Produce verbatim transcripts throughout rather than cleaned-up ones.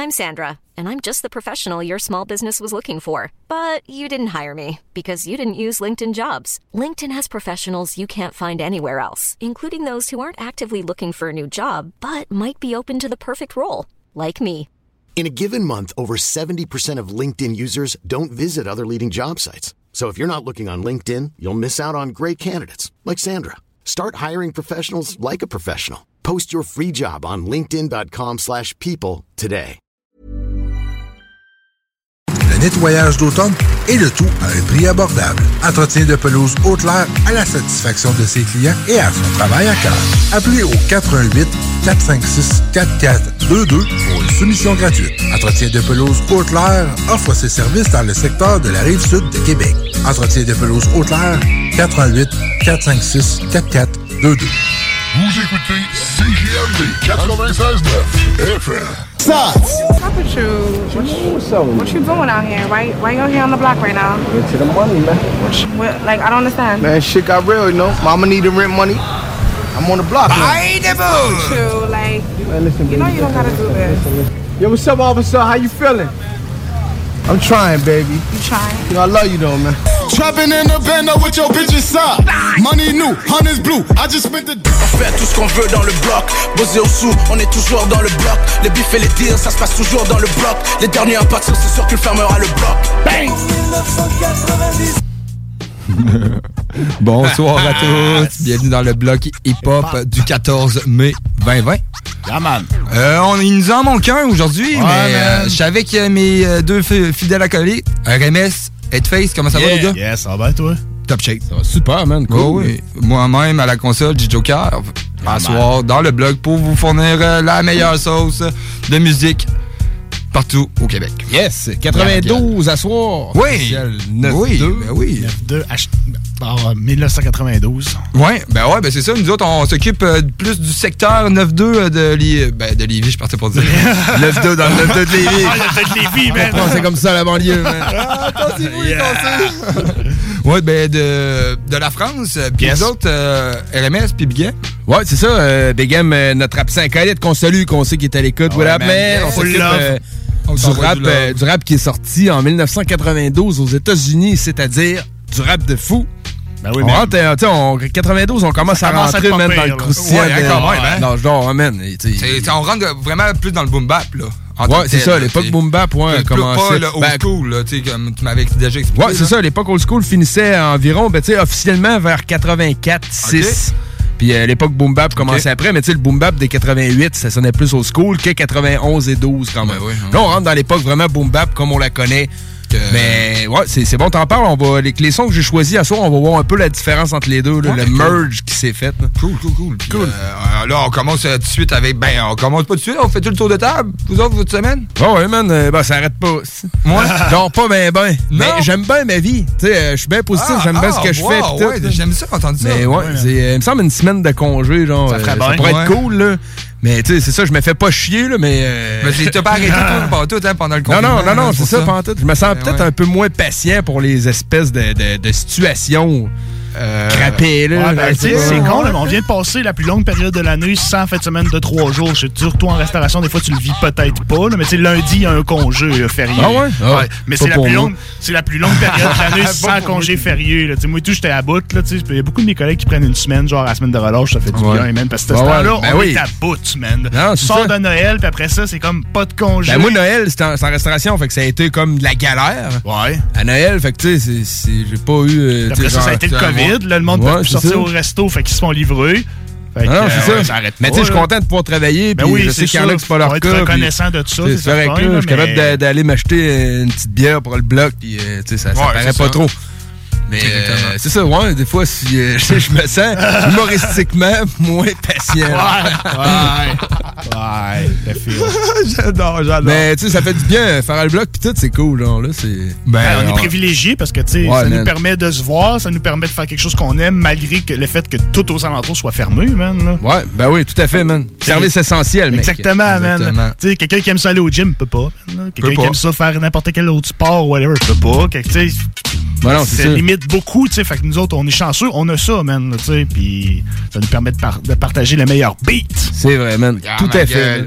I'm Sandra, and I'm just the professional your small business was looking for. But you didn't hire me because you didn't use LinkedIn Jobs. LinkedIn has professionals you can't find anywhere else, including those who aren't actively looking for a new job, but might be open to the perfect role, like me. In a given month, over seventy percent of LinkedIn users don't visit other leading job sites. So if you're not looking on LinkedIn, you'll miss out on great candidates like Sandra. Start hiring professionals like a professional. Post your free job on linkedin dot com slash people today. Le nettoyage d'automne et le tout à un prix abordable. Entretien de pelouse Haute-Lair à la satisfaction de ses clients et à son travail à cœur. Appelez au quatre un huit, quatre cinq six, quatre quatre deux deux pour une soumission gratuite. Entretien de pelouse Haute-Lair offre ses services dans le secteur de la Rive-Sud de Québec. Entretien de pelouse Haute-Lair, quatre un huit, quatre cinq six, quatre quatre deux deux. Vous écoutez C J M D quatre-vingt-seize neuf F M. What's up with you? What you, What's up? What you doing out here? Why, why you here on the block right now? Get to the money, man. What you, what, like, I don't understand. Man, shit got real, you know. Mama need the rent money. I'm on the block now. Buy the boo! You, like, Man, listen, you know baby, you don't listen, gotta do listen, this. listen, listen. Yo, what's up, officer? How you feeling? I'm trying, baby. You trying? You know, I love you, though, man. Trapping in the bando with your bitches up. Money new, honey's blue. I just spent the. On fait tout ce qu'on veut dans le bloc. Bosé au sous, on est toujours dans le bloc. Les bifs et les tirs, ça se passe toujours dans le bloc. Les derniers à partir, c'est sûr qu'il fermera le bloc. Bang! Bonsoir à tous, bienvenue dans le bloc hip-hop du quatorze mai vingt vingt. Yeah, man. Euh, on, il nous en manque un aujourd'hui, ouais, mais euh, je suis avec euh, mes euh, deux f- fidèles acolytes, R M S, Headface, comment ça yeah. va les gars? Yes, ça va toi? Top shape. Ça va super, man, cool. Oh, oui. Moi-même à la console, J-Joker, à soir dans le blog pour vous fournir euh, la meilleure sauce de musique partout au Québec. Yes, quatre-vingt-douze à soir. Oui, neuf oui, deux. ben oui. neuf deux, H... oh, dix-neuf cent quatre-vingt-douze. Ouais, ben ouais, ben c'est ça. Nous autres, on s'occupe euh, plus du secteur neuf deux de Lévis. Ben, de Lévis, je partais pour dire. neuf deux dans le neuf deux de Lévis. Ah, le neuf deux de Lévis, man. C'est comme ça, la banlieue, man. Ah, attends, c'est vous, yeah. Ouais, ben, de, de la France. Puis yes. Nous autres, euh, R M S, puis Big M. Ouais, c'est ça. Euh, Big M, euh, notre absent acolyte qu'on salue, qu'on sait qu'il est à l'écoute. Ouais, voilà, mais on s'occupe euh, du, rap, du, euh, du rap qui est sorti en dix-neuf cent quatre-vingt-douze aux États-Unis, c'est-à-dire du rap de fou. Ben oui, on man. rentre, euh, en quatre-vingt-douze, on commence ça à commence rentrer à même pire, dans le croustillant. Ouais, de... quand même, hein? Non, je dors, man. C'est, on rentre vraiment plus dans le boom bap, là. Ouais, c'est ça, l'époque boom bap, ouais, a commencé. Pas le old ben, school, là, tu sais, comme tu m'avais déjà expliqué. Ouais, c'est là. Ça, l'époque old school finissait environ, ben, tu sais, officiellement vers quatre-vingt-quatre six. Okay. Puis euh, l'époque boom bap commençait okay. après, mais tu sais, le boom bap des quatre-vingt-huit, ça sonnait plus old school que quatre-vingt-onze et douze quand même. Ben oui, hein. Là, on rentre dans l'époque vraiment boom bap comme on la connaît. Que... Mais ouais, c'est, c'est bon, t'en parles. On va, les, les sons que j'ai choisis à soir, on va voir un peu la différence entre les deux, là, ouais, le cool. merge qui s'est fait. Là. Cool, cool, cool. Puis, cool. Euh, là, on commence euh, tout de suite avec. Ben, on commence pas tout de suite, on fait tout le tour de table. Vous autres, votre semaine? Oh, ouais, man, euh, ben, ça arrête pas. Moi, genre pas ben, ben. Mais j'aime bien ma vie. Tu sais, je suis bien positif, ah, j'aime bien ah, ce que je wow, fais. Pis ouais, tout, j'aime ça, entendre ça. Mais ouais, ouais c'est, euh, il me semble une semaine de congé, genre. Ça, ferait euh, ça pourrait ouais. être cool, là. Mais tu sais, c'est ça, je me fais pas chier, là, mais... Euh... Mais t'as pas arrêté toi, pendant tout, hein, pendant le confinement. Non, non, non, non, c'est ça, ça. pendant tout. Je me sens mais peut-être ouais. un peu moins patient pour les espèces de, de, de situations euh... crapées, là. Ouais, ben, tu sais, c'est con, là, mais on vient de passer la plus longue période de l'année sans fin de semaine de trois jours. Je te dis, toi, en restauration, des fois, tu le vis peut-être pas, là, mais tu sais, lundi, il y a un congé là, férié. Ah ouais? Ah, ouais. Mais c'est la, plus longue, c'est la plus longue période de l'année sans congé férié, là. Tu sais, moi, tout, j'étais à bout, là, tu sais. Il y a beaucoup de mes collègues qui prennent une semaine, genre, la semaine de relâche, ça fait du ouais. bien, man, parce que ce ouais, temps-là, ben on oui. est à bout, man. Non, tu sors de Noël, puis après ça, c'est comme pas de congé. Ben moi, Noël, c'était en, en restauration, fait que ça a été comme de la galère. Ouais. À Noël, fait que tu sais, c'est, c'est, j'ai pas eu... Euh, après ça, genre, ça a été le COVID, là, le monde ouais, peut plus sortir ça. Au resto, fait qu'ils se font livrer. Fait non, que, c'est euh, ça. Ouais, ça mais tu sais, je suis content de pouvoir travailler. Ben oui, je sais qu'il y en a qui c'est pas leur cas. Je suis reconnaissant de tout ça. C'est, c'est vrai que je suis capable mais... d'aller m'acheter une petite bière pour le bloc, puis tu sais, ça, ouais, ça paraît pas ça. Trop. Mais euh, c'est ça, ouais, des fois, si euh, je, je me sens humoristiquement moins patient. Ouais, ouais, ouais, j'adore, j'adore. Mais tu sais, ça fait du bien, faire le bloc pis tout, c'est cool, genre, là, c'est... Ben, ben on, on est privilégiés parce que, tu sais, ouais, ça man. nous permet de se voir, ça nous permet de faire quelque chose qu'on aime, malgré que le fait que tout aux alentours soit fermé, man, là. Ouais, ben oui, tout à fait, man. Service essentiel, mec. Exactement, Exactement. man. Tu sais, quelqu'un qui aime ça aller au gym, peut pas, man, quelqu'un peut qui pas. aime ça faire n'importe quel autre sport, whatever, peut pas, tu sais... Ben non, c'est ça limite beaucoup, tu sais, fait que nous autres, on est chanceux, on a ça, man, tu sais, puis ça nous permet de, par- de partager les meilleurs beats. C'est vrai, man. Ah, tout à fait.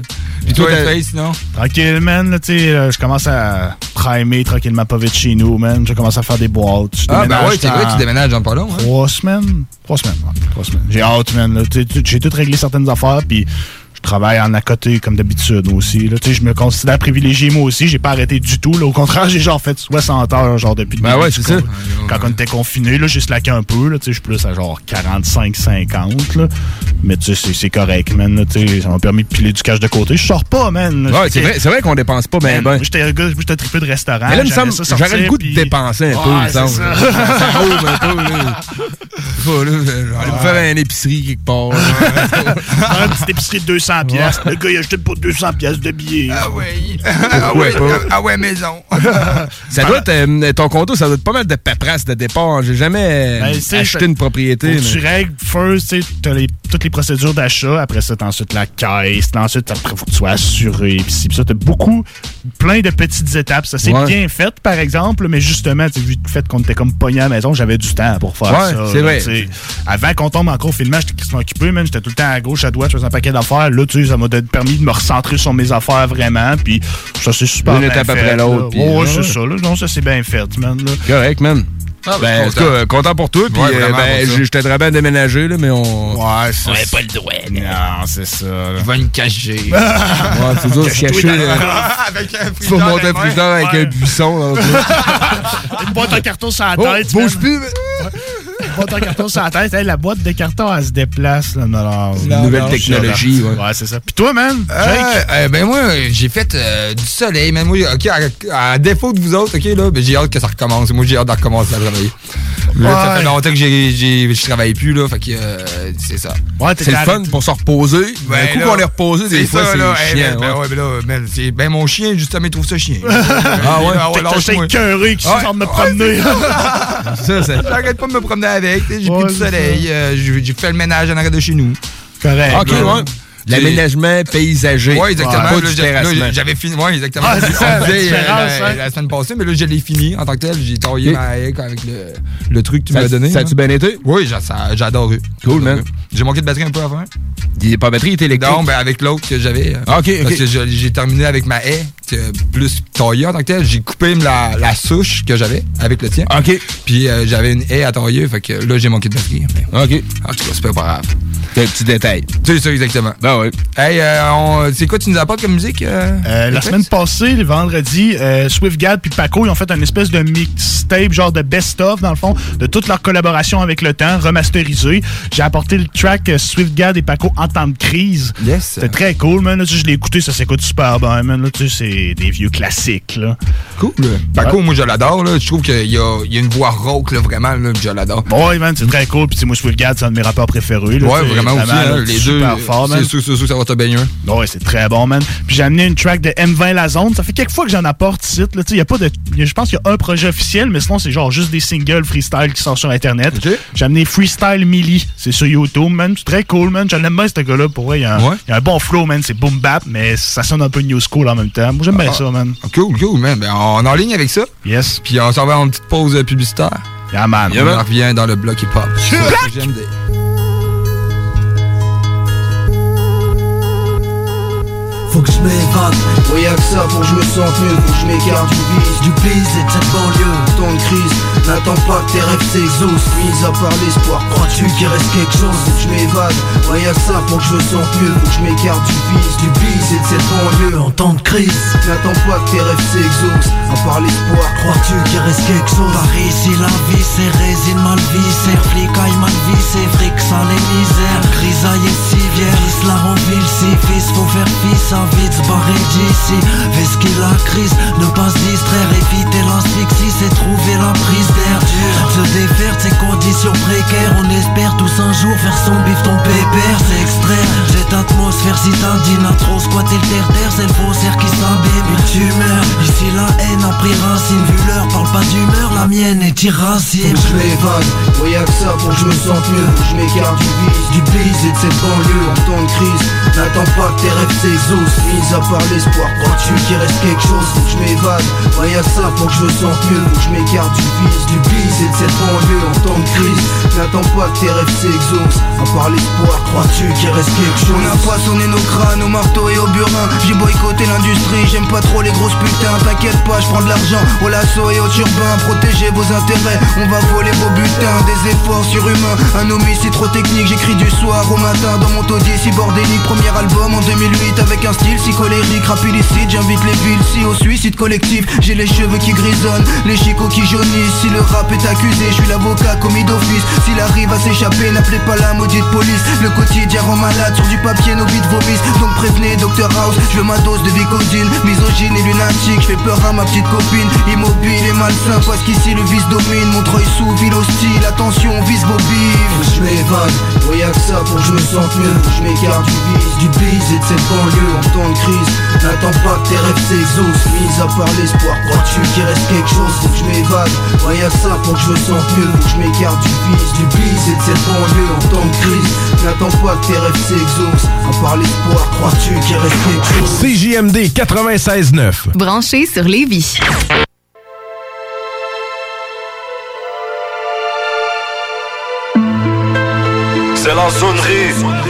Puis toi, Face, non? Tranquille, man. Là, tu sais, euh, je commence à primer tranquillement pas vite chez nous, man. Je commence à faire des boîtes. Je ah, ben ouais, c'est vrai que tu déménages dans pas long. Hein? Trois semaines. Trois semaines, ouais. Trois semaines. J'ai hâte, man. Là. J'ai tout réglé certaines affaires, puis je travaille en à côté, comme d'habitude aussi. Là. Je me considère privilégié, moi aussi. J'ai pas arrêté du tout. Là. Au contraire, j'ai genre fait soixante heures genre depuis le ben début. Ouais, c'est ça. Quand on était confinés, j'ai slacké un peu. Je suis plus à genre quarante-cinq cinquante. Là. Mais tu sais, c'est correct, man. Là, ça m'a permis de piler du cash de côté. Je sors pas, man. Ouais, c'est vrai, c'est vrai qu'on dépense pas ben ben. J'étais un gars, j'étais un trippeux de restaurant. Mais là, ça, j'aurais le goût pis... de dépenser un peu, ouais, il me semble. Ça, ça roule un peu, là. Faut, là, aller vous faire une épicerie quelque part. Une petite épicerie de deux cents piastres. Le gars, il a acheté pour deux cents piastres de billets. Ah ouais. Ah ouais, ah ouais, maison. Ça doit être, euh, ton conto, ça doit être pas mal de paperasse de départ. J'ai jamais ben, acheté ça, une propriété. Mais... Tu règles, first, tu sais, les, toutes les procédures d'achat. Après ça, t'as ensuite la caisse. Ensuite, après, faut que tu sois assuré. Puis si, puis ça, t'as beaucoup, plein de petites étapes. Ça s'est ouais. bien fait, par exemple. Mais justement, tu vu le fait qu'on était comme pogné à la maison, j'avais du temps pour faire ouais, ça. c'est vrai. T'sais. Avant qu'on tombe en confinement, j'étais occupé, man. J'étais tout le temps à gauche, à droite, je faisais un paquet d'affaires. Là, tu sais, ça m'a permis de me recentrer sur mes affaires vraiment. Puis ça, c'est super une bien étape fait. après l'autre. Puis, oh, ouais, c'est ça. Là. Non, ça, c'est bien fait, man. Là. Correct, man. Ah, ben, ben en tout cas, content pour toi. Puis, ouais, euh, ben, je t'aiderais bien à déménager, là, mais on. Ouais, c'est On n'avait pas le droit. Non, c'est ça. Là. Je vais me cacher. Ouais, c'est dur de se cacher. Tu vas monter un frigidaire avec un buisson. Une boîte en carton sur la tête. Bouge plus, mais. Une boîte en carton sur la tête. Hey, la boîte de carton, elle se déplace. Là, alors, la nouvelle alors, technologie. Ouais, ouais c'est ça. Puis toi, man? Euh, euh, ben moi, j'ai fait euh, du soleil, man. Moi, OK, à, à défaut de vous autres, OK, là, ben, j'ai hâte que ça recommence. Moi, j'ai hâte de recommencer à travailler. Là, ouais. Ça fait longtemps que j'ai, j'ai, je travaille plus, là. Fait que euh, c'est ça. Ouais, c'est le fun pour se reposer. Ben, un coup qu'on est reposé, des fois, c'est là, chiant. Ben, ben, ouais, ben là, man, c'est, ben mon chien, justement, il trouve ça chien. Ah ouais? T'as t'es écœuré qui sort de me promener. Ça, ça. J'arrête pas de me promener avec. J'ai ouais, pris du soleil. Euh, j'ai, j'ai fait le ménage en arrière de chez nous. Correct. OK, ouais. L'aménagement paysager. Oui, exactement. Ouais, là, là, là, j'avais fini. Oui, exactement. Ah, c'est ça, on disait, euh, la, la semaine passée, mais là, je l'ai fini en tant que tel. J'ai taillé okay. ma haie avec le, le truc que tu ça, m'as donné. Ça a-tu bien été? Oui, j'ai, ça, j'ai adoré. Cool, man. J'ai manqué de batterie un peu avant. Il n'est pas batterie, il était électrique. Non, ben avec l'autre que j'avais. Ah, OK, OK. Parce que je, j'ai terminé avec ma haie, que, plus taillée en tant que tel. J'ai coupé la, la souche que j'avais avec le tien. OK. Puis euh, j'avais une haie à tailler, fait que là, j'ai manqué de batterie. Mais... OK. En tout cas, c'est pas grave. C'est un petit détail. C'est ça, exactement. Ben oui. Hey, euh, on, c'est quoi tu nous apportes comme musique? Euh, euh, la semaine passée, le vendredi, euh, SwiftGad puis Paco, ils ont fait une espèce de mixtape, genre de best-of, dans le fond, de toute leur collaboration avec le temps, remasterisé. J'ai apporté le track euh, SwiftGad et Paco en temps de crise. Yes. C'était très cool, man. Là, tu sais, je l'ai écouté, ça s'écoute super bien, man. Là, tu sais, c'est des vieux classiques, là. Cool. Paco, ouais. Moi, je l'adore, là. Je trouve qu'il y a, il y a une voix rauque, là, vraiment, là, je l'adore. Ouais, man, c'est très cool. Puis, moi, SwiftGad, c'est un de mes rappeurs préférés, là. Ouais, vraiment aussi, hein, les deux. Fort, c'est sûr, c'est sûr, ça va te baigner. Ouais, c'est très bon, man. Puis j'ai amené une track de M vingt La Zone. Ça fait quelques fois que j'en apporte ici. Là, y a pas de, y a, je pense qu'il y a un projet officiel, mais sinon, c'est genre juste des singles freestyle qui sortent sur Internet. Okay. J'ai amené Freestyle Millie. C'est sur YouTube, man. C'est très cool, man. J'aime bien ce gars-là. Pour vrai, il y, ouais. y a un bon flow, man. C'est boom bap, mais ça sonne un peu new school en même temps. Moi, j'aime bien ah, ça, man. Cool, cool, man. Ben, on est en ligne avec ça. Yes. Puis on s'en va en petite pause publicitaire. Yeah, man. Yeah, on man. revient dans le bloc hip-hop. J'aime des... Faut que je m'évade, ouais y'a que ça pour que je me sente mieux. Faut que je m'écarte du bise, du bise et de cette banlieue. Temps de crise, n'attends pas que tes rêves s'exaucent. Mis à part l'espoir, crois-tu qu'il reste quelque chose? Faut que je m'évade, ouais y'a que ça pour que je me sente mieux. Faut que je m'écarte du bise, du bise et de cette banlieue. En temps de crise, n'attends pas que tes rêves s'exaucent. À part l'espoir, crois-tu qu'il reste quelque chose? Par ici la vie c'est résine mal vissée. Flicaille mal vissé, fric sans les misères. Grisaille et civière, la en ville si fils faut faire fils à vite se barrer d'ici. Vesquer la crise, ne pas se distraire, éviter l'asphyxie, c'est trouver la prise d'air. Se défaire de ces conditions précaires, on espère tous un jour faire son bif ton pépère. C'est extraire cette atmosphère citadine, a trop squatté le terre-terre, c'est le faussaire qui s'abîme. Une tumeur, ici la haine a pris racine. Vu l'heure, parle pas d'humeur, la mienne est irracine. Faut que je m'évade, ouais y'a que ça pour que je me sente mieux. Faut que je m'écarte du bise, du bise et de cette banlieue. En temps de crise, N'attends pas que tes rêves s'exaucent. Mis à part l'espoir, crois-tu qu'il reste quelque chose? Faut que je m'évade, ouais y'a ça, faut que je me sente mieux. Faut que je m'écarte du vice, du bise et de cette banlieue en temps de crise. N'attends pas que tes rêves s'exaucent. À part l'espoir, crois-tu qu'il reste quelque chose? On a poissonné nos crânes au marteau et au burin. J'ai boycotté l'industrie, j'aime pas trop les grosses putains. T'inquiète pas, je prends de l'argent au lasso et au turbin. Protégez vos intérêts, on va voler vos butins. Des efforts surhumains, un homicide trop technique. J'écris du soir au matin dans mon taudier si bordélique. Premier album en deux mille huit avec un style si colérique. Rap illicite, j'invite les villes si au suicide collectif. J'ai les cheveux qui grisonnent, les chicots qui jaunissent. Si le rap est accusé, je suis l'avocat commis d'office. S'il arrive à s'échapper, n'appelez pas la maudite police. Le quotidien rend malade, sur du papier nos vides vomissent. Donc prévenez Docteur House, je veux ma dose de Vicodine. Misogyne et lunatique, je fais peur à ma petite copine. Immobile et malsain, parce qu'ici le vice domine. Montreuil sous, ville hostile, attention, vise vos bives. Je m'évade, ouais y'a que ça pour que je me sente mieux. Faut que je m'écarte du vice, du bise et de cette banlieue en temps de crise. N'attends pas que tes rêves s'exaucent. Mis à part l'espoir, crois-tu qu'il reste quelque chose? Faut que je m'évade, ouais y'a que ça pour que je me sente mieux. Faut que je m'écarte du vice, du bise et de cette banlieue en temps de crise. N'attends pas que tes rêves s'exaucent. À part l'espoir, crois-tu qu'il reste quelque chose? C J M D quatre-vingt-seize neuf. Branché sur Lévis. C'est la zonerie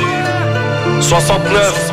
soixante-neuf.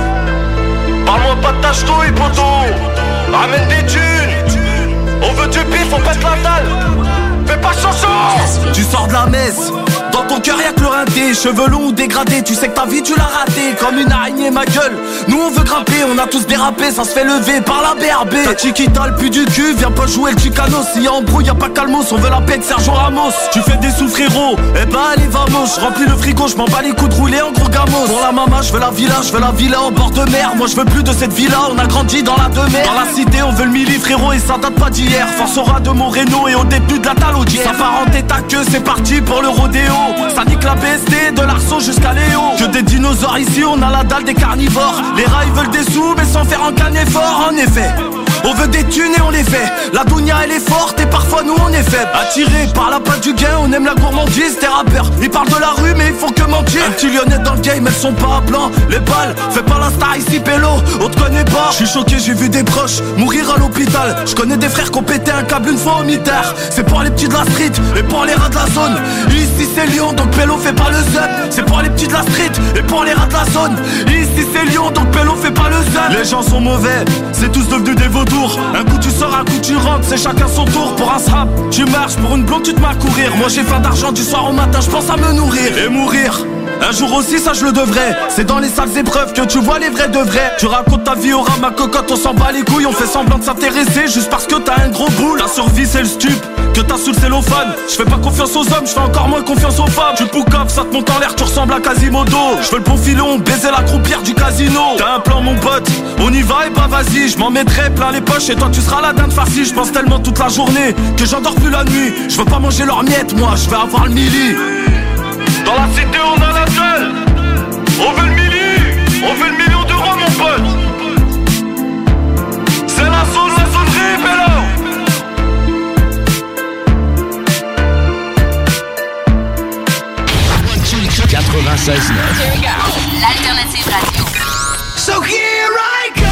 Parle-moi pas de ta ch'touille, poto. Ramène des thunes. On veut du bif, on pète la dalle. Fais pas chanson. Tu sors de la messe, dans ton cœur y'a que le rinté. Cheveux longs ou dégradés, tu sais que ta vie tu l'as raté. Comme une araignée ma gueule, nous on veut grimper. On a tous dérapé, ça se fait lever par la B R B. Ta chiquita le plus du cul, viens pas jouer le Chicano. S'il y a embrouille y'a pas Calmos, on veut la paix de Sergio Ramos. Tu fais des sous frérot, eh bah allez vamos. J'remplis le frigo, j'm'en bats les coups de rouler en gros gamos. Pour la maman j'veux la villa, j'veux la villa en bord de mer. Moi j'veux plus de cette villa, on a grandi dans la demeure. Dans la cité on veut le milli frérot et ça date pas d'hier. Force aura de Moreno et au début de la talaudière. Ça part en tête à queue, c'est parti pour le rodéo. Ça nique la B S D, de l'arceau jusqu'à Léo. Que des dinosaures ici, on a la dalle des carnivores. Les rats ils veulent des sous mais sans faire un cagné fort. En effet, on veut des thunes et on les fait. La dounia elle est forte et parfois nous on est faible. Attirés par la patte du gain, on aime la gourmandise. Tes rappeurs, ils parlent de la rue mais ils font que mentir. Un petit lyonnais dans le game, elles sont pas à blanc. Les balles, fais pas la star ici pélo, on te connaît pas. Je suis choqué, j'ai vu des proches mourir à l'hôpital. Je connais des frères qui ont pété un câble une fois au mitard. C'est pour les petits de la street et pour les rats de la zone. Ici c'est Lyon donc pélo fait pas le zep. C'est pour les petits de la street et pour les rats de la zone. Ici c'est Lyon donc pélo fait pas le zep. Les gens sont mauvais, c'est tous devenu des vautours. Un coup tu sors, un coup tu rentres, c'est chacun son tour. Pour un strap, tu marches, pour une blonde tu te mets à courir. Moi j'ai faim d'argent du soir au matin, je pense à me nourrir et mourir. Un jour aussi ça je le devrais. C'est dans les sales épreuves que tu vois les vrais de vrais. Tu racontes ta vie au rat, ma cocotte, on s'en bat les couilles. On fait semblant de s'intéresser juste parce que t'as un gros boule. Ta survie c'est le stup que t'as sous le cellophane. Je fais pas confiance aux hommes, je fais encore moins confiance aux femmes. Tu poucaves, ça te monte en l'air, tu ressembles à Quasimodo. Je veux le bon filon, baiser la croupière du casino. T'as un plan mon pote, on y va et bah vas-y. Je m'en mettrai plein les poches et toi tu seras la dinde farcie. Je pense tellement toute la journée que j'endors plus la nuit. Je veux pas manger leurs miettes, moi je vais avoir le milli. Dans la cité on a la dalle. On veut le milli, on veut le million d'euros mon pote. C'est la zone, la zonerie, Bello. quatre-vingt-seize neuf. Here we go. L'alternative radio. So here I go.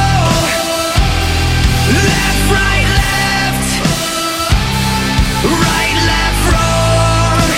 Left, right, left. Right, left, wrong.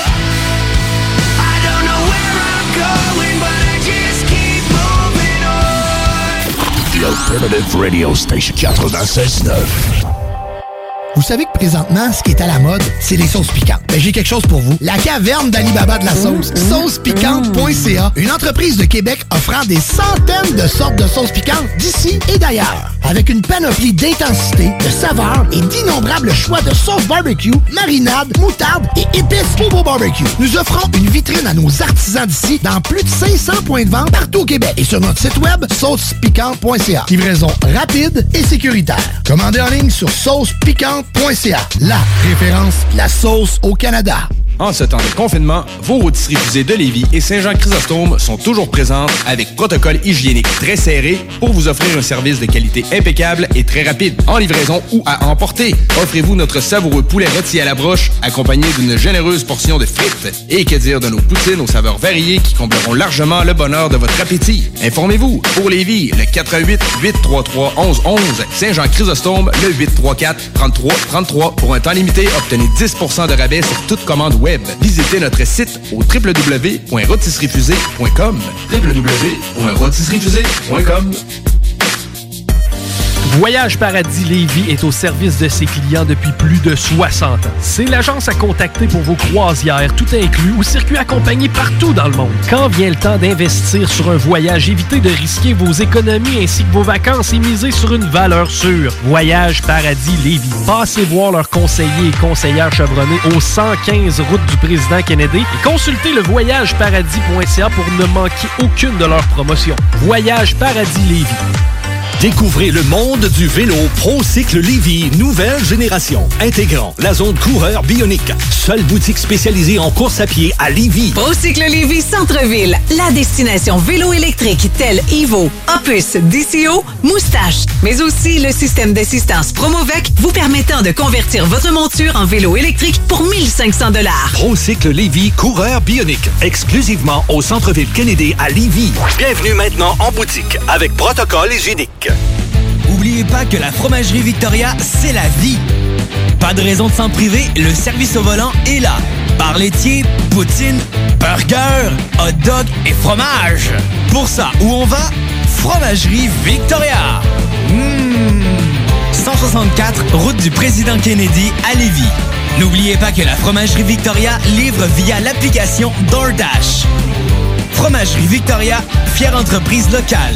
I don't know where I'm going, but I just keep moving on. The Alternative Radio Station quatre-vingt-seize neuf. Vous savez que présentement, ce qui est à la mode, c'est les sauces piquantes. Ben, j'ai quelque chose pour vous. La caverne d'Alibaba de la sauce. sauce piquante point c a. Une entreprise de Québec offrant des centaines de sortes de sauces piquantes d'ici et d'ailleurs. Avec une panoplie d'intensité, de saveurs et d'innombrables choix de sauces barbecue, marinades, moutarde et épices Bobo Barbecue. Nous offrons une vitrine à nos artisans d'ici dans plus de cinq cents points de vente partout au Québec. Et sur notre site web, sauce piquante point c a. Livraison rapide et sécuritaire. Commandez en ligne sur sauce piquante point c a. La référence, la sauce au Canada. En ce temps de confinement, vos rôtisseries fusées de Lévis et Saint-Jean-Chrysostome sont toujours présentes avec protocole hygiénique très serré pour vous offrir un service de qualité impeccable et très rapide, en livraison ou à emporter. Offrez-vous notre savoureux poulet rôti à la broche, accompagné d'une généreuse portion de frites. Et que dire de nos poutines aux saveurs variées qui combleront largement le bonheur de votre appétit. Informez-vous, pour Lévis, le quatre un huit, huit trois trois, onze onze, Saint-Jean-Chrysostome, le huit trois quatre, trente-trois trente-trois. Pour un temps limité, obtenez dix pour cent de rabais sur toute commande web. Visitez notre site au w w w point rôtisseriefusée point com. w w w point rôtisseriefusée point com. Voyage Paradis Lévis est au service de ses clients depuis plus de soixante ans. C'est l'agence à contacter pour vos croisières, tout inclus, ou circuits accompagnés partout dans le monde. Quand vient le temps d'investir sur un voyage, évitez de risquer vos économies ainsi que vos vacances et misez sur une valeur sûre. Voyage Paradis Lévis. Passez voir leurs conseillers et conseillères chevronnés au cent quinze route du Président Kennedy et consultez le voyage paradis point c a pour ne manquer aucune de leurs promotions. Voyage Paradis Lévis. Découvrez le monde du vélo ProCycle Lévis, nouvelle génération, intégrant la zone coureur bionique. Seule boutique spécialisée en course à pied à Lévis. ProCycle Lévis Centre-Ville, la destination vélo électrique telle Evo, Opus, D C O, Moustache, mais aussi le système d'assistance Promovec vous permettant de convertir votre monture en vélo électrique pour mille cinq cents dollars. ProCycle Lévis, coureur bionique, exclusivement au Centre-Ville Kennedy à Lévis. Bienvenue maintenant en boutique avec protocole hygiénique. N'oubliez pas que la fromagerie Victoria, c'est la vie. Pas de raison de s'en priver, le service au volant est là. Bar laitier, poutine, burger, hot dog et fromage. Pour ça, où on va? Fromagerie Victoria. Mmh. cent soixante-quatre, route du Président Kennedy à Lévis. N'oubliez pas que la fromagerie Victoria livre via l'application DoorDash. Fromagerie Victoria, fière entreprise locale.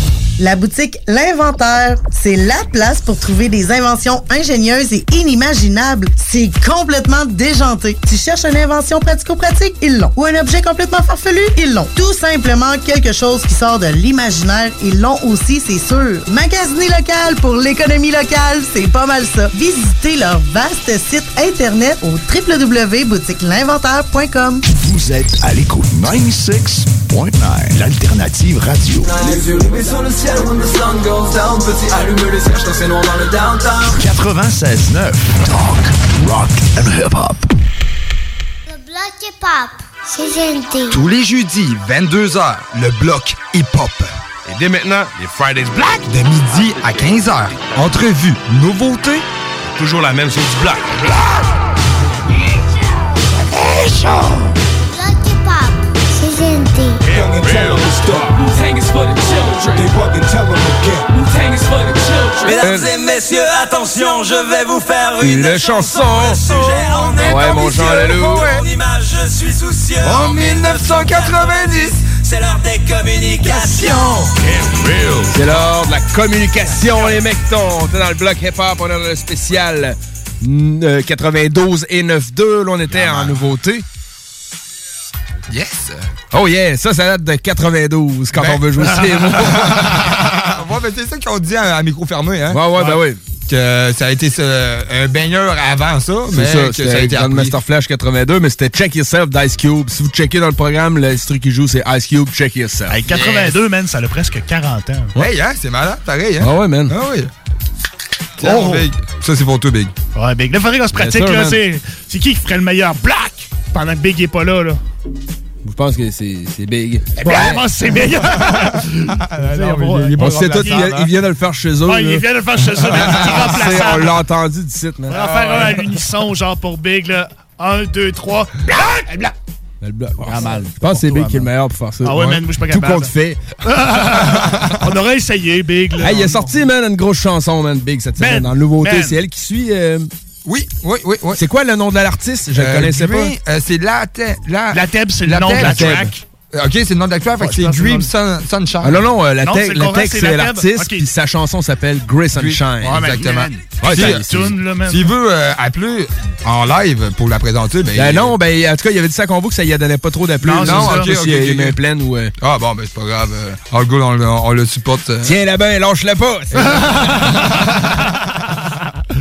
La boutique L'Inventaire, c'est la place pour trouver des inventions ingénieuses et inimaginables. C'est complètement déjanté. Tu cherches une invention pratico-pratique? Ils l'ont. Ou un objet complètement farfelu? Ils l'ont. Tout simplement quelque chose qui sort de l'imaginaire. Ils l'ont aussi, c'est sûr. Magasiner local pour l'économie locale, c'est pas mal ça. Visitez leur vaste site internet au w w w point boutique l'inventaire point com. Vous êtes à l'écoute quatre-vingt-seize point neuf, l'alternative radio. Les yeux rivés sur le ciel when the sun goes down. Petit allume les cierges quand c'est noir dans le downtown. quatre-vingt-seize neuf, talk, rock and hip-hop. Le bloc hip-hop, c'est G N T. Tous les jeudis, vingt-deux heures, le bloc hip-hop. Et dès maintenant, les Fridays Black, de midi à quinze heures. Entrevue, nouveauté, toujours la même chose du bloc. Mesdames et messieurs, attention, je vais vous faire une, une chanson. Ouais, mon Jean Leloup. Mon image, je suis soucieux. En dix-neuf cent quatre-vingt-dix, c'est l'heure des communications. C'est l'heure de la communication, les mecs-tons. T'es dans le bloc hip-hop, on est dans le spécial euh, quatre-vingt-douze et neuf deux. Là, on était yeah, en nouveauté. Yes! Oh yeah, ça, ça date de quatre-vingt-douze quand ben. on veut jouer ces mots. Ouais, ben c'est ça qu'ils ont dit à, à micro fermé, hein? Ouais, ouais, ouais. ben oui. Que ça a été ça, un baigneur avant ça, mais ça, que ça a été Grandmaster Flash quatre-vingt-deux, mais c'était Check Yourself d'Ice Cube. Si vous checkez dans le programme, le truc qui joue, c'est Ice Cube, Check Yourself. Hey, quatre-vingt-deux, yes. Man, ça a presque quarante ans. Ouais, hein, c'est malade, pareil, hein? Ah ouais, man. Ah oui. Tiens, oh. Big. Ça, c'est pour toi, Big. Ouais, Big. Là, il faudrait qu'on se pratique, là. C'est, c'est qui qui ferait le meilleur Black pendant que Big est pas là, là? Je pense que c'est, c'est Big. Eh ben, ouais, c'est Big. On sait tout, il, il vient de le faire chez eux. Ouais, il vient de le faire chez eux. On l'a entendu d'ici, man. On va faire un à l'unisson, genre pour Big, là. Un, deux, trois. Black! Black! Le bloc. Oh, mal. Je pense que c'est Big qui est le meilleur pour faire ça. Ah ouais, man, moi je suis pas capable. Tout compte fait. On aurait essayé, Big. Là. Hey, il a sorti, man, une grosse chanson, man, Big, cette semaine. Dans le nouveauté, man. C'est elle qui suit. Euh... Oui, oui, oui, oui. C'est quoi le nom de l'artiste? Je ne euh, connaissais lui, pas. Euh, c'est la Teb. La, la Teb, c'est le nom de la track. OK, c'est le nom de la track, fait que c'est Dream Sun, Sunshine. Ah non, non, la te- le texte, c'est l'artiste, puis sa chanson s'appelle Grey Sunshine. Ouais, exactement. Ouais, si, si, S'il veut euh, appeler en live pour la présenter, ben... ben il... Non, ben en tout cas, il avait dit ça qu'on vous que ça y donnait pas trop d'appeler. Non, non, OK, OK, il y a les mains pleines ou... Ah bon, ben c'est pas grave. En gros, on, on, on le supporte. Tiens, là-bas, lâche-le pas!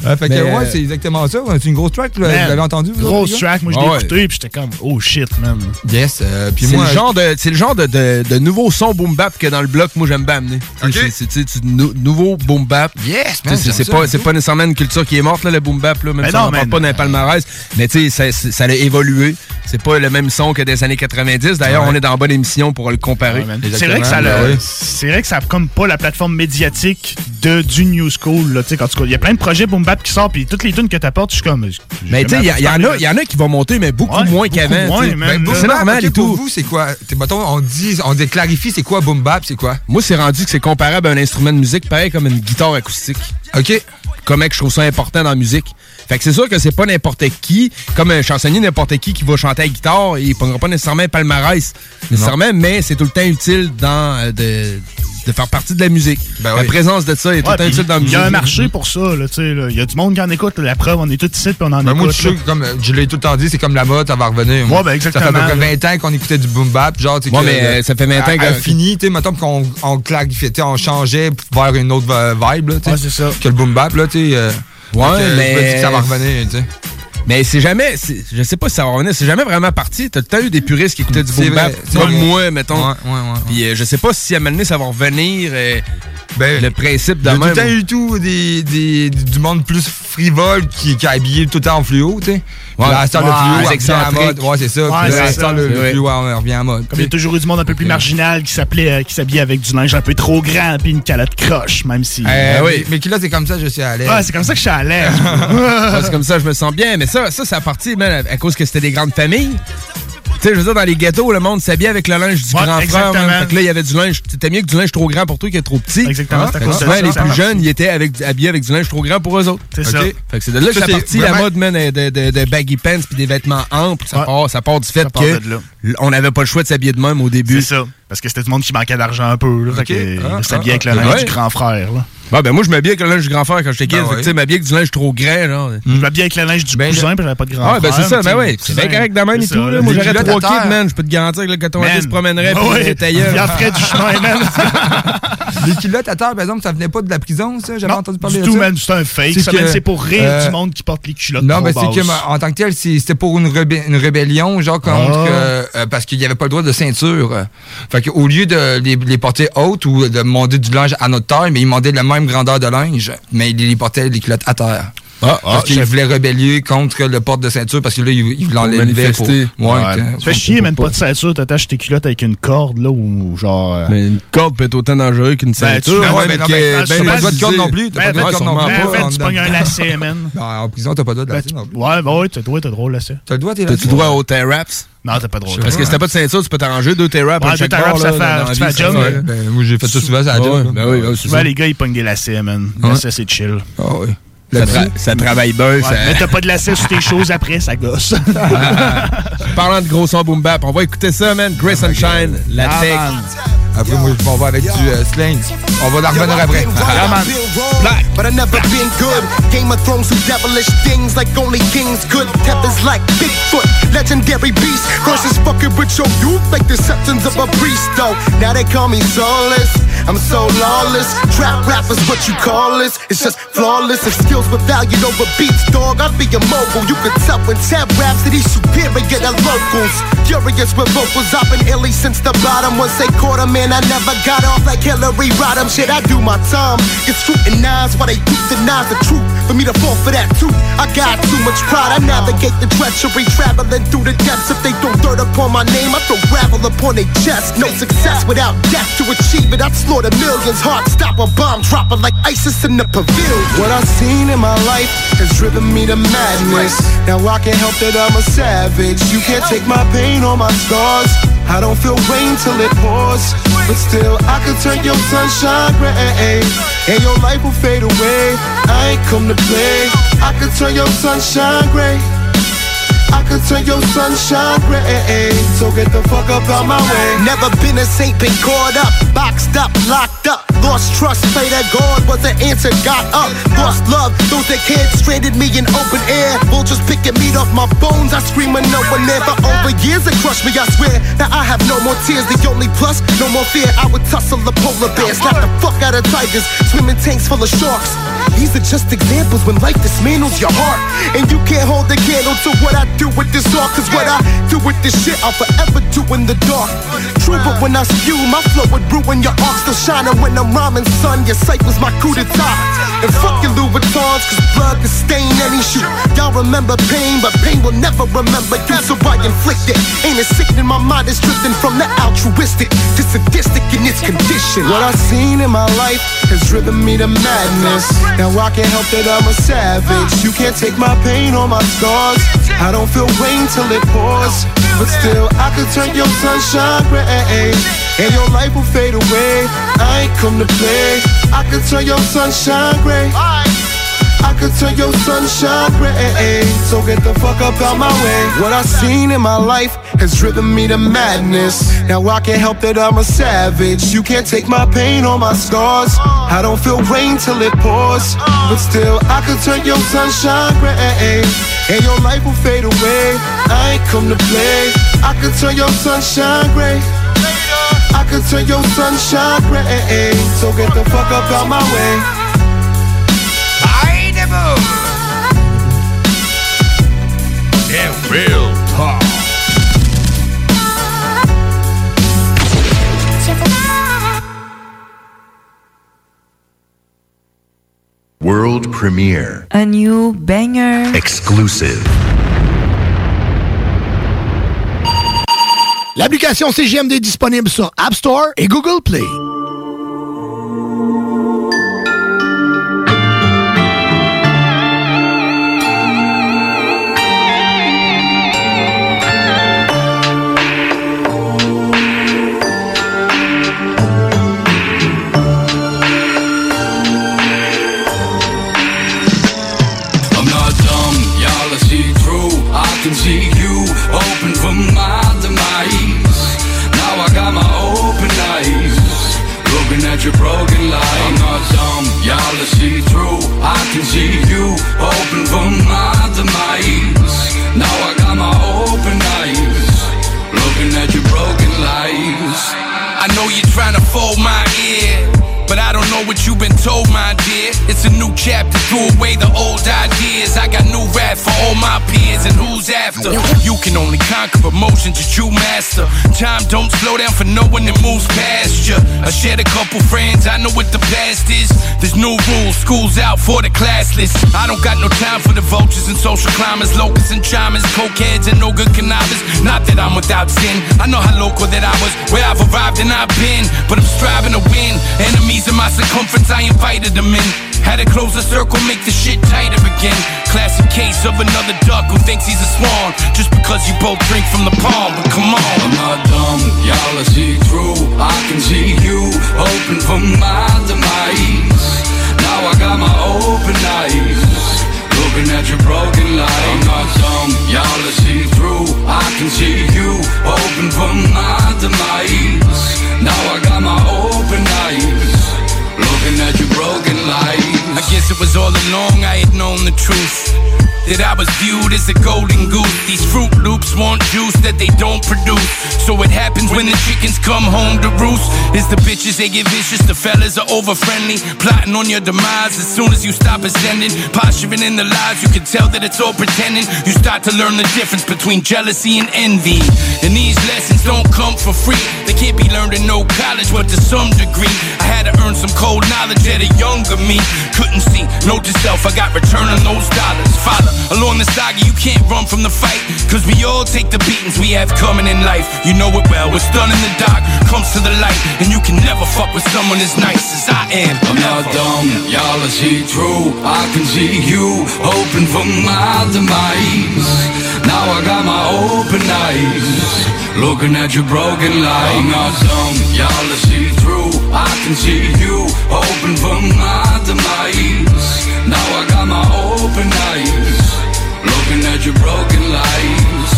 Ouais, fait que, Mais, ouais, euh, c'est exactement ça. C'est une grosse track, là, vous Man, l'avez entendu? vous Grosse autres, les gars? track, moi je l'ai Ah ouais. écouté, puis j'étais comme, oh shit, man. Yes, euh, puis C'est moi. le genre de, c'est le genre de, de, de nouveau son boom bap que dans le bloc, moi j'aime bien amener. Ok. C'est, c'est, c'est, c'est du nou- nouveau boom bap. Yes, Tu man, sais, c'est, j'aime c'est ça, pas, j'aime c'est ça. pas nécessairement une culture qui est morte, là, le boom bap, là, même Ben si on non, n'en parle man. pas dans les palmarès. Mais tu sais, ça, ça, ça a évolué. C'est pas le même son que des années quatre-vingt-dix. D'ailleurs, Ouais. on est dans la bonne émission pour le comparer. Ouais, man. C'est Exactement, vrai que ça ben l'a- oui. c'est vrai que ça a comme pas la plateforme médiatique de du New School, là, tu sais, quand il y a plein de projets boom bap qui sortent, puis toutes les tunes que t'apportes, je suis comme. Mais tu sais, il y, a- y en a- y en a qui vont monter, mais beaucoup Ouais, moins beaucoup qu'avant. moins, tu sais. man. Ben, Boom c'est bap, normal ok, et pour tout. vous, c'est quoi? T'es- mettons, on dit, on dé- clarifie, c'est quoi boom bap, c'est quoi? Moi, c'est rendu que c'est comparable à un instrument de musique, pareil comme une guitare acoustique. OK. Comment que je trouve ça important dans la musique. Fait que c'est sûr que c'est pas n'importe qui, comme un chansonnier, n'importe qui qui va chanter à la guitare, il prendra pas nécessairement un palmarès, nécessairement, mais c'est tout le temps utile dans euh, de, de faire partie de la musique. Ben la oui. présence de ça est tout Ouais, le temps puis utile dans la il musique. y a un marché pour ça, là, tu sais, là. Il y a du monde qui en écoute, la preuve, on est tous ici, puis on en Ben, moi, écoute. je suis sûr là. que, comme euh, je l'ai tout le temps dit, c'est comme la mode, ça va revenir. moi. Ouais, ben, exactement, Ça fait à peu près là. vingt ans qu'on écoutait du boom bap, genre, tu sais. Ouais, que, mais, euh, ça fait vingt ans à- à que- fini, tu sais, mettons qu'on on clarifiait, tu sais, on changeait vers une autre euh, vibe, là, tu sais. Ouais, c'est ça. Que le boom bap, là, tu sais. euh, Ouais, fait que, je mais- me dis que ça va revenir, tu sais. Mais c'est jamais, c'est- je sais pas si ça va revenir, c'est jamais vraiment parti. T'as tout le temps eu des puristes qui écoutaient du C'est boom vrai, bap, c'est comme vrai. moi, mettons. Ouais, ouais, ouais. Puis euh, je sais pas si à un moment donné, ça va revenir, euh, Ben, le principe de il y a tout même. le temps eu tout des, des, du monde plus frivole qui, qui est habillé tout le temps en fluo, tu sais. Ouais. Là, à cette heure, Ouais, le fluo, les elle revient à la excentriques. mode. Ouais, c'est ça. Ouais, Puis là, c'est à cette ça. heure, le, C'est le vrai. fluo elle revient à la mode. Comme il y a toujours eu du monde un peu plus marginal qui s'appelait, euh, qui s'habillait avec du linge un peu trop grand, puis une calotte croche, même si. Euh, Ben oui. mais, mais qui là, c'est comme ça, je suis à l'aise. Ouais, c'est comme ça que je suis à l'aise. Ouais, c'est comme ça, je me sens bien. Mais ça, ça, ça a parti, man, à cause que c'était des grandes familles. Tu sais, je veux dire, dans les ghettos, le monde s'habillait avec le linge du Ouais, grand frère. exactement. man. Fait que là, il y avait du linge. C'était mieux que du linge trop grand pour toi qui est trop petit. Exactement, c'est à Fait que cause de souvent, ça, les ça plus marche. jeunes, ils étaient avec, habillés avec du linge trop grand pour eux autres. C'est OK? ça. Fait que c'est de là que Ça, ça c'est parti la vraiment- mode, man, de, de, de, de baggy pants puis des vêtements amples. Ça, Ouais. part, ça part du fait Ça part que de là. l- on n'avait pas le choix de s'habiller de même au début. C'est ça. Parce que c'était du monde qui manquait d'argent un peu, là. Fait que, Ah, il s'habillait avec ah, le ah, linge ouais. du grand frère, là. Ah, ben moi, je m'habillais avec le linge du grand frère quand j'étais kid. Ben Fait que, ouais. tu sais, m'habiller avec du linge trop grand, genre. Je m'habillais avec le linge du Ben, cousin, puis j'avais pas de grand Ah, ben frère. c'est ça, mais ben tu oui. sais, C'est bien cousin, correct de même et c'est tout. ça, Là. là. Moi, Des j'aurais culottes trois à terre. kids, man. Je peux te garantir que là, quand on Man. se promènerait, Ah puis ouais. euh, ta gueule. Il en ferait du chemin, man. Les culottes à terre, par exemple, ça venait pas de la prison, ça? J'avais Non, entendu parler du de tout, ça. man. C'est un fake. C'est Ça, que, man, c'est pour rire euh, du monde qui porte les culottes Non, trop mais c'est que, basses. en tant que tel, c'est- c'était pour une, rébé- une rébellion, genre contre. Ah. euh, euh, parce qu'il n'y avait pas le droit de ceinture. Euh. Fait qu'au lieu de les, les porter hautes ou de demander du linge à notre taille, mais ils demandaient la même grandeur de linge, mais ils les portaient les culottes à terre. Ah, parce qu'ils voulaient rebeller contre le porte de ceinture parce que là, ils, ils l'enlevaient pour. manifester. Ouais, Ouais. que- Ça fait chier, man, pas de ceinture, t'attaches tes culottes avec une corde, là, ou genre. euh, Mais une corde peut être autant dangereux qu'une Ben, tu- ceinture. ben ouais, mais non, qui mais est t'as bien pas le droit de corde utilisée. non plus. T'as Ben, pas le droit de ben, corde non sûrement plus. Ben, en pas, fait, en tu dedans. pognes un lacet, man. Non, en prison, t'as pas le droit de Ben, lacet tu- non plus. Ouais, ben ouais, t'as le droit, t'as le droit de lacet. T'as le droit, t'es là. T'as-tu droit au tie-wraps? Non, t'as pas le droit. Parce que si t'as pas de ceinture, tu peux t'arranger deux tie-wraps Ouais, à chaque deux tie-wraps, bord, ça là, fait- dans la tu fais vie, la job, ça, ouais. ouais. Ben, moi, j'ai fait ça souvent, ça a Ah job. ouais, là. ben oui, ouais, c'est Souvent, ça. les gars, ils pognent des lacets, man. Lacets, c'est chill. Ah oui. Ça, tra- ça travaille bien. Ouais, ça... mais t'as pas de lacets sur tes choses après, ça gosse. Parlant de gros son boom bap, on va écouter ça, man. Grey Sunshine, la Ah, tech. man. Après, moi, je m'en vais avec du euh, slang. On va en revenir après. Yeah, man. Black, but I never been good. Game of Thrones who devilish things like only kings could. Peppers like Bigfoot, legendary beast. Versus fucking with your youth like the septons of a priest, though. Now they call me soulless. I'm so lawless. Trap rap is what you call this. It's just flawless. If skills were valued over beats, dog, I'd be a mogul. You could tell when Tab raps that he's superior to locals. Furious with vocals, I've been illy since the bottom. Once they caught him in, I never got off like Hillary Rodham. Shit, I do my time. Get scrutinized while they denies the truth. For me to fall for that too, I got too much pride. I navigate the treachery, traveling through the depths. If they throw dirt upon my name, I throw gravel upon their chest. No success without death to achieve it. I'd slaughter millions. Heart stop a bomb dropper like ISIS in the pavilion. What I've seen in my life has driven me to madness. Now I can't help that I'm a savage. You can't take my pain or my scars. I don't feel rain till it pours, but still I could turn your sunshine gray, and your life will fade away. I ain't come to play. I could turn your sunshine gray. I could turn your sunshine gray. So get the fuck up out my way. Never been a saint, been caught up, boxed up, locked up. Lost trust, pray that God was the answer, got up. Lost love, those that can't stranded me in open air. Vultures picking meat off my bones, I scream when no one there. For over years it crushed me, I swear. Now I have no more tears, the only plus, no more fear. I would tussle the polar bear, slap the fuck out of tigers, swimming tanks full of sharks. These are just examples when life dismantles your heart. And you can't hold the candle to what I do with this art. Cause what I do with this shit, I'll forever do in the dark. True, but when I spew, my flow would ruin your art. Still shining when I'm rhyming, son. Your sight was my coup d'etat. And fuck your Louboutins, cause blood can stain any shoe. Y'all remember pain, but pain will never remember you. So I inflict it. Ain't it sickening? My mind is drifting from the altruistic to sadistic in its condition. What I've seen in my life has driven me to madness. Now I can't help that I'm a savage. You can't take my pain or my scars. I don't feel rain till it pours, but still I could turn your sunshine gray, and your life will fade away. I ain't come to play. I could turn your sunshine gray. I could turn your sunshine gray. So get the fuck up out my way. What I've seen in my life has driven me to madness. Now I can't help that I'm a savage. You can't take my pain or my scars. I don't feel rain till it pours, but still I could turn your sunshine gray, and your life will fade away. I ain't come to play. I could turn your sunshine gray. I could turn your sunshine gray. So get the fuck up out my way. I never. Yeah, real talk. World premiere. A new banger. Exclusive. L'application C G M D est disponible sur App Store et Google Play. See you open for my demise. Now I got my open eyes, looking at your broken life. I'm not dumb, y'all to see through. I can see you open for my demise. Now I got my open eyes, looking at your broken lives. I know you're trying to fold my ear, but I don't know what you've been told, my dear. It's a new chapter, threw away the old ideas. I got new rap for all my peers, and who's after? You can only conquer emotions that you master. Time don't slow down for no one that moves past you. I shared a couple friends, I know what the past is. There's new rules, school's out for the classless. I don't got no time for the vultures and social climbers, locusts and chimers, cokeheads and no good connivers. Not that I'm without sin, I know how local that I was, where I've arrived and I've been, but I'm striving to win. Enemies in my circumference, I invited them in. Had to close the circle, make the shit tighter again. Classic case of another duck who thinks he's a swan, just because you both drink from the palm. But come on, I'm not dumb, y'all are see through. I can see you open for my demise. Now I got my open eyes, looking at your broken life. I'm not dumb, y'all are see through. I can see you open for my demise. Now I got my open eyes, looking at your broken life. I guess it was all along I had known the truth, that I was viewed as a golden goose. These Fruit Loops want juice that they don't produce. So what happens when the chickens come home to roost is the bitches, they get vicious, the fellas are over friendly, plotting on your demise as soon as you stop ascending. Posturing in the lies, you can tell that it's all pretending. You start to learn the difference between jealousy and envy. And these lessons don't come for free, they can't be learned in no college, but to some degree I had to earn some cold knowledge that a younger me couldn't see. Note to self, I got return on those dollars. Father, along the saga, you can't run from the fight, cause we all take the beatings we have coming in life. You know it well, what's done in the dark comes to the light, and you can never fuck with someone as nice as I am. I'm not dumb, y'all are see through. I can see you open for my demise. Now I got my open eyes, looking at your broken life. I'm not dumb, y'all are see through. I can see you open for my demise. Now I got my open eyes, looking at your broken lives.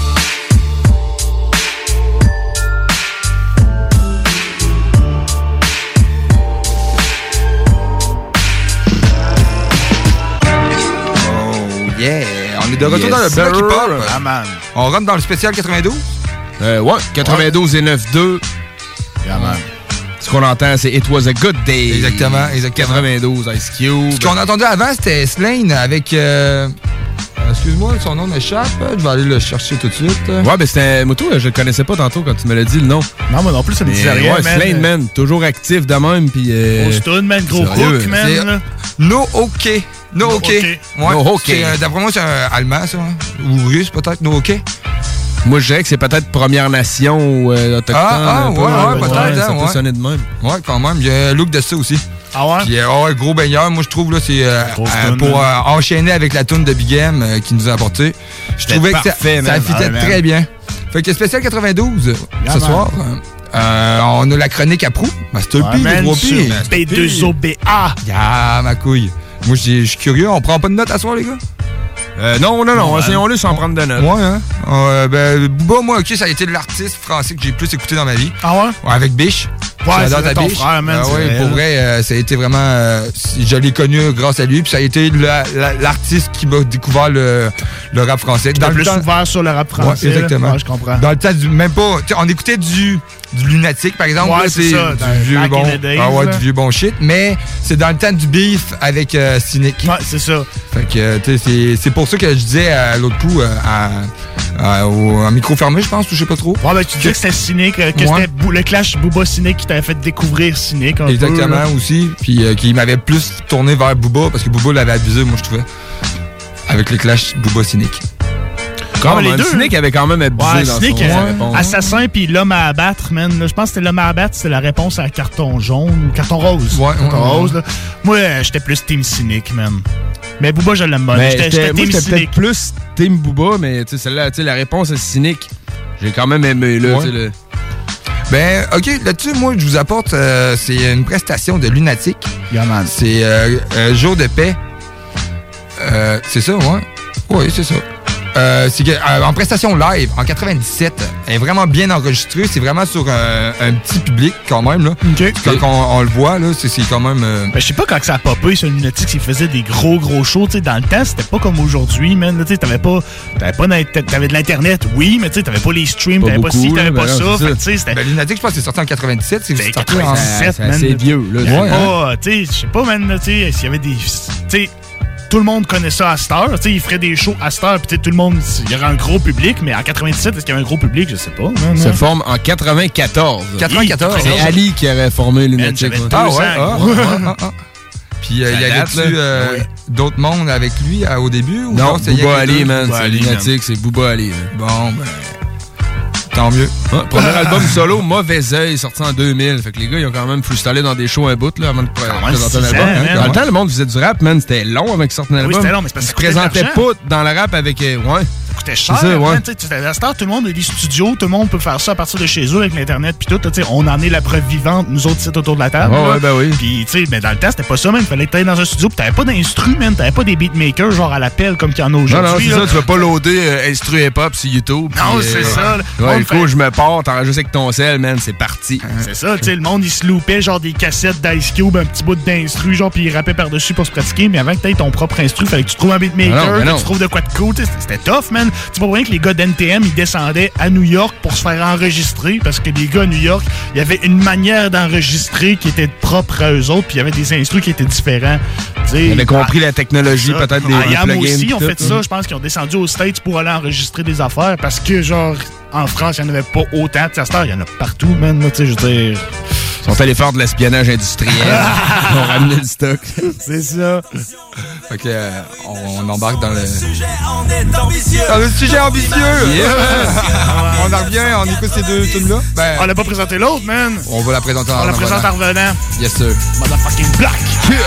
Oh yeah, on est de retour Yes, dans le bloc sir. hip-hop. Ah, man. On rentre dans le spécial quatre-vingt-douze. Euh, ouais, quatre-vingt-douze et neuf deux. Yeah, man. Ce qu'on entend, c'est It Was a Good Day. Exactement, exactement. quatre-vingt-douze, Ice Cube. Ce qu'on a entendu avant, c'était Slane avec... Euh... Excuse-moi, son nom m'échappe. Je vais aller le chercher tout de suite. Ouais, ben c'était Moto, je le connaissais pas tantôt quand tu me l'as dit, le nom. Non, moi non plus, ça me disait rien, ouais, man. Slane, man. Toujours actif de même, puis... Euh... Gros stun, man. Gros hook, man. No OK. No OK. Ouais. No OK. Euh, D'après moi, c'est un allemand, ça. Hein? Ou russe, peut-être. No OK. Moi, je dirais que c'est peut-être Première Nation ou euh, autochtone. Ah, ah ouais, ouais, peut-être. Ouais, ça hein, peut ouais. sonner de même. Ouais, quand même. Il y a un look de ça aussi. Ah ouais? Puis, euh, ouais, gros baigneur, moi je trouve là c'est euh, euh, pour euh, enchaîner avec la toune de Big M euh, qui nous a apporté. Je trouvais que ça, ça fitait ah, très bien. Fait que spécial quatre-vingt-douze yeah, ce man. soir. Euh, on a la chronique à Prou. Master ouais, P, les gros P. B deux O B A. Ya, ma couille. Moi je suis curieux, on prend pas de notes à soir les gars? Euh, non, non, non, essayons-le sans prendre de notes. Ouais, hein? Euh, ben, Booba, moi, ok, ça a été l'artiste français que j'ai plus écouté dans ma vie. Ah ouais? Ouais, avec Biche. Ouais, c'est ton Biche. frère, man. Ah ouais, pour vrai, euh, ça a été vraiment... Euh, je l'ai connu grâce à lui, puis ça a été la, la, l'artiste qui m'a découvert le, le rap français. Dans le plus temps... ouvert sur le rap français. Ouais, exactement. Ouais, je comprends. Dans le temps du... Même pas... On écoutait du... Du lunatique, par exemple. Ouais, là, c'est, c'est ça. Du vieux bon, days, ah ouais, du vieux bon shit. Mais c'est dans le temps du beef avec euh, Cynic. Ouais, c'est ça. Fait que, tu sais, c'est, c'est pour ça que je disais à l'autre coup, euh, à, à, au, à micro fermé, je pense, ou je sais pas trop. Ouais, ben tu disais que c'était Cynic, que ouais. c'était Bou- le clash Booba Cynic qui t'avait fait découvrir Cynic. Un Exactement, peu, aussi. Puis euh, qui m'avait plus tourné vers Booba, parce que Booba l'avait abusé, moi, je trouvais. Avec le clash Booba Cynic. Quand les deux. Cynic avait quand même abusé ouais, dans Cynic, son euh, réponse. Assassin puis l'homme à abattre, man. Là, je pense que c'était l'homme à abattre, c'était la réponse à carton jaune ou carton rose. Ouais, carton ouais, rose. ouais. Là. Moi, euh, j'étais plus Team Cynic, man. Mais Booba, je l'aime pas. J'étais, j'étais, j'étais moi, Team j'étais Cynic. peut-être plus Team Booba, mais tu sais, celle-là, tu sais, la réponse à Cynic, j'ai quand même aimé, là, ouais. tu sais, le... Ben, OK, là-dessus, moi, je vous apporte, euh, c'est une prestation de Lunatic. Yeah, man. C'est euh, euh, Jour de paix. Euh, c'est ça, ouais? Oui, c'est ça. Euh, c'est que, euh, en prestation live, en quatre-vingt-dix-sept, elle est vraiment bien enregistrée. C'est vraiment sur un, un petit public, quand même, là. Okay. Quand on, on le voit, là, c'est, c'est quand même... Euh... Ben, je sais pas quand ça a popé, sur Lunatic, s'il faisait des gros, gros shows, tu sais, dans le temps, c'était pas comme aujourd'hui, man. Tu sais, t'avais pas... T'avais pas... T'avais de l'Internet, oui, mais tu sais, t'avais pas les streams, pas t'avais beaucoup, pas ci, t'avais là, pas ben ça. Non, fait, tu sais, c'était... Ben, Lunatic, je pense que c'est sorti en quatre-vingt-dix-sept. C'est ben, sorti en quatre-vingt-dix-sept, man. C'est vieux, là. Ouais, hein? Tu sais, je sais pas, man, tu sais, s'il y avait des... Tu sais... Tout le monde connaît ça à cette heure. T'sais, il ferait des shows à cette heure. Puis tout le monde, il y aurait un gros public. Mais en quatre-vingt-dix-sept, est-ce qu'il y a un gros public? Je sais pas. Non, ça forme en quatre-vingt-quatorze. quatre-vingt-quatorze. C'est Ali qui aurait formé Lunatic. Ah ouais? Ah, ah, ah. Puis il euh, y avait-tu euh, oui. d'autres mondes avec lui euh, au début? Ou non, c'est Booba Ali, man. Booba c'est Ali, Lunatic, c'est Booba Ali. Man. Bon, ben... Tant mieux. Ouais, premier album solo, Mauvais Oeil, sorti en deux mille. Fait que les gars, ils ont quand même freestylé dans des shows un bout là, avant de pr- présenter l'album. Hein, dans le temps, le monde faisait du rap, man. C'était long avec sortir un album. Oui, c'était long, mais c'est parce que ça se présentait pas dans le rap avec... Euh, ouais. C'était cher. Ça, ouais. Hein, à cette heure, tout le monde a des studios, tout le monde peut faire ça à partir de chez eux avec l'Internet. Puis tout, on en est la preuve vivante, nous autres, c'est autour de la table. Oh, ouais, ben oui. Puis, tu sais, mais dans le temps, c'était pas ça, man. Il fallait que t'ailles dans un studio, puis t'avais pas d'instru, man. T'avais pas des beatmakers, genre à l'appel, comme qu'il y en a aujourd'hui. Non, non, c'est là. ça. Tu vas pas loader euh, instru hip-hop sur YouTube. Non, c'est euh, ça. Ouais, il faut que je me porte, t'enregistres avec ton sel, man. C'est parti. C'est ça, tu sais, le monde, il se loupait, genre des cassettes d'Ice Cube, un petit bout d'instru, genre, puis il rappait par-dessus pour se pratiquer. Mais avant que t'aies ton propre instru, fallait que tu trouves un beatmaker, non, non, que tu trouves de quoi de cool. C'était tough, man. C'est pas pour rien que les gars d'N T M, ils descendaient à New York pour se faire enregistrer parce que les gars à New York, il y avait une manière d'enregistrer qui était propre à eux autres, puis il y avait des instrus qui étaient différents. T'sais, ils avaient compris la technologie, ça. Peut-être des, des plugins. Aussi, ont tout, fait ça. Je pense qu'ils ont descendu aux States pour aller enregistrer des affaires parce que, genre, en France, il n'y en avait pas autant. À cette heure, il y en a partout, man. Tu sais, je veux dire... Ils sont allés faire de l'espionnage industriel. Ils ont ramené le stock. C'est ça. Fait que, euh, on, on embarque dans le... ambitieux. Dans le sujet ambitieux. Yeah. On en revient, on écoute ces deux tunes-là. Ben, on n'a pas présenté l'autre, man. On va la présenter en On la présente en revenant. Yes, sir. Motherfucking black. Yeah.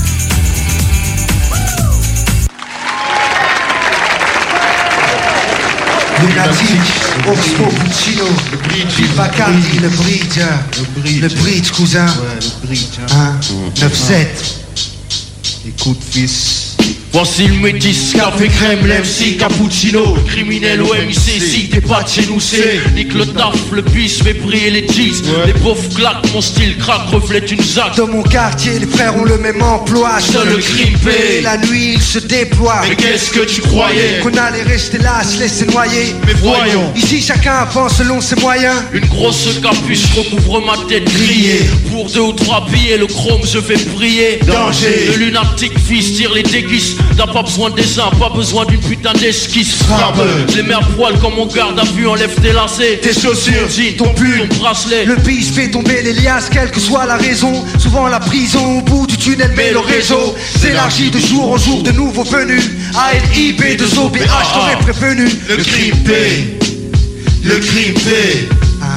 Lunatic, Oxmo Puccino, Bill Bacardi, le bridge, le bridge, cousin, ouais, le bridge, hein, neuf sept. Écoute, fils, Voici le métis, café crème, l'M C, cappuccino. Criminel au M I C, si t'es pas de chez nous c'est nique le taf, le bis, fait briller les jeans. Les pauvres claques, mon style craque, reflète une zac. Dans mon quartier, les frères ont le même emploi. Seul le crime paye. La nuit, il se déploie. Mais qu'est-ce que tu croyais? Qu'on allait rester là, se laisser noyer. Mais voyons, ici chacun avance selon ses moyens. Une grosse capuche recouvre ma tête grillée. Pour deux ou trois billets, le chrome je fais briller. Danger. Le lunatique fils tire les déguises. T'as pas besoin de dessin, pas besoin d'une putain d'esquisse. Frappe. Les mères poils comme mon garde à vue, enlève tes lacets. Tes chaussures, jean, ton pull, ton bracelet. Le bis fait tomber les liasses, quelle que soit la raison. Souvent la prison, au bout du tunnel, mais le réseau s'élargit de jour en jour de nouveaux venus. A L I B deux O B H, t'aurais prévenu. Le crime paie, le crime paie.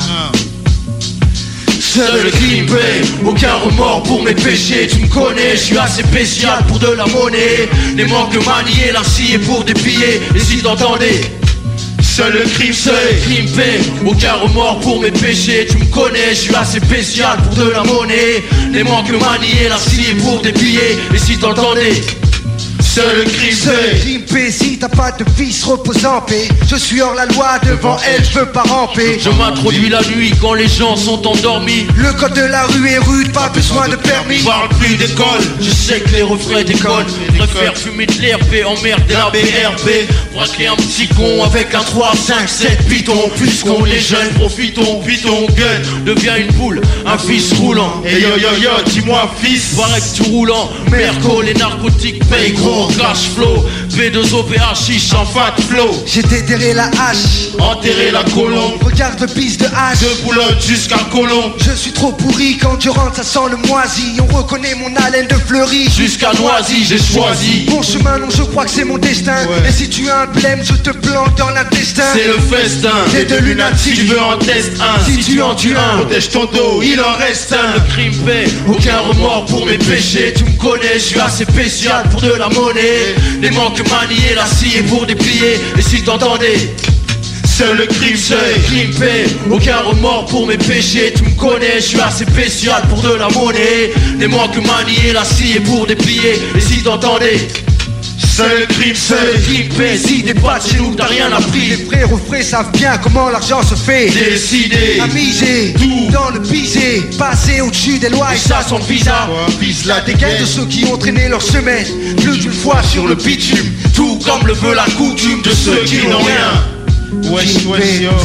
Seul le crime paie, aucun remords pour mes péchés. Tu me connais, je suis assez spécial pour de la monnaie. Les manques manier la scie pour des billets. Et si t'entendais, seul le crime paie, crime paie, aucun remords pour mes péchés. Tu me connais, je suis assez spécial pour de la monnaie. Les manques manier la scie pour des billets. Et si t'entendais, seul le crime paie. Crime paie, si t'as pas de fils, repose en paix. Je suis hors la loi, devant elle, je veux pas ramper. Je m'introduis la nuit quand les gens sont endormis. Le code de la rue est rude, pas besoin de permis. Parle plus d'école, je sais que les refrains déconnent. Préfère fumer de l'R P, emmerder la B R B. Braquer un petit con avec un trois, cinq, sept pitons. Puisqu'on est jeunes, profitons, piton, gun. Deviens une poule, un fils roulant. Et yo yo yo, dis-moi fils, paraît que tu roulant. Merco, les narcotiques payent gros. Cash flow, B deux O P H, chiche en fat flow. J'ai déterré la hache, enterré la colombe. Regarde le piste de hache, de Boulogne jusqu'à Colombe. Je suis trop pourri, quand je rentre ça sent le moisi. On reconnaît mon haleine de fleurie. Jusqu'à Noisy, j'ai choisi mon chemin, non je crois que c'est mon destin. Ouais. Et si tu as un blême, je te plante dans l'intestin. C'est le festin, t'es de lunatique. Tu veux en test un, si, si tu en tues un, protège ton dos, il en reste un. Le crime paie, aucun remords pour mes péchés. Tu me connais, je suis assez spécial pour de la monnaie. Les manques manier la scie pour des billets. Et si t'entendais, seul le crime paie, crime paie, aucun remords pour mes péchés. Tu me connais, je suis assez spécial pour de la monnaie. Les manques manier la scie pour des billets. Et si t'entendais, seul le crime paie, crime paie. Si t'es pas de chez nous, t'as rien appris. Les frères aux frais savent bien comment l'argent se fait. Décider, amuser, tout dans le pisé. Passer au-dessus des lois et ça sans visa. Vise la dégaine de ceux qui ont traîné leur semaine plus d'une fois sur le bitume. Tout comme le veut la coutume de ceux qui n'ont rien. Wesh, wesh, yo.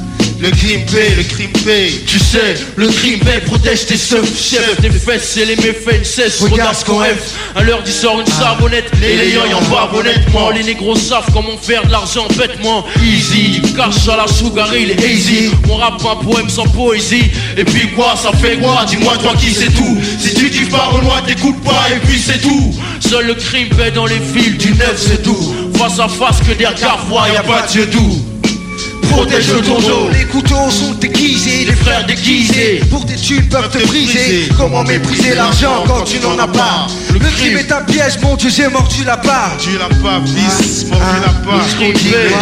Le crime paie, le crime paie. Tu sais, le crime paie, protège tes seufs. Chef des fesses et les méfaits ne cessent. Regarde ce qu'on rêve. À l'heure d'y sort une savonnette. Et les yoïs en bas honnêtement. Les négros savent comment faire de l'argent bêtement. Easy, cash à la sugar, il est easy. Mon rap un poème sans poésie. Et puis quoi, ça fait quoi? Dis-moi toi qui c'est tout. Si tu dis parle-moi, t'écoutes pas et puis c'est tout. Seul le crime paie dans les fils du neuf, c'est tout. Face à face que des regards froids, y'a pas de yeux doux. Protège ton dos. Les couteaux sont déguisés, les frères déguisés. Pour tes tubes peuvent te briser. Comment mépriser l'argent quand tu n'en as pas? Le crime est un piège, mon Dieu, j'ai mordu la part. Tu l'as pas, fils, mordu la part. Le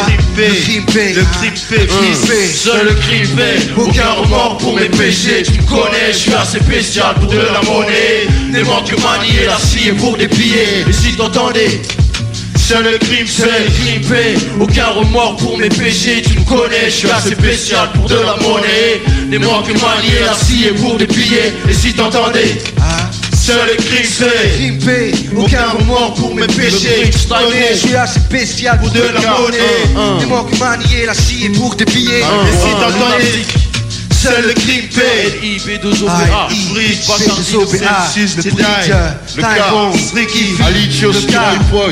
crime paie, le crime paie, fils. Seul le crime paie, aucun remords pour mes péchés. Tu me connais, je suis assez spécial pour de la monnaie. Les manques manier la scie pour des billets. Et si t'entendais, seul le crime paie, crime paie, aucun remords pour mes péchés. Tu me connais, je suis assez spécial pour de la monnaie. Les manques manier la scie pour des billets. Et si t'entendais, seul le crime paie, crime paie, aucun remords pour mes péchés. Tu me connais, je suis assez spécial pour de la monnaie. Les manques manier la scie pour des billets. Et si t'entendais, seul le crime paie. I B deux O B A, Bridge, B deux O B A, le Bridge, le Caron, Ricky, Alicio, Sky Boy,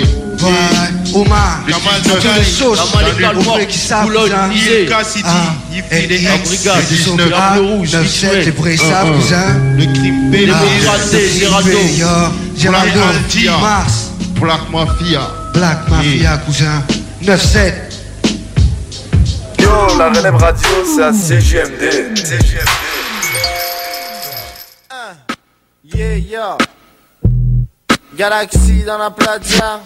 Omar, le de sauce, le frères qui savent, Boulogne, Isé, Cassidy, Yves, la Brigade, dix-neuf, le Rouge, neuf-sept, les vrais savent, cousin. Le crime paie, le Géraldo, Géraldo, Mars, Black Mafia, Black Mafia, cousin, neuf-sept. Yo, la relève radio, c'est à C G M D. C G M D. Yeah, yeah. Galaxy dans la playa.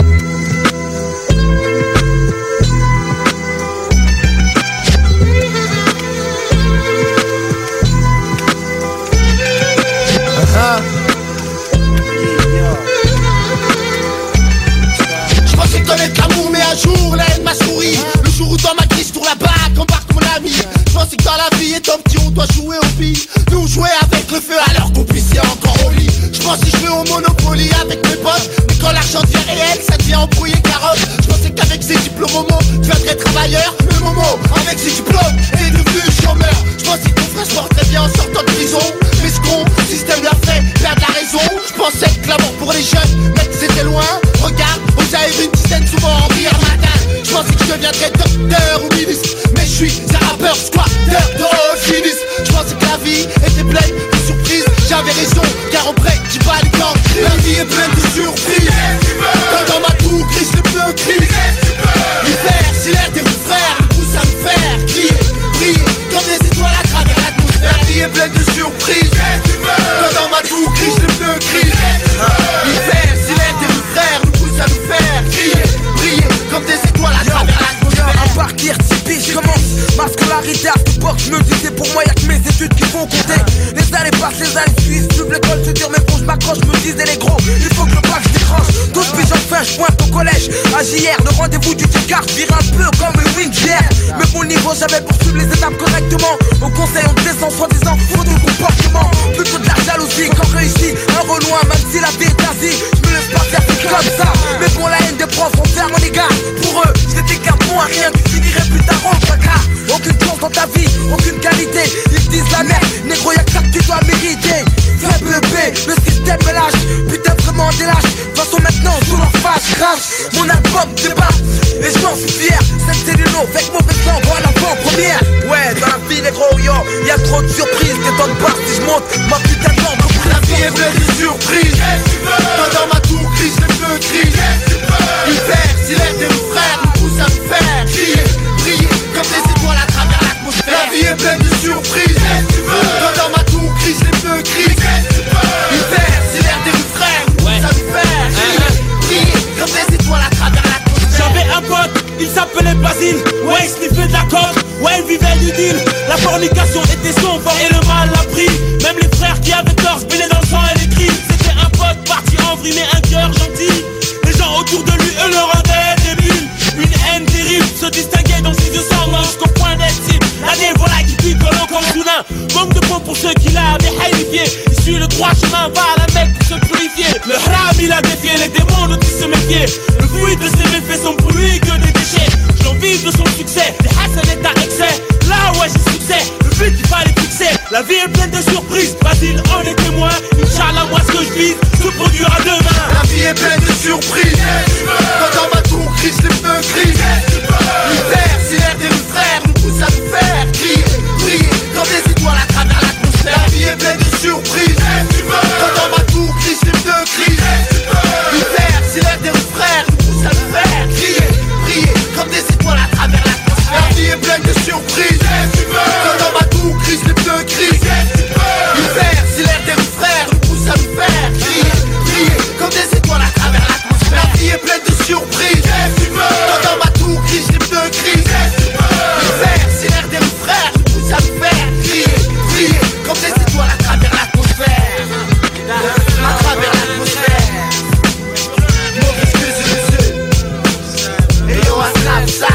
Uh-huh. Yeah, yeah. et passe les années suisses. J'ouvre l'école, se dire mais bon, je m'accroche, me disent les gros. Il faut que le bac se décroche. douze pigeons fin, je pointe au collège. À J R, le rendez-vous du T-Cart vire un peu comme une Winger. Mais mon niveau, j'avais poursuivre les étapes correctement. Au conseil, on descend soi-disant, faut de comportement. Plutôt de la jalousie quand réussit. Un reloin, même si la vie est quasi. Je me laisse pas faire tout comme ça. Mais pour la haine des profs, on ferme les gars. Pour eux, j'étais qu'un bon à rien. Tu finirais plus tard en placard. Aucune chance dans ta vie, aucune qualité. Ils te disent la merde, négro, y'a que ça que tu dois mériter. Faible B, le système me lâche. Putain, vraiment des lâches. De toute façon, maintenant, sous leur face, crache. Mon album débat, et j'en suis fier. Cette cellule, avec mauvais sang, voilà l'avant-première. Ouais, dans la vie, négro, yo, y'a trop de surprises. T'es dans le bar si je monte, ma putain de lampe. La vie est pleine de surprises. Toi dans ma tour, crise, les bleus crient. Hiver, si l'air de nos frères nous pousse à me faire crier, briller comme des étoiles à travers l'atmosphère. La vie est pleine de surprises. Toi dans ma tour, crise, les bleus crient. Hiver, si l'air de nos frères nous pousse à me faire crier, briller comme des étoiles à travers l'atmosphère. J'avais un pote, il s'appelait Basile. Ouais, il sniffait de la coke, ouais, il vivait du deal. La fornication était son fort et le mal l'a pris. Même les frères qui avaient tort se baignaient dans le sang et les crimes. C'était un pote parti en vrille mais un cœur gentil. Les gens autour de lui, eux, le rendaient débile. Une haine terrible se distinguait dans ses yeux sanglants jusqu'au point d'être cible. L'année voilà qui picole encore soudain. Manque de peau pour ceux qui l'avaient haïfié. Il suit le droit chemin, va à la Mecque pour se purifier. Le haram il a défié les démons dont il se méfiait. Le fruit de ses méfaits sont pour lui que des déchets. J'envie de son succès, des Hassan est à excès. Là ouais j'ai succès, le but il fallait fixer. La vie est pleine de surprises, Basile en est témoin. Inch'Allah moi ce que je vise se produira demain. La vie est pleine de surprises. Quand dans ma tour crise, les pneus crient. L'hiver, si l'air des frères nous pousse à nous faire crier, briller comme des étoiles à travers l'atmosphère. La vie est pleine de surprises. Quand dans ma tour crise, les pneus crient. L'hiver, si l'air des frères nous pousse à nous faire crier, briller comme des étoiles à travers l'atmosphère. La vie est pleine de surprises. Quand dans ma tour crise, les pneus crient. L'hiver, si l'air des frères nous pousse à nous faire crier, briller comme des étoiles à travers l'atmosphère. La vie est pleine de surprises. Quand dans ma tour crise, les pneus crient. L'hiver, si l'air des frères nous pousse à nous faire crier, briller comme des étoiles à travers l'atmosphère. À travers l'atmosphère. Mauvais que je et yo, à snap, ça.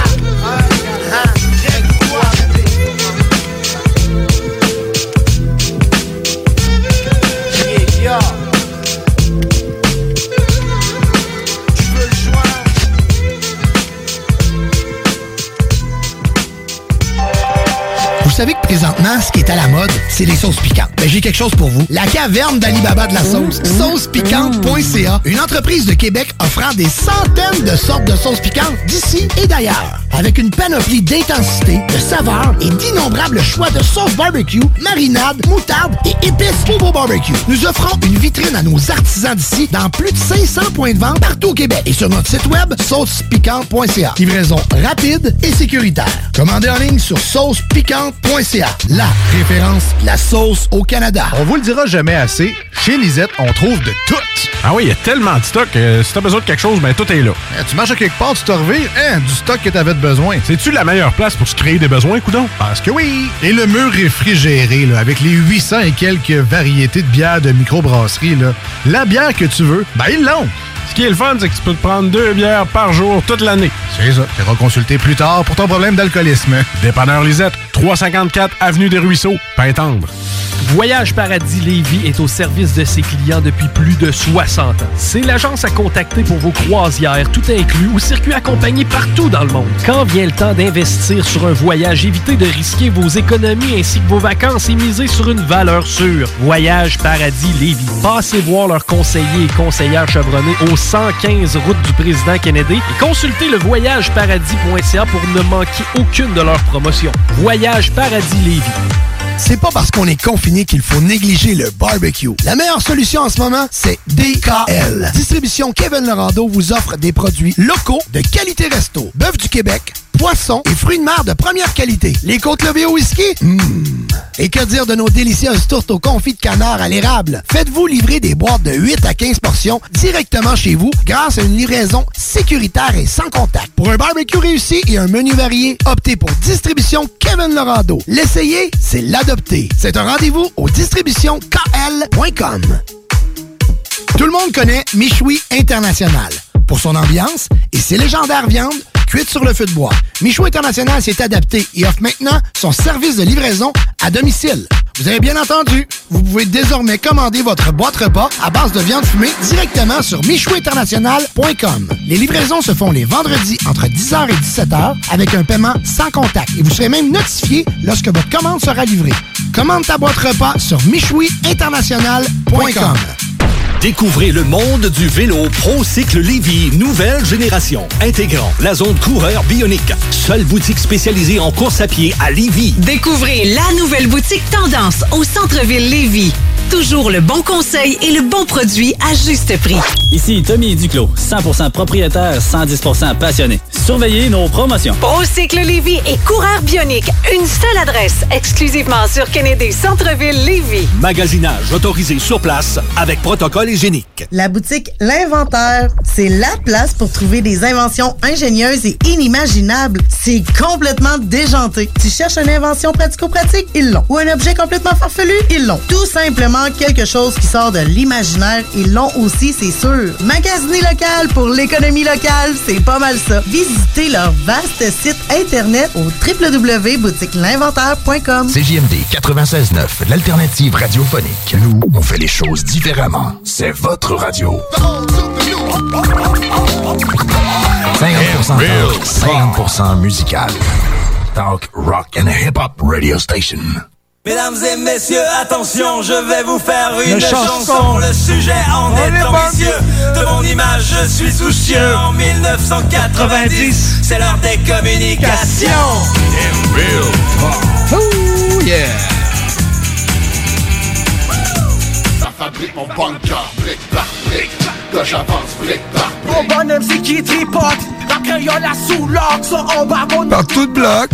Vous savez que présentement, ce qui est à la mode, c'est les sauces piquantes. Ben, j'ai quelque chose pour vous. La caverne d'Ali Baba de la sauce. sauce piquante point c a, une entreprise de Québec offrant des centaines de sortes de sauces piquantes d'ici et d'ailleurs. Avec une panoplie d'intensité, de saveurs et d'innombrables choix de sauces barbecue, marinades, moutarde et épices pour vos barbecues. Nous offrons une vitrine à nos artisans d'ici dans plus de cinq cents points de vente partout au Québec. Et sur notre site web, sauce piquante point c a. Livraison rapide et sécuritaire. Commandez en ligne sur sauce piquante point c a. La référence, la sauce au Canada. On vous le dira jamais assez, chez Lisette, on trouve de tout. Ah oui, il y a tellement de stock. Euh, si t'as besoin de quelque chose, ben tout est là. Eh, tu marches à quelque part, tu te revires, hein, du stock que t'avais besoin. C'est-tu la meilleure place pour se créer des besoins, coudon? Parce que oui! Et le mur réfrigéré, là, avec les huit cents et quelques variétés de bières de microbrasserie, là, la bière que tu veux, ben ils l'ont! Ce qui est le fun, c'est que tu peux te prendre deux bières par jour toute l'année. C'est ça. Tu iras consulter plus tard pour ton problème d'alcoolisme. Dépanneur Lisette, trois cent cinquante-quatre Avenue des Ruisseaux, Pintendre. Voyage Paradis Lévis est au service de ses clients depuis plus de soixante ans. C'est l'agence à contacter pour vos croisières, tout inclus ou circuits accompagnés partout dans le monde. Quand vient le temps d'investir sur un voyage, évitez de risquer vos économies ainsi que vos vacances et misez sur une valeur sûre. Voyage Paradis Lévis. Passez voir leurs conseillers et conseillères chevronnés au cent quinze route du Président Kennedy et consultez le voyage paradis point c a pour ne manquer aucune de leurs promotions. Voyage Paradis Lévis. C'est pas parce qu'on est confiné qu'il faut négliger le barbecue. La meilleure solution en ce moment, c'est D K L. Distribution Kevin Lorando vous offre des produits locaux de qualité resto. Bœuf du Québec, poissons et fruits de mer de première qualité. Les côtes levées au whisky? Mmh. Et que dire de nos délicieuses tourtes au confit de canard à l'érable? Faites-vous livrer des boîtes de huit à quinze portions directement chez vous grâce à une livraison sécuritaire et sans contact. Pour un barbecue réussi et un menu varié, optez pour Distribution Kevin Lorando. L'essayer, c'est l'adopter. C'est un rendez-vous au distribution k l point com. Tout le monde connaît Michoui International pour son ambiance et ses légendaires viandes cuites sur le feu de bois. Michoui International s'est adapté et offre maintenant son service de livraison à domicile. Vous avez bien entendu, vous pouvez désormais commander votre boîte repas à base de viande fumée directement sur michoui international point com. Les livraisons se font les vendredis entre dix heures et dix-sept heures avec un paiement sans contact et vous serez même notifié lorsque votre commande sera livrée. Commande ta boîte repas sur michoui international point com. Découvrez le monde du vélo ProCycle Lévis, nouvelle génération, intégrant la zone coureur bionique. Seule boutique spécialisée en course à pied à Lévis. Découvrez la nouvelle boutique Tendance au centre-ville Lévis. Toujours le bon conseil et le bon produit à juste prix. Ici Tommy Duclos, cent pour cent propriétaire, cent dix pour cent passionné. Surveillez nos promotions. ProCycle Lévis et Coureur Bionique. Une seule adresse, exclusivement sur Kennedy Centre-ville Lévis. Magasinage autorisé sur place avec protocole hygiénique. La boutique L'Inventaire, c'est la place pour trouver des inventions ingénieuses et inimaginables. C'est complètement déjanté. Tu cherches une invention pratico-pratique? Ils l'ont. Ou un objet complètement farfelu? Ils l'ont. Tout simplement quelque chose qui sort de l'imaginaire. Ils l'ont aussi, c'est sûr. Magasiner local pour l'économie locale, c'est pas mal ça. Visitez leur vaste site internet au w w w point boutique l'inventaire point com. C J M D quatre-vingt-seize neuf, l'alternative radiophonique. Nous, on fait les choses différemment. C'est votre radio. cinquante pour cent talk, cinquante pour cent musical. Talk, rock and hip-hop radio station. Mesdames et messieurs, attention, je vais vous faire une Le chanson. chanson. Le sujet en On est est ambitieux. De mon image, je suis soucieux. En mille neuf cent quatre-vingt-dix, c'est l'heure des communications. Ooh, yeah. Ça fabrique mon bunker, brique par brique. Que j'avance, brique par brique. Mon bonhomme, c'est qui tripote. La créole à sous l'orgue, sont en bas mon Par tout bloc.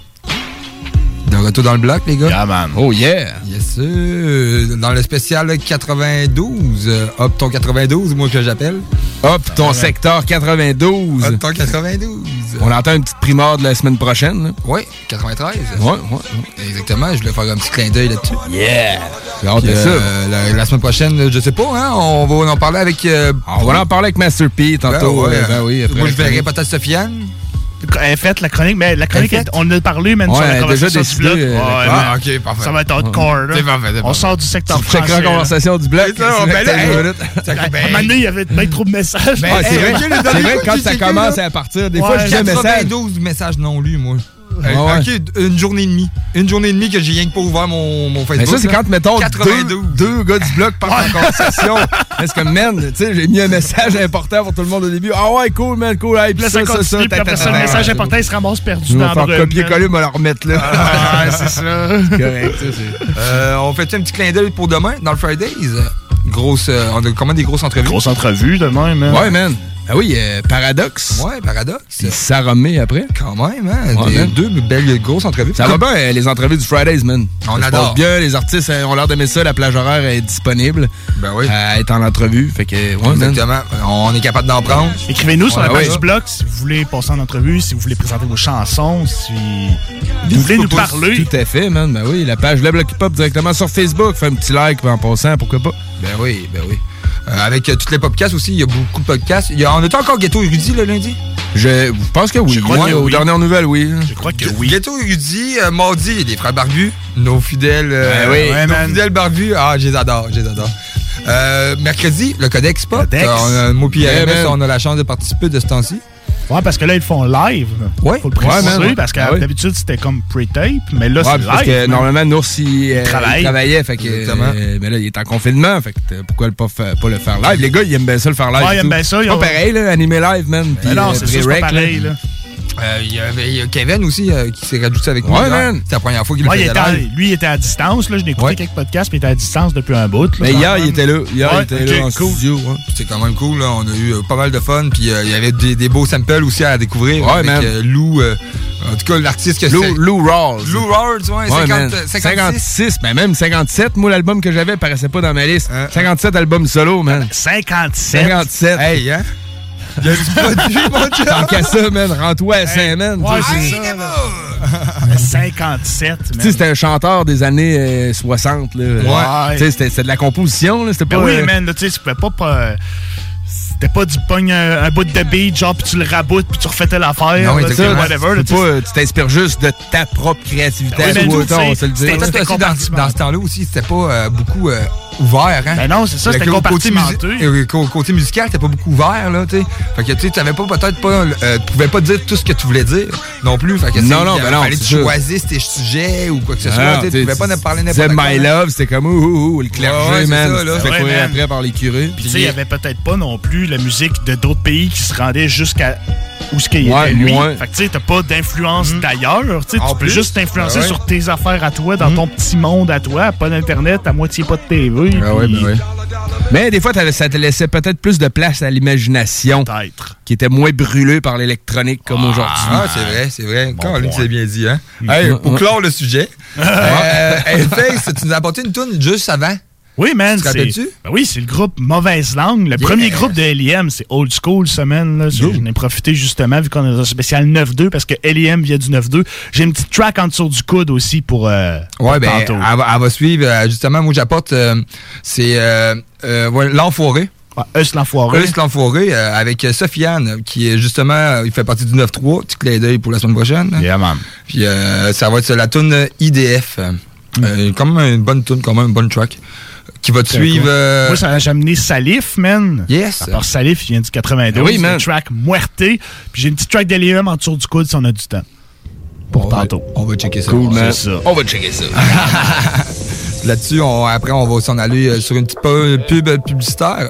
De retour dans le bloc, les gars. Yeah, man. Oh, yeah. Yes, sir. Dans le spécial quatre-vingt-douze. Euh, hop, ton quatre-vingt-douze, moi, que j'appelle. Hop, ton ouais. secteur quatre-vingt-douze. Hop, ton quatre-vingt-douze. On entend une petite primeur de la semaine prochaine. Là. Oui, quatre-vingt-treize. Ouais, ouais, ouais. Exactement. Je voulais faire un petit clin d'œil là-dessus. Yeah. Puis, euh, la, la semaine prochaine, je sais pas, hein, on va en parler avec... Euh, on va en parler avec Master P tantôt. Ben, ouais, euh, ben oui, après moi, je verrai peut-être Sofiane. Elle est faite, la chronique, mais la chronique, elle, on en a parlé même ouais, sur la conversation déjà du bloc. euh, ouais, ah, ok, parfait. Ça va être hardcore, là. C'est parfait, c'est on sort du secteur tu français. checkeras la conversation du bloc. Ça, c'est ben là, hey, ben, à un moment donné, il y avait bien trop de messages. Ben, ouais, c'est vrai, c'est vrai quand ça commence à partir. Des fois, je dis un message. quatre-vingt-douze messages non lus, moi. Euh, ouais. Ok, une journée et demie. Une journée et demie que j'ai rien que pas ouvert mon, mon Facebook. Mais ça, c'est quand, mettons, quatre-vingt-douze. Deux, deux gars du bloc partent en conversation. Est-ce que, man, tu sais, j'ai mis un message important pour tout le monde au début. Ah ouais, cool, man, cool. Hey, puis là, ça, ça continue, ça, puis après ça, le message important, il se ramasse perdu dans le brume. On va copier-coller, on va le remettre là. Ah, c'est ça. C'est correct, ça, c'est... Euh, on fait un petit clin d'œil pour demain, dans le Fridays? Grosse, euh, on a comment des grosses entrevues? Grosse entrevue demain, man. Ouais, man. Ah oui, euh, Paradoxe. Ouais, Paradoxe. Puis Sarah May après. Quand même, hein. Ouais, des, man. Deux belles grosses entrevues. Ça va bien, euh, les entrevues du Fridays, man. On ça adore. Se passe bien, les artistes euh, ont l'air d'aimer ça, la plage horaire est disponible. Ben oui. À être en entrevue. Fait que, ouais, exactement. Man. On est capable d'en prendre. Écrivez-nous sur ouais, la page ouais. du blog si vous voulez passer en entrevue, si vous voulez présenter vos chansons, si vous voulez nous parler. Tout à fait, man. Ben oui, la page Le Bloc Hip Hop directement sur Facebook. Fais un petit like en passant, pourquoi pas. Ben oui, ben oui. Euh, avec euh, toutes les podcasts aussi, il y a beaucoup de podcasts. Il y a, on a encore Ghetto Érudit le lundi? Je pense que oui. Je crois ouais, que aux oui. dernières nouvelles, oui. Je crois que oui. Ghetto Érudit, euh, mardi, il y a des frères barbus. Nos fidèles. Euh, ben oui, ouais, nos man. fidèles barbus. Ah, je les adore, je les adore. Euh, mercredi, le Codex Pop. Codex. Euh, moi puis Yeah, R M S, man. on a la chance de participer de ce temps-ci. Ouais, parce que là, ils le font live. Ouais. Faut le préciser, Ouais, man. parce que Ah oui. d'habitude, c'était comme pre-tape, mais là, Ouais, c'est live. parce que man. normalement, Nours, il, euh, Travaille. il travaillait. Fait que, Exactement. euh, mais là, il est en confinement. Fait que euh, pourquoi le pas, fa- pas le faire live? Les gars, ils aiment bien ça le faire live. Ouais, ils et aiment tout. bien ça, ils Pas ont- pareil, là, animer live, man. Mais Puis, non, euh, c'est ça, c'est pré-rec, pas pareil, là. Euh, il y avait il y a Kevin aussi euh, qui s'est rajouté avec nous. Ouais, man. C'est la première fois qu'il Ouais, le il faisait était à- live. lui, il était à distance. Là. Je l'ai écouté Ouais. quelques podcasts, puis il était à distance depuis un bout. Là, Mais quand hier, même. il était là. Hier, Ouais, il était ok, là en cool. studio. Ouais. C'était quand même cool. Là. On a eu euh, pas mal de fun. Puis euh, il y avait des, des beaux samples aussi à découvrir. Ouais, avec man. euh, Lou. euh, en tout cas, l'artiste que Lou, c'est. Lou Rawls. Lou Rawls, ouais, Ouais, man. cinquante, cinquante-six. cinquante-six, mais même cinquante-sept. Moi, l'album que j'avais paraissait pas dans ma liste. cinquante-sept albums solo, man. cinquante-sept. cinquante-sept. Hey, hein? Il y a du produit, mon chum. Tant qu'à ça, man, rends-toi à Saint-Man. Ouais, tu sais, c'est ça. là. cinquante-sept, Tu man. sais, c'était un chanteur des années euh, soixante. Là. Ouais. Tu sais, c'était c'était de la composition. Là. C'était Ben pas. oui, euh, man, là, tu sais, tu pouvais pas... pas c'était pas du pogne un, un bout de beat, genre, puis tu le raboutes, puis tu refais telle affaire. Non, là, tu sais, exactement. whatever. Tu là, peux tu sais. pas, tu t'inspires juste de ta propre créativité. Oui, à mais toi, nous, on tu sais, se le dit. c'était- Peut-être aussi dans, dans ce temps-là aussi, c'était pas euh, beaucoup euh, ouvert, hein? Ben non, c'est ça, Le c'était côté compartimenté. musi- euh, co- Côté musical, c'était pas beaucoup ouvert, là, tu sais. Fait que, tu sais, t'avais pas, peut-être pas, euh, tu pouvais pas dire tout ce que tu voulais dire non plus. Fait que, tu sais, Non, non, il ben non, fallait que c'est tu ça. choisisses tes sujets ou quoi que ce soit. Ah, tu sais, tu pouvais pas ne parler disais n'importe quoi. My Love, c'était comme ouh, ouh, ouh, le clergé, Ouais, ouais, c'est man. ça, là. Tu te fais Ouais, courir man. après par les curés. Puis, tu sais, il y avait peut-être pas non plus la musique de d'autres pays qui se rendait jusqu'à où ce qu'il Ouais, était, lui. ouais. Fait que, tu sais, t'as pas d'influence d'ailleurs. Tu sais, En tu peux plus. juste t'influencer Ah ouais. sur tes affaires à toi, dans ton petit monde à toi. Pas d'Internet, à moitié pas de T V. Ah ouais, puis- ben ouais. Mais des fois, t'avais- ça te laissait peut-être plus de place à l'imagination. Peut-être. Qui était moins brûlée par l'électronique comme aujourd'hui. Ah, c'est vrai, c'est vrai. Quand lui, point. c'est bien dit, hein? Mm. Hey, Mm, pour mm. clore le sujet, euh, Hellface, tu nous as apporté une toune juste avant. Oui, man. Tu te c'est- rappelles-tu? Ben oui, c'est le groupe Mauvaise Langue. Le Yes. premier groupe de L I M, c'est Old School Semaine. Là. J'en ai profité justement, vu qu'on a un spécial neuf deux, parce que L I M vient du neuf deux. J'ai une petite track en dessous du coude aussi pour, euh, pour Ouais, ben, tantôt. elle va, elle va suivre. euh, justement, moi, j'apporte, euh, c'est euh, euh, ouais, L'Enfoiré. Ouais, Eus l'Enfoiré. Eus L'Enfoiré, euh, avec euh, Sofiane, qui est justement, euh, il fait partie du neuf trois. Petit clin d'œil pour la semaine prochaine. Yeah, man. Puis euh, ça va être la toune I D F. Euh, quand même une bonne toune, quand même une bonne track. Qui va te Très suivre. cool. euh, Moi, ça, j'ai amené Salif, man. Yes. Alors, Salif, il vient du quatre-vingt-douze. Ah oui, c'est man. une track Muerte. Puis j'ai une petite track d'L I M en dessous du coude si on a du temps. Pour on tantôt. Va, on va checker ça. Cool, man. C'est ça. On va checker ça. Là-dessus, on- après, on va s'en aller euh, sur une petite pu- pub publicitaire.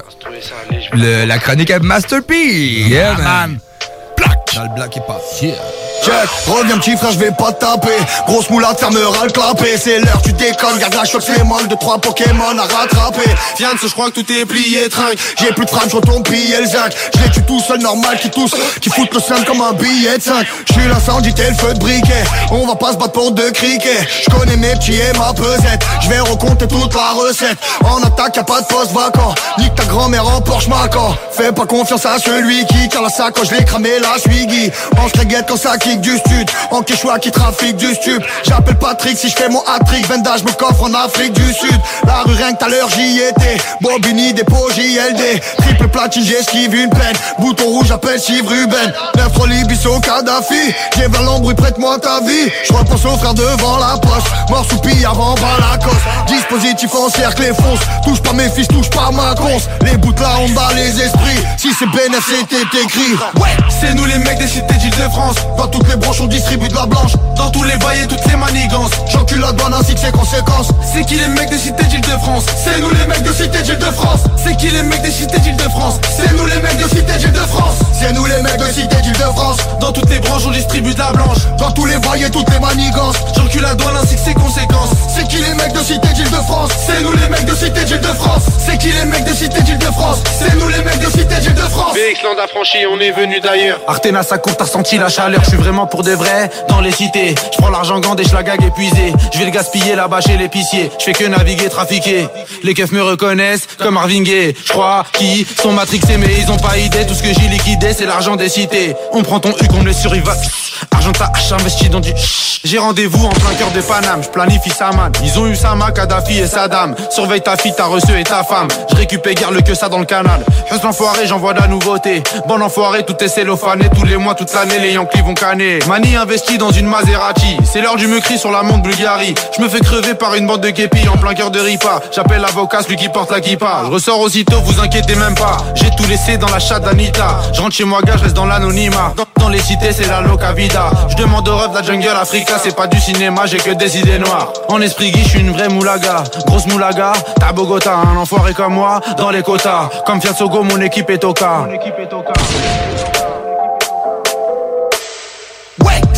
Le- la chronique à Master P. Yeah, man. Dans le bloc hip-hop. Yeah. Check, reviens petit frère, je vais pas te taper. Grosse moulade, fermera le clapet. C'est l'heure, tu déconnes, garde la choc, c'est manque de trois Pokémon à rattraper. Viens de ce, je crois que tout est plié, trinque. J'ai plus de frappe, je retourne piller le zinc. Je les tue tout seul, normal, qui tousse, qui foutent le sein comme un billet de cinq. Je suis l'incendie, t'es le feu de briquet. On va pas se battre pour deux criquets. Je connais mes petits et ma pesette. Je vais recompter toute la recette. En attaque, y'a pas de poste vacant. Nique ta grand-mère en Porsche Macan. Fais pas confiance à celui qui tient la sacoche, je l'ai cramé la Swiggy. On se réguette quand ça kick du stud. En Quechua qui trafique du stup. J'appelle Patrick si je fais mon hat-trick. Vendage me coffre en Afrique du Sud. La rue rien que tout à l'heure j'y étais. Bobigny, dépôt J L D. Triple platine, j'esquive une peine. Bouton rouge, j'appelle Steve Ruben. neuf trois Libisso, Kadhafi. J'ai vers l'embrouille, prête-moi ta vie. Je repense au frère devant la poste. Mort sous pille avant bas la cosse. Dispositif en cercle et fonce. Touche pas mes fils, touche pas ma conce. Les bouts là on bat les esprits. Si c'est bénéf, c'était écrit. Ouais, c'est nous les mecs des cités d'Île-de-France. Dans toutes les branches on distribue de la blanche. Dans tous les bails et toutes les manigances. J'encule la douane ainsi que ses conséquences. C'est qui les mecs des cités d'Île-de-France? C'est nous les mecs de cité d'Île-de-France. C'est qui les mecs des cités d'Île-de-France? C'est nous les mecs de cité d'Île-de-France. C'est nous les mecs de cité d'Île-de-France. Dans toutes les branches on distribue de la blanche. Dans tous les bails et toutes les manigances. J'encule la douane ainsi que ses conséquences. C'est qui les mecs de cité d'Île-de-France? C'est nous les mecs de cité d'Île-de-France. C'est qui les mecs de cité d'Île-de-France? C'est nous les mecs de cité d'Île-de-France. Bixland affranchi, on est venu d'ailleurs. Artena sa court, t'as senti la chaleur, je suis vraiment pour de vrai dans les cités. Je prends l'argent gandé, je la gague épuisé. Je vais le gaspiller là-bas chez l'épicier. Je fais que naviguer, trafiquer. Les keufs me reconnaissent comme Marvin Gaye. Je crois qu'ils sont matrixés mais ils ont pas idée. Tout ce que j'ai liquidé c'est l'argent des cités. On prend ton U comme les survivants. Argent de ta hache investi dans du j'ai rendez-vous en plein cœur de Paname. Je planifie sa man. Ils ont eu Sama, Kadhafi et Saddam. Surveille ta fille, ta reçu et ta femme. Je récupère guère le que ça dans le canal. Juste l'enfoiré, j'envoie de la nouveauté. Bon enfoiré, tout est cellophané. Tous les mois, toute l'année, les Yankees vont canner. Mani investi dans une Maserati. C'est l'heure du me cri sur la montre Bulgarie. Je me fais crever par une bande de képis en plein cœur de Ripa. J'appelle l'avocat, celui qui porte la kippa. Je ressors aussitôt, vous inquiétez même pas. J'ai tout laissé dans la chatte d'Anita. Je rentre chez moi, gars, je reste dans l'anonymat. Dans, dans les cités, c'est la loca vida. Je demande au rêve de la jungle Africa. C'est pas du cinéma, j'ai que des idées noires. En esprit gui, je suis une vraie moulaga. Grosse moulaga, t'as Bogota, un enfoiré comme moi, dans les quotas. Comme Fiat Sogo, mon équipe est au cas.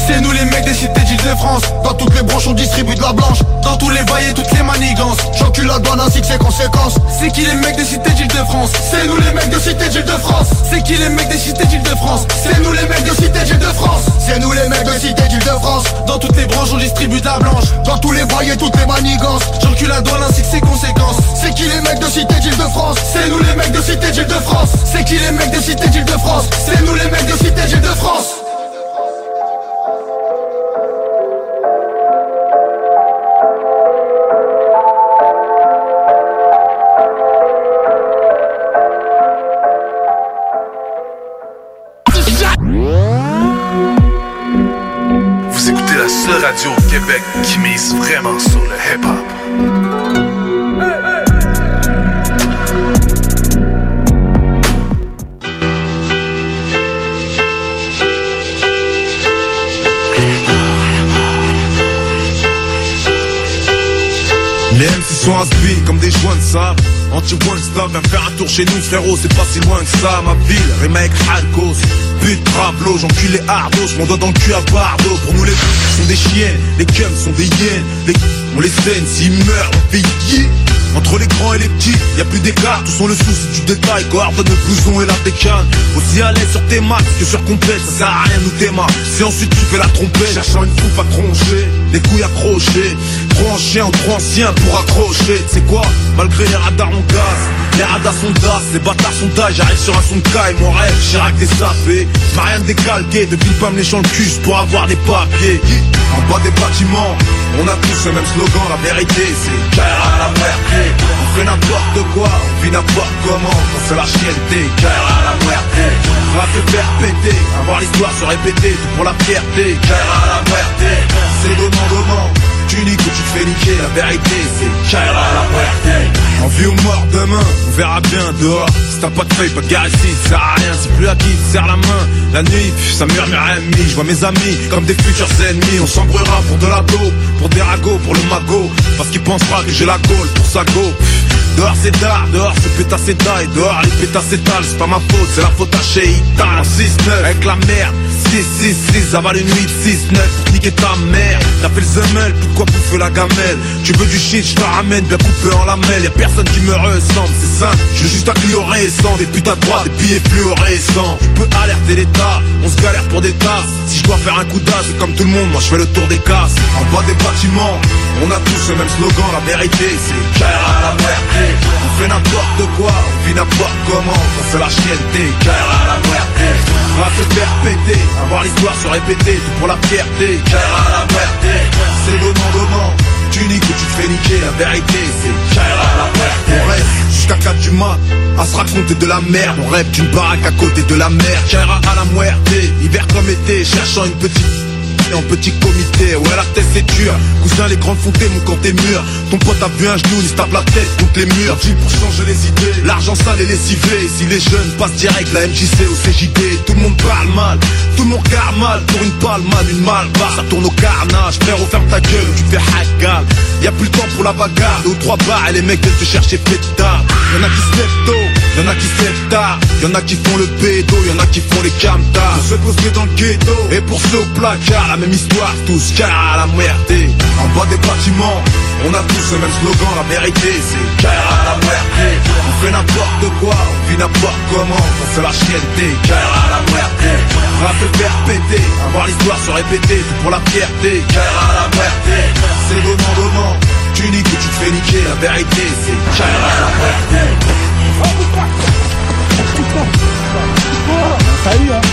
C'est nous les mecs des cités d'Île-de-France. Dans toutes les branches on distribue de la blanche. Dans tous les bails et toutes les manigances. J'encule la douane ainsi que ses conséquences. C'est qui les mecs des cités d'Île-de-France? C'est nous les mecs de cités d'Île-de-France. C'est qui les mecs des cités d'Île-de-France? C'est nous les mecs de cités d'Île-de-France. C'est nous les mecs de cités d'Île-de-France. Dans toutes les branches on distribue de la blanche. Dans tous les bails et toutes les manigances. J'encule la douane ainsi que ses conséquences. C'est qui les mecs de cités d'Île-de-France? C'est nous les mecs de cités d'Île-de-France. C'est qui les mecs de cités d'Île-de-France? C'est nous les mecs de cités d'Île-de-France. Vous écoutez la seule radio au Québec qui mise vraiment sur le hip-hop. Les M C sont asbis comme des joints de sable. Anti-one stop, viens faire un tour chez nous frérot, c'est pas si loin que ça. Ma ville, remake Halcos, but Pablo, j'encule les hardos, mon doigt dans le cul à Bardo. Pour nous les sont des chiennes, les cums sont des hyènes. Les on les saigne, s'ils meurent, on fait yé. Entre les grands et les petits, y'a plus d'écart, tous sont le souci du détail. Coordonne le blouson et la bécane. Aussi à l'aise sur tes max que sur compète, ça sert à rien nous démarre. Si ensuite tu fais la trompette, cherchant une coupe à troncher, les couilles accrochées, trop ancien ou trop ancien pour accrocher. C'est quoi? Malgré les radars on gaz, les radars sont d'as, les bâtards sont d'âge, j'arrive sur un son de caille, mon rêve, Chirac des sapés. J'm'as rien décalqué, depuis pas me léchant le cul pour avoir des papiers. En bas des bâtiments, on a tous le même slogan, la vérité c'est K R à la muerte. On fait n'importe quoi, on vit n'importe comment, on fait la chienneté, K R à la muerte. On va se faire péter, avoir l'histoire se répéter, tout pour la fierté, K R à la muerte. C'est donnant donnant, tu niques ou tu te fais niquer, la vérité c'est K R à la muerte. En vie ou mort demain, on verra bien dehors. Si t'as pas de feuille, pas de gare ici, ça sert à rien, c'est plus à qui te serre la main. La nuit, pff, ça murmure ennemi, je vois mes amis comme des futurs ennemis. On s'embrouillera pour de la dope, pour des ragots, pour le magot, parce qu'ils pensent pas que j'ai la gaule pour sa go. Dehors c'est tard, dehors c'est pétasse et taille, dehors les pétasses étalent, c'est pas ma faute, c'est la faute à Sheita. En six neuf, avec la merde, six six six, avale une huit six neuf, pour niquer ta mère. T'as fait le zemel, plus de quoi bouffer la gamelle. Tu veux du shit, j'te ramène, bien coupé en lamelle. Y'a personne qui me ressemble, c'est simple, j'veux juste un client récent. Des putains de droite, des billets fluorescents. Tu peux alerter l'État, on se galère pour des tasses. Si je dois faire un coup d'as, c'est comme tout le monde, moi je fais le tour des casses. En bas des bâtiments, on a tous le même slogan, la vérité c'est K R à la muerte. On fait n'importe quoi, on vit n'importe comment, on fait la chienneté, K R à la muerte. On va se faire péter, avoir l'histoire se répéter, tout pour la fierté, K R à la muerte. C'est donnant donnant, tu niques ou tu te fais niquer, la vérité c'est K R à la muerte. On reste jusqu'à quatre du mat, à se raconter de la merde, on rêve d'une baraque à côté de la mer, K R à la muerte. Hiver comme été, cherchant une petite en petit comité, ouais la tête c'est dur. Cousin les grandes fontaines mon quand t'es mûr. Ton pote a vu un genou, il se tape la tête contre les murs. L'argile pour changer les idées, l'argent sale et lessivé. Si les jeunes passent direct, la M J C au C J D. Tout le monde parle mal, tout le monde regarde mal. Pour une palmade, une malbarre, ça tourne au carnage. Frérot ferme ta gueule, tu fais hackal. Y'a plus le temps pour la bagarre, deux ou trois barres et les mecs viennent te chercher pétard. Y'en a qui se lèvent tôt, y'en a qui se lèvent tard. Y'en a qui font le pédo, y'en a qui font les camtars. Pour ceux postés dans le ghetto, et pour ceux au placard, la même histoire, tous K R à la muerte. En bas des bâtiments, on a tous le même slogan, la vérité c'est K R à la muerte. On fait n'importe quoi, on vit n'importe comment, on fait la chienneté, K R à la muerte. On va se faire péter, avoir l'histoire se répéter, tout pour la fierté, K R à la muerte. C'est donnant donnant, tu niques ou tu te fais niquer, la vérité c'est K R à la muerte. Salut hein.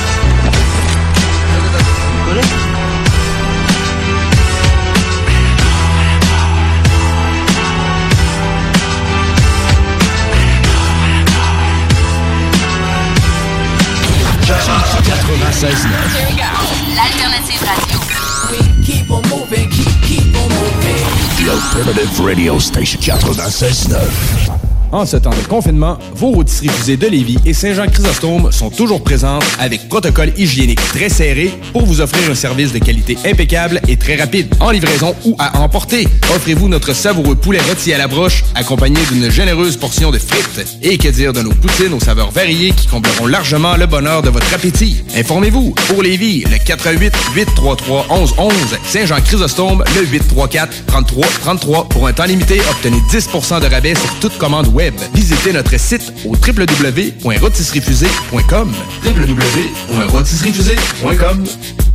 quatre-vingt-seize neuf. L'alternative radio. Keep on moving, keep, keep on moving. The Alternative Radio Station quatre-vingt-seize neuf. En ce temps de confinement, vos rôtisseries fusées de Lévis et Saint-Jean-Chrysostome sont toujours présentes avec protocole hygiénique très serré pour vous offrir un service de qualité impeccable et très rapide, en livraison ou à emporter. Offrez-vous notre savoureux poulet rôti à la broche, accompagné d'une généreuse portion de frites. Et que dire de nos poutines aux saveurs variées qui combleront largement le bonheur de votre appétit. Informez-vous, pour Lévis, le quatre un huit, huit trois trois, un un un un, Saint-Jean-Chrysostome, le huit trois quatre, trente-trois trente-trois. Pour un temps limité, obtenez dix pour cent de rabais sur toute commande web. Visitez notre site au w w w point rôtisseriefusée point com. w w w point rôtisseriefusée point com.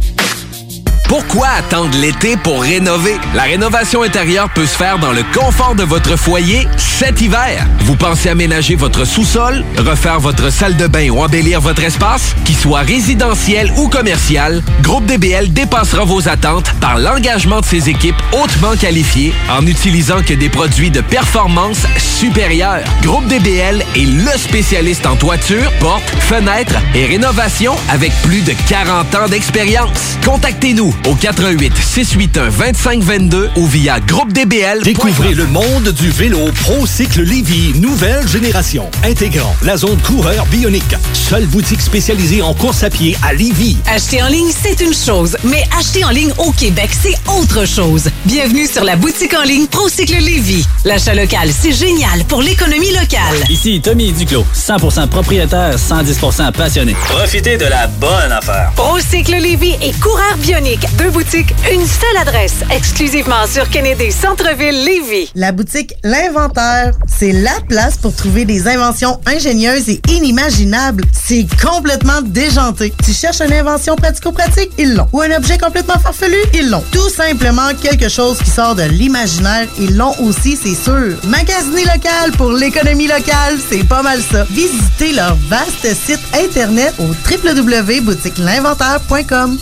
Pourquoi attendre l'été pour rénover? La rénovation intérieure peut se faire dans le confort de votre foyer cet hiver. Vous pensez aménager votre sous-sol, refaire votre salle de bain ou embellir votre espace? Qu'il soit résidentiel ou commercial, Groupe D B L dépassera vos attentes par l'engagement de ses équipes hautement qualifiées en n'utilisant que des produits de performance supérieure. Groupe D B L est le spécialiste en toiture, portes, fenêtres et rénovation avec plus de quarante ans d'expérience. Contactez-nous au quatre un huit, six huit un, deux cinq deux deux ou via groupe d b l. Découvrez le monde du vélo ProCycle Lévis, nouvelle génération, intégrant la zone coureur bionique. Seule boutique spécialisée en course à pied à Lévis. Acheter en ligne, c'est une chose, mais acheter en ligne au Québec, c'est autre chose. Bienvenue sur la boutique en ligne ProCycle Lévis. L'achat local, c'est génial pour l'économie locale. Ici Tommy Duclos, cent pour cent propriétaire, cent dix pour cent passionné. Profitez de la bonne affaire. ProCycle Lévis et coureur bionique. Deux boutiques, une seule adresse, exclusivement sur Kennedy Centre-Ville Lévis. La boutique L'Inventaire, c'est la place pour trouver des inventions ingénieuses et inimaginables. C'est complètement déjanté. Tu cherches une invention pratico-pratique? Ils l'ont. Ou un objet complètement farfelu? Ils l'ont. Tout simplement quelque chose qui sort de l'imaginaire? Ils l'ont aussi, c'est sûr. Magasiner local pour l'économie locale, c'est pas mal ça. Visitez leur vaste site internet au w w w point boutique l'inventaire point com.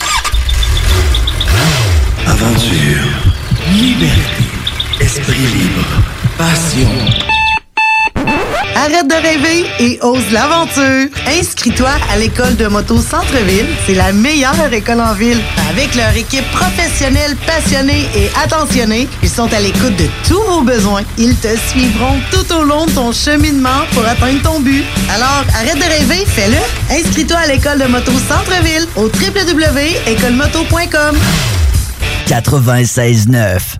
Aventure, liberté, esprit libre, passion. Arrête de rêver et ose l'aventure. Inscris-toi à l'école de moto Centre-Ville. C'est la meilleure école en ville. Avec leur équipe professionnelle, passionnée et attentionnée, ils sont à l'écoute de tous vos besoins. Ils te suivront tout au long de ton cheminement pour atteindre ton but. Alors, arrête de rêver, fais-le. Inscris-toi à l'école de moto Centre-Ville au w w w point école moto point com. quatre-vingt-seize neuf.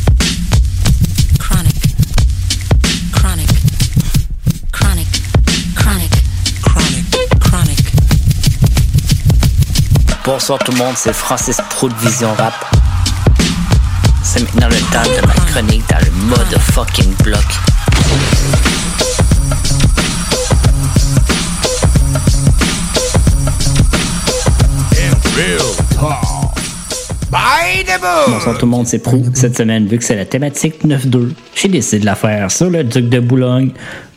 Bonsoir tout le monde, c'est Francis Proulx de Vision Rap. C'est maintenant le temps de ma chronique dans le mode fucking bloc. Bonsoir tout le monde, c'est Proulx. Cette semaine, vu que c'est la thématique neuf deux, j'ai décidé de la faire sur le Duc de Boulogne.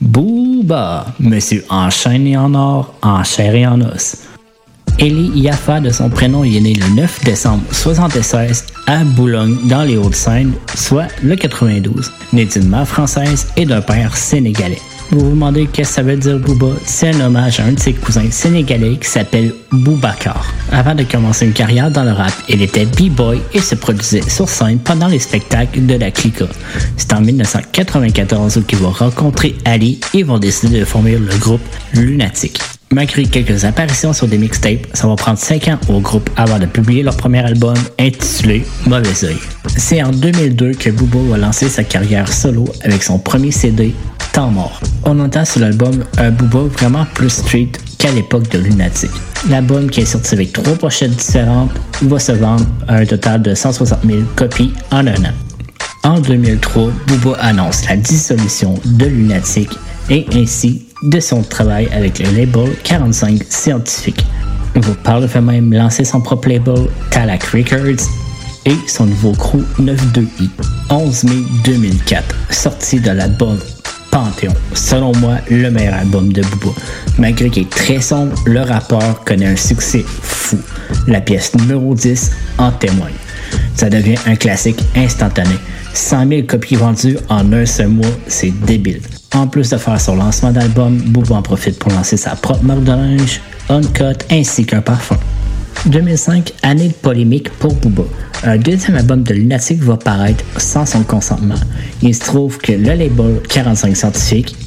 Booba, monsieur en chaîne et en or, en chair et en os. Eli Yaffa, de son prénom, il est né le neuf décembre soixante-seize à Boulogne, dans les Hauts-de-Seine, soit le quatre-vingt-douze. Né d'une mère française et d'un père sénégalais. Vous vous demandez qu'est-ce que ça veut dire Booba? C'est un hommage à un de ses cousins sénégalais qui s'appelle Boubacar. Avant de commencer une carrière dans le rap, il était b-boy et se produisait sur scène pendant les spectacles de la Clica. C'est en dix-neuf cent quatre-vingt-quatorze qu'il va rencontrer Ali et vont décider de former le groupe Lunatic. Malgré quelques apparitions sur des mixtapes, ça va prendre cinq ans au groupe avant de publier leur premier album intitulé Mauvais Oeil. C'est en deux mille deux que Booba va lancer sa carrière solo avec son premier C D, Temps Mort. On entend sur l'album un Booba vraiment plus street qu'à l'époque de Lunatic. L'album, qui est sorti avec trois pochettes différentes, va se vendre à un total de cent soixante mille copies en un an. En deux mille trois, Booba annonce la dissolution de Lunatic et ainsi de son travail avec le label quarante-cinq Scientifique. Il va par le fait même lancer son propre label Talak Records et son nouveau crew neuf-deux i. onze mai deux mille quatre, sorti de l'album Panthéon. Selon moi, le meilleur album de Booba. Malgré qu'il est très sombre, le rappeur connaît un succès fou. La pièce numéro dix en témoigne. Ça devient un classique instantané. cent mille copies vendues en un seul mois, c'est débile. En plus de faire son lancement d'album, Booba en profite pour lancer sa propre marque de linge, Uncut, ainsi qu'un parfum. deux mille cinq, année de polémique pour Booba. Un deuxième album de Lunatic va paraître sans son consentement. Il se trouve que le label quarante-cinq Scientifique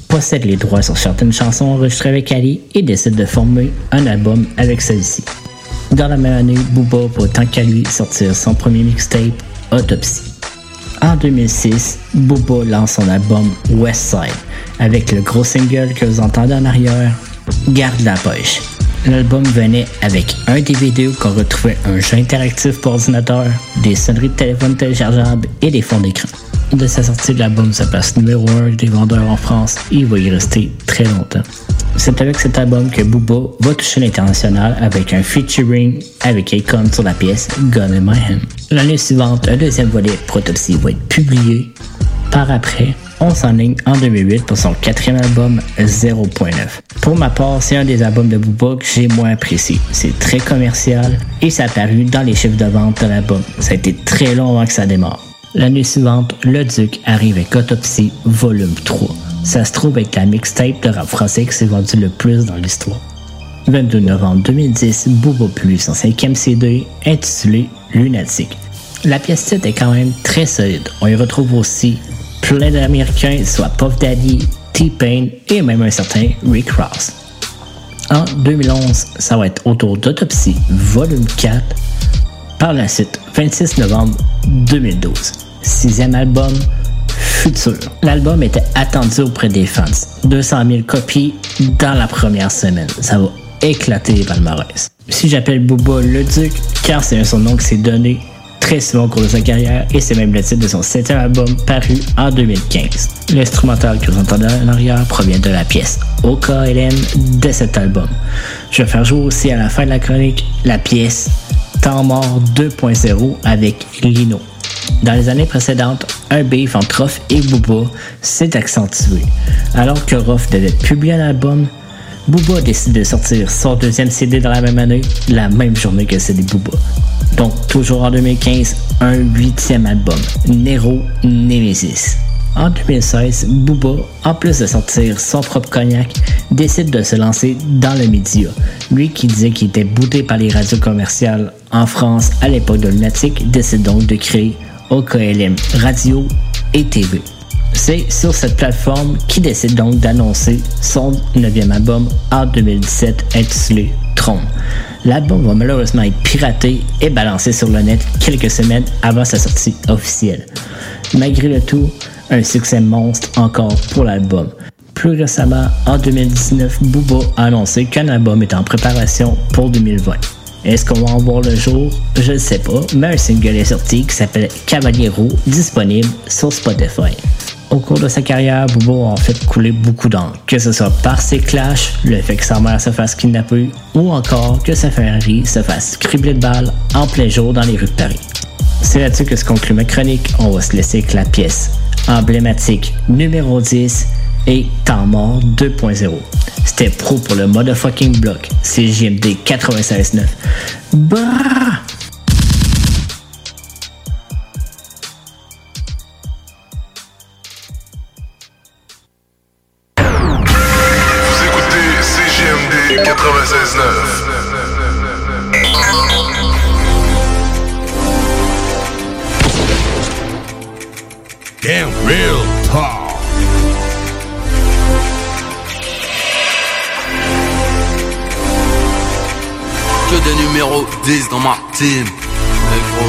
possède les droits sur certaines chansons enregistrées avec Ali et décide de former un album avec celle-ci. Dans la même année, Booba va tant qu'à lui sortir son premier mixtape, Autopsy. En deux mille six, Booba lance son album Westside avec le gros single que vous entendez en arrière, Garde la poche. L'album venait avec un D V D qu'on retrouvait un jeu interactif pour ordinateur, des sonneries de téléphone téléchargeables et des fonds d'écran. De sa sortie de l'album se place numéro un des vendeurs en France et il va y rester très longtemps. C'est avec cet album que Booba va toucher l'international avec un featuring avec Akon sur la pièce Gun in My Hand. L'année suivante, un deuxième volet pour Autopsy va être publié. Par après, on s'enligne en deux mille huit pour son quatrième album zéro point neuf. Pour ma part, c'est un des albums de Booba que j'ai moins apprécié. C'est très commercial et ça a apparu dans les chiffres de vente de l'album. Ça a été très long avant que ça démarre. L'année suivante, le Duc arrive avec Autopsy volume trois. Ça se trouve avec la mixtape de rap français qui s'est vendue le plus dans l'histoire. vingt-deux novembre deux mille dix, Booba publie son cinquième C D intitulé Lunatic. La pièce titre est quand même très solide. On y retrouve aussi plein d'Américains, soit Puff Daddy, T-Pain et même un certain Rick Ross. En deux mille onze, ça va être autour d'Autopsy volume quatre. Par la suite, vingt-six novembre deux mille douze. Sixième album, Futur. L'album était attendu auprès des fans. deux cent mille copies dans la première semaine. Ça va éclater les palmarès. Si j'appelle Booba le Duc, car c'est un surnom qui s'est donné très souvent au cours de sa carrière et c'est même le titre de son septième album paru en deux mille quinze. L'instrumental que vous entendez en arrière provient de la pièce O K L M de cet album. Je vais faire jouer aussi à la fin de la chronique la pièce Temps mort deux point zéro avec Lino. Dans les années précédentes, un beef entre Ruff et Booba s'est accentué. Alors que Ruff devait publier un album, Booba décide de sortir son deuxième C D dans la même année, la même journée que celui de Booba. Donc, toujours en deux mille quinze, un huitième album, Nero Nemesis. En deux mille seize, Booba, en plus de sortir son propre cognac, décide de se lancer dans le média. Lui qui disait qu'il était bouté par les radios commerciales en France à l'époque de Lunatic, décide donc de créer O K L M Radio et T V. C'est sur cette plateforme qu'il décide donc d'annoncer son neuvième album en deux mille dix-sept intitulé Trône. L'album va malheureusement être piraté et balancé sur le net quelques semaines avant sa sortie officielle. Malgré le tout, un succès monstre encore pour l'album. Plus récemment, en deux mille dix-neuf, Booba a annoncé qu'un album est en préparation pour deux mille vingt. Est-ce qu'on va en voir le jour? Je ne sais pas, mais un single est sorti qui s'appelle Caballero, disponible sur Spotify. Au cours de sa carrière, Booba a en fait coulé beaucoup d'encre, que ce soit par ses clashs, le fait que sa mère se fasse kidnapper, ou encore que sa Ferrari se fasse cribler de balles en plein jour dans les rues de Paris. C'est là-dessus que se conclut ma chronique. On va se laisser avec la pièce emblématique numéro dix et Temps mort deux point zéro. C'était pro pour le motherfucking block. C'est J M D quatre-vingt-seize neuf. Brrrr! Vous écoutez C J M D quatre-vingt-seize neuf. Damn real talk. Que des numéros dix dans ma team, négro.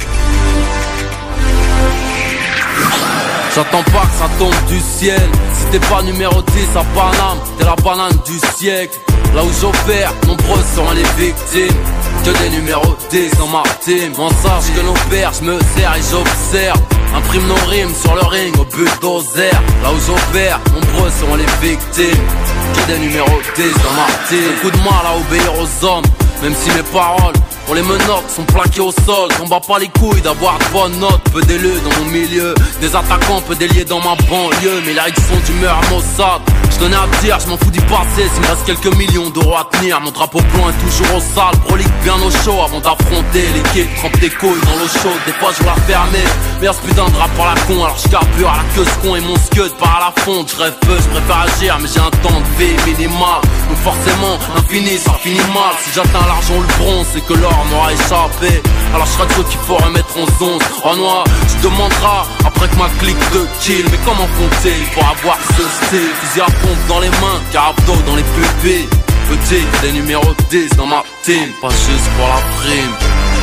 J'attends pas que ça tombe du ciel. Si t'es pas numéro dix à Paname, t'es la banane du siècle. Là où j'opère, nombreuses sont les victimes. Que des numéros dix dans ma team. On sache que nos pères, j'me sers et j'observe. Imprime nos rimes sur le ring au bulldozer. Là où j'opère, nombreux seront les victimes. Que des numéros dix dans ma team. Beaucoup de mal à obéir aux hommes, même si mes paroles pour les menottes sont plaquées au sol. Qu'on bat pas les couilles d'avoir de bonnes notes. Peu d'élus dans mon milieu, des attaquants, peu déliés dans ma banlieue. Mais là ils sont d'humeur Mossad. Je tenais à dire, je m'en fous d'y passer. S'il me reste quelques millions d'euros à tenir, mon drapeau blanc est toujours au sale. Prolique bien au chaud avant d'affronter l'équipe. Trempe tes couilles dans l'eau chaude, des fois je veux la fermer. Mais ce putain de rap par la con, alors je carbure à la queue ce con et mon scud part à la fonte. Je rêve peu, je préfère agir, mais j'ai un temps de vie minimal. Donc forcément, l'infini ça finit mal. Si j'atteins l'argent ou le bronze, c'est que l'or m'aura échappé. Alors je serai de ceux qu'il faut remettre en zone. Oh noir, tu demanderas après que ma clique de kill. Mais comment font-ils pour avoir ce style? Fusil à pompe dans les mains, carabdo dans les pupilles. Petit, des numéros dix dans ma team, pas juste pour la prime.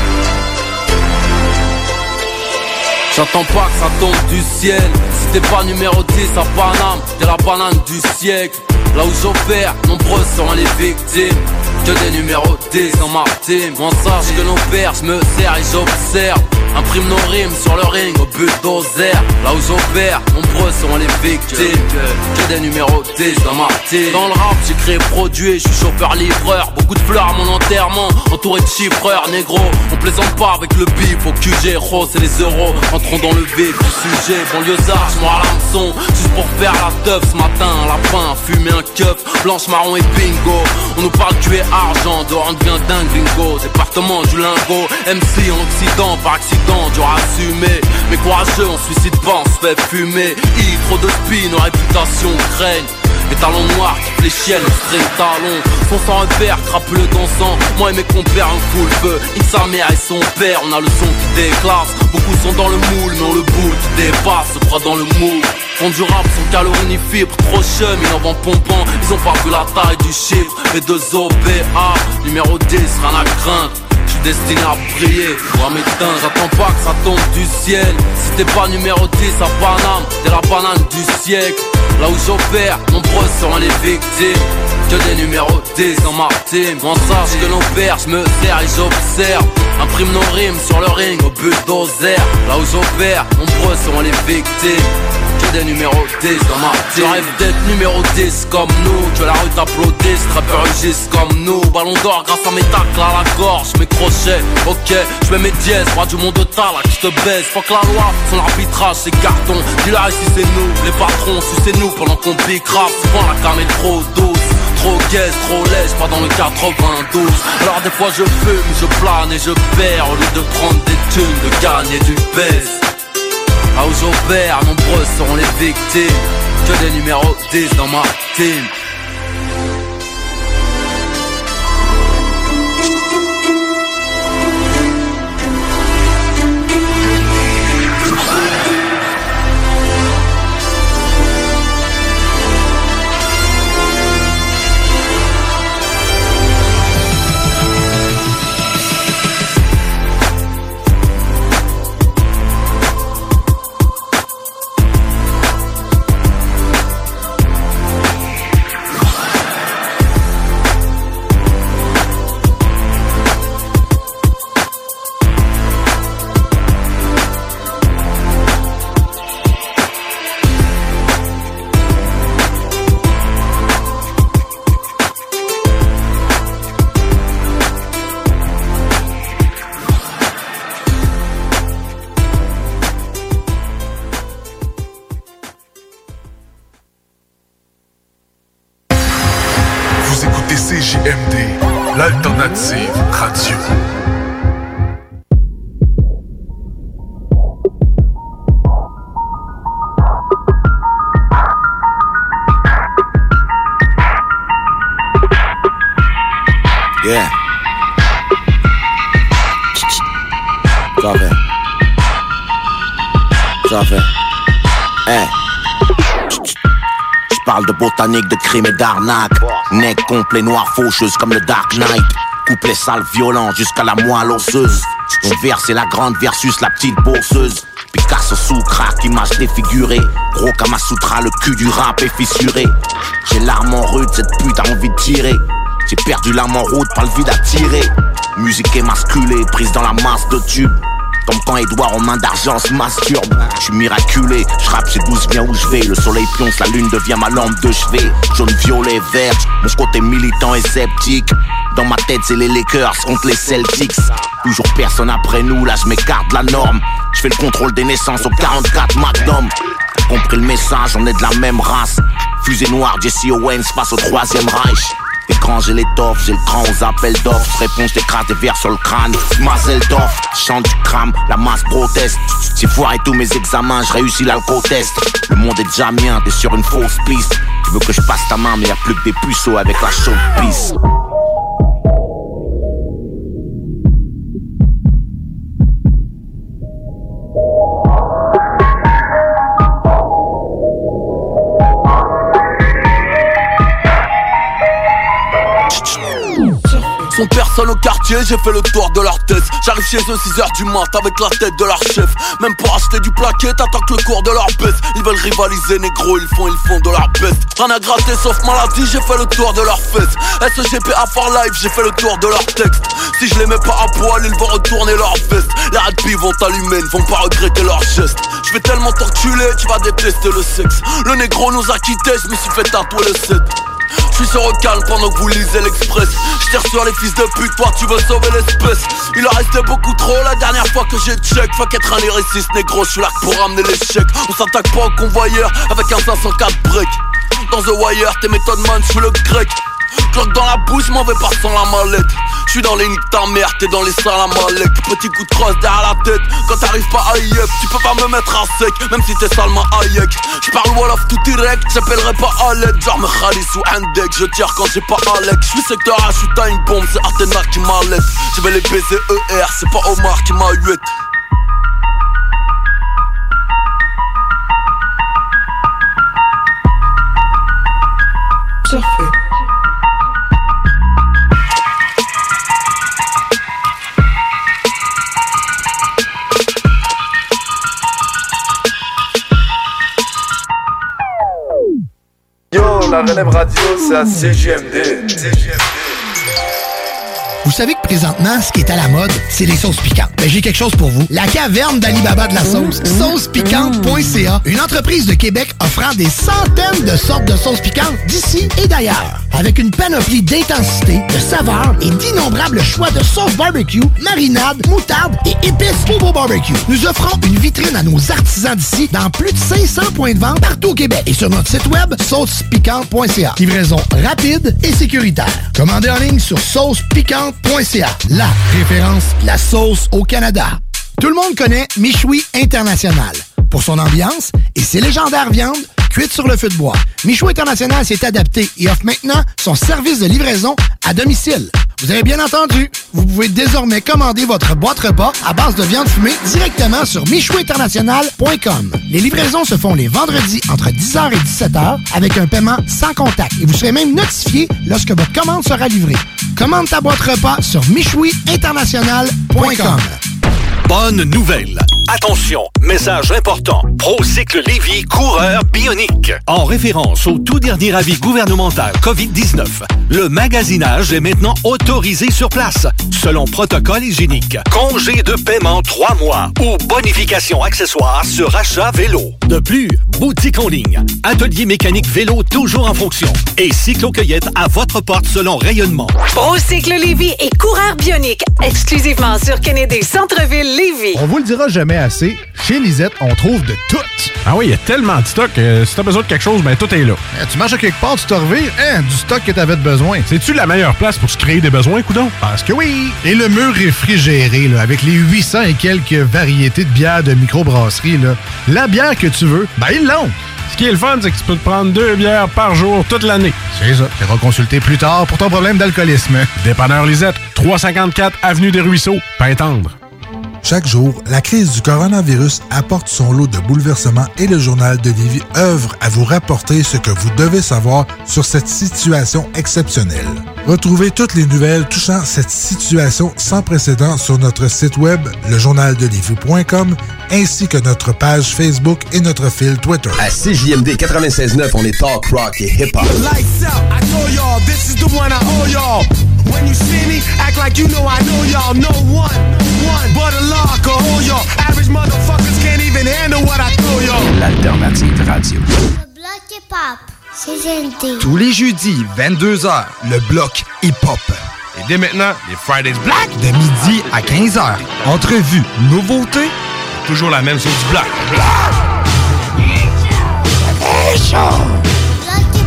J'attends pas que ça tombe du ciel. Si t'es pas numéro dix à Paname, t'es la banane du siècle. Là où j'opère, nombreux seront les victimes. Que des numéros dix dans ma team. Moi sache que nos pères, je me sers et j'observe. Imprime nos rimes sur le ring au bulldozer. Là où j'opère, nombreux seront les victimes. Que, que des numéros dix dans ma team. Dans le rap, j'ai créé produit, je suis chauffeur-livreur. Beaucoup de fleurs à mon enterrement, entouré de chiffreurs, négro. On plaisante pas avec le bif au Q G, rose et les euros. Entrons dans le vif du sujet, banlieusard, j'm'en à l'hameçon. Juste pour faire la teuf ce matin, un lapin, fumer un keuf, blanche, marron et bingo. On nous parle tuer argent, dehors on devient dingue gringo. Département du lingot, M C en Occident, par accident, dur à assumer. Mais courageux, on suicide pas, on se fait fumer. I, trop de spin, nos réputations craignent. Les talons noirs qui fléchiennent, le string talon. Son sang repère, crapuleux dansant. Moi et mes compères, un full feu. Il sa mère et son père, on a le son qui déclasse. Beaucoup sont dans le moule, mais on le boule qui dépasse, se croit dans le moule. Font du rap sans calories ni fibres, trop chum, ils en vendent pompant. Ils ont pas vu la taille du chiffre. Les deux O B A, numéro dix, rien à craindre. J'suis destiné à briller, pour m'éteindre. J'attends pas que ça tombe du ciel. Si t'es pas numéro dix à Paname, t'es la banane du siècle. Là où j'opère, nombreux seront les victimes. Que des numéros dix dans ma team. Moi sache que nos pères, j'me sers et j'observe. Imprime nos rimes sur le ring au bulldozer. Là où j'opère, nombreux seront les victimes. Que des numéros dix dans ma team. Je rêve d'être numéro dix comme nous. Que la rue t'applaudisse, rappeurs rugissent comme nous. Ballon d'or grâce à mes tacles à la gorge. Mes crochets, ok, j'mets mes dièses. Roi du monde de ta là qui te baise. Fuck la loi, son arbitrage c'est carton. Dis-leur ici c'est nous, les patrons, sucez-nous pendant qu'on pique rap. Souvent la cam est trop douce. Trop gaze, trop lèche, pas dans le quatre-vingt-douze. Alors des fois je fume, je plane et je perds. Au lieu de prendre des thunes, de gagner du baisse. Là où j'opère, nombreux seront les victimes. Que des numéros dix dans ma team. C J M D, l'alternative radio. Yeah. Ça fait. Ça fait. Hey. J'parle de botanique, de crime et d'arnaque. Nec complet, noir, faucheuse comme le Dark Knight. Couplet sale, violent jusqu'à la moelle osseuse. Ton vers c'est la grande versus la petite bourseuse. Picasso sous crack, image défigurée. Gros Kamasutra, le cul du rap est fissuré. J'ai l'arme en rude, cette pute a envie de tirer. J'ai perdu l'âme en route, pas le vide à tirer. Musique émasculée, prise dans la masse de tubes. Comme quand Edouard en main d'argent se masturbe. J'suis miraculé, j'rappe, j'ai douze bien où j'vais. Le soleil pionce, la lune devient ma lampe de chevet. Jaune, violet, vert, mon côté militant et sceptique. Dans ma tête c'est les Lakers contre les Celtics. Toujours personne après nous, là j'm'écarte la norme. J'fais le contrôle des naissances au quarante-quatre Magnum. T'as compris le message, on est de la même race. Fusée noire, Jesse Owens face au troisième Reich. Écran, j'ai l'étoffe, j'ai le cran aux appels d'offres. Réponse, t'écrases des verres sur le crâne. Mazel d'off, chante du crame, la masse proteste. J'ai foiré tous mes examens, je réussis l'alco-test. Le monde est déjà mien, t'es sur une fausse piste. Tu veux que je passe ta main, mais y'a plus que des puceaux avec la chaude pisse. Sont personne au quartier, j'ai fait le tour de leur tête. J'arrive chez eux six heures du mat avec la tête de leur chef. Même pour acheter du plaquet, t'attends que le cours de leur baisse. Ils veulent rivaliser, négro, ils font, ils font de leur best. Rien à gratter sauf maladie, j'ai fait le tour de leurs fesses. S G P A for life, j'ai fait le tour de leur texte. Si je les mets pas à poil, ils vont retourner leur veste. Les rugby vont t'allumer, ils vont pas regretter leurs gestes. Je vais tellement t'enculer, tu vas détester le sexe. Le négro nous a quittés, je me suis fait tatouer le set. Je suis sur le calme pendant que vous lisez l'Express. Je tire sur les fils de pute, toi tu veux sauver l'espèce. Il en restait beaucoup trop la dernière fois que j'ai check. Fuck être un lyriciste négro, je suis là pour ramener l'échec. On s'attaque pas au convoyeur avec un cinq cent quatre break. Dans The Wire, t'es méthode man, je suis le grec. Cloque dans la bouche, m'en vais pas sans la mallette. Je suis dans les niques ta mère, t'es dans les salles à Malek. Petit coup de crosse derrière la tête. Quand t'arrives pas à yep, tu peux pas me mettre à sec. Même si t'es salement Hayek. J'parle Wolof tout direct, j'appellerai pas à l'aide. Genre me Khalis ou Indek, je tire quand j'ai pas Alex. J'suis secteur H, j'suis t'as une bombe, c'est Athéna qui m'a laisse. Je vais les baiser E R, c'est pas Omar qui m'a huette. Parfait. Yo, la relève radio, c'est à C J M D. Vous savez que présentement, ce qui est à la mode, c'est les sauces piquantes. Ben, j'ai quelque chose pour vous. La caverne d'Alibaba de la sauce. sauce piquante point c a. Une entreprise de Québec offrant des centaines de sortes de sauces piquantes d'ici et d'ailleurs. Avec une panoplie d'intensité, de saveurs et d'innombrables choix de sauces barbecue, marinades, moutarde et épices pour vos barbecues. Nous offrons une vitrine à nos artisans d'ici dans plus de cinq cents points de vente partout au Québec. Et sur notre site web, sauce piquante point c a. Livraison rapide et sécuritaire. Commandez en ligne sur sauce piquante point c a. La référence, la sauce au Canada. Tout le monde connaît Michoui International pour son ambiance et ses légendaires viandes cuites sur le feu de bois. Michoui International s'est adapté et offre maintenant son service de livraison à domicile. Vous avez bien entendu, vous pouvez désormais commander votre boîte repas à base de viande fumée directement sur michoui international point com. Les livraisons se font les vendredis entre dix heures et dix-sept heures avec un paiement sans contact et vous serez même notifié lorsque votre commande sera livrée. Commande ta boîte repas sur michoui international point com. Bonne nouvelle! Attention, message important. Procycle Lévis coureur bionique. En référence au tout dernier avis gouvernemental covid dix-neuf, le magasinage est maintenant autorisé sur place, selon protocole hygiénique. Congé de paiement trois mois ou bonification accessoire sur achat vélo. De plus, boutique en ligne, atelier mécanique vélo toujours en fonction et cyclo-cueillette à votre porte selon rayonnement. Procycle Lévis et coureur bionique, exclusivement sur Kennedy Centre-Ville Lévis. On vous le dira jamais assez, chez Lisette, on trouve de tout. Ah oui, il y a tellement de stock. Euh, si t'as besoin de quelque chose, ben tout est là. Eh, tu marches à quelque part, tu te revires, hein, du stock que t'avais besoin. C'est-tu la meilleure place pour se créer des besoins, coudon? Parce que oui! Et le mur réfrigéré, là, avec les huit cents et quelques variétés de bières de microbrasserie, là, la bière que tu veux, ben ils l'ont. Ce qui est le fun, c'est que tu peux te prendre deux bières par jour toute l'année. C'est ça. Tu iras consulter plus tard pour ton problème d'alcoolisme. Dépanneur Lisette, trois cent cinquante-quatre Avenue des Ruisseaux, Pintendre. Chaque jour, la crise du coronavirus apporte son lot de bouleversements et le Journal de Lévis œuvre à vous rapporter ce que vous devez savoir sur cette situation exceptionnelle. Retrouvez toutes les nouvelles touchant cette situation sans précédent sur notre site web, le journal de lévis point com, ainsi que notre page Facebook et notre fil Twitter. À C J M D quatre-vingt-seize neuf, on est talk, rock et hip-hop. Lights out, I told y'all, this is the one I owe y'all. When you see me, act like you know I know y'all. No one, one, but a law can hold y'all. Average motherfuckers can't even handle what I throw y'all. L'alternative radio. Le bloc hip-hop, C J M D. Tous les jeudis, vingt-deux heures, le bloc hip-hop. Et dès maintenant, les Fridays Black, de midi à quinze heures. Entrevue, nouveauté, toujours la même chose du bloc. Bloc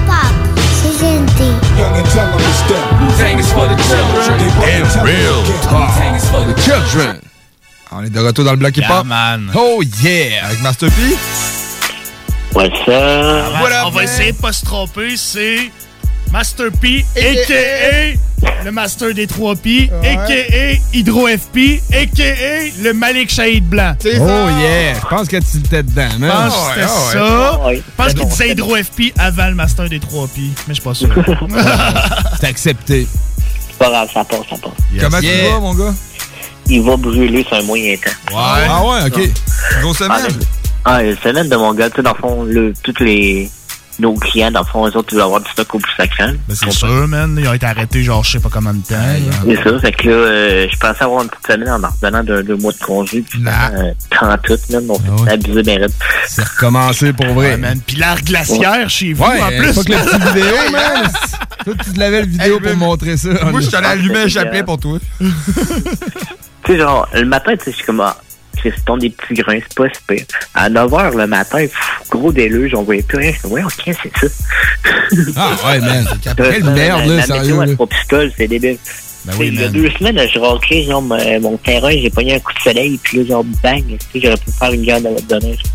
young and tell them to step. Wu-Tang is for the children. And real Wu-Tang is for the children. On est de retour dans le bloc hip-hop. Yeah, man. Oh yeah! Avec Master P. What's up? On va essayer de pas se tromper, c'est Master P, a k a le Master des trois P, a k a Hydro F P, a k a le Malik Shahid Blanc. Oh yeah! Je pense que tu étais dedans, man. Je pense que c'était Oh, ouais. ça. Oh, ouais. Je pense qu'il disait Hydro F P avant le Master des trois P, mais je suis pas sûr. C'est accepté. C'est pas grave, ça passe, ça passe. Comment tu vas, mon gars? Il va brûler sur un moyen temps. Ouais. Ah ouais, ok. Grosse semaine. Ah, une semaine de mon gars, tu sais, dans le fond, le, tous les... nos clients, dans le fond, eux autres, ils veulent avoir du stock au plus sacré. Ben, c'est sûr, man. Ils ont été arrêtés, genre, je sais pas combien de temps. C'est ça, fait que là, euh, je pensais avoir une petite semaine en revenant d'un deux mois de congé, puis euh, trente tout, même, donc c'est abusé, ben raide. C'est recommencé pour vrai. Ouais, man. Puis l'air glaciaire Ouais. chez vous, Ouais, en plus. pas que la petite vidéo, man. Toi, tu te l'avais le vidéo pour montrer ça. Moi, je t'en ai allumé un chapelet pour toi. Tu sais, genre, le matin, tu sais, je suis comme, ah, c'est ton des petits grains, c'est pas super. À neuf heures le matin, pff, gros déluge, j'en voyais plus rien. Je me disais, ouais, ok, c'est ça. Ah ouais, man. Quelle merde, là, sérieux. La météo, pistole, c'est débile. Ben oui, il y a man. deux semaines, je raclais, genre, mon, mon terrain, j'ai pogné un coup de soleil, puis là, genre, bang, tu sais, j'aurais pu faire une guerre de votre neige.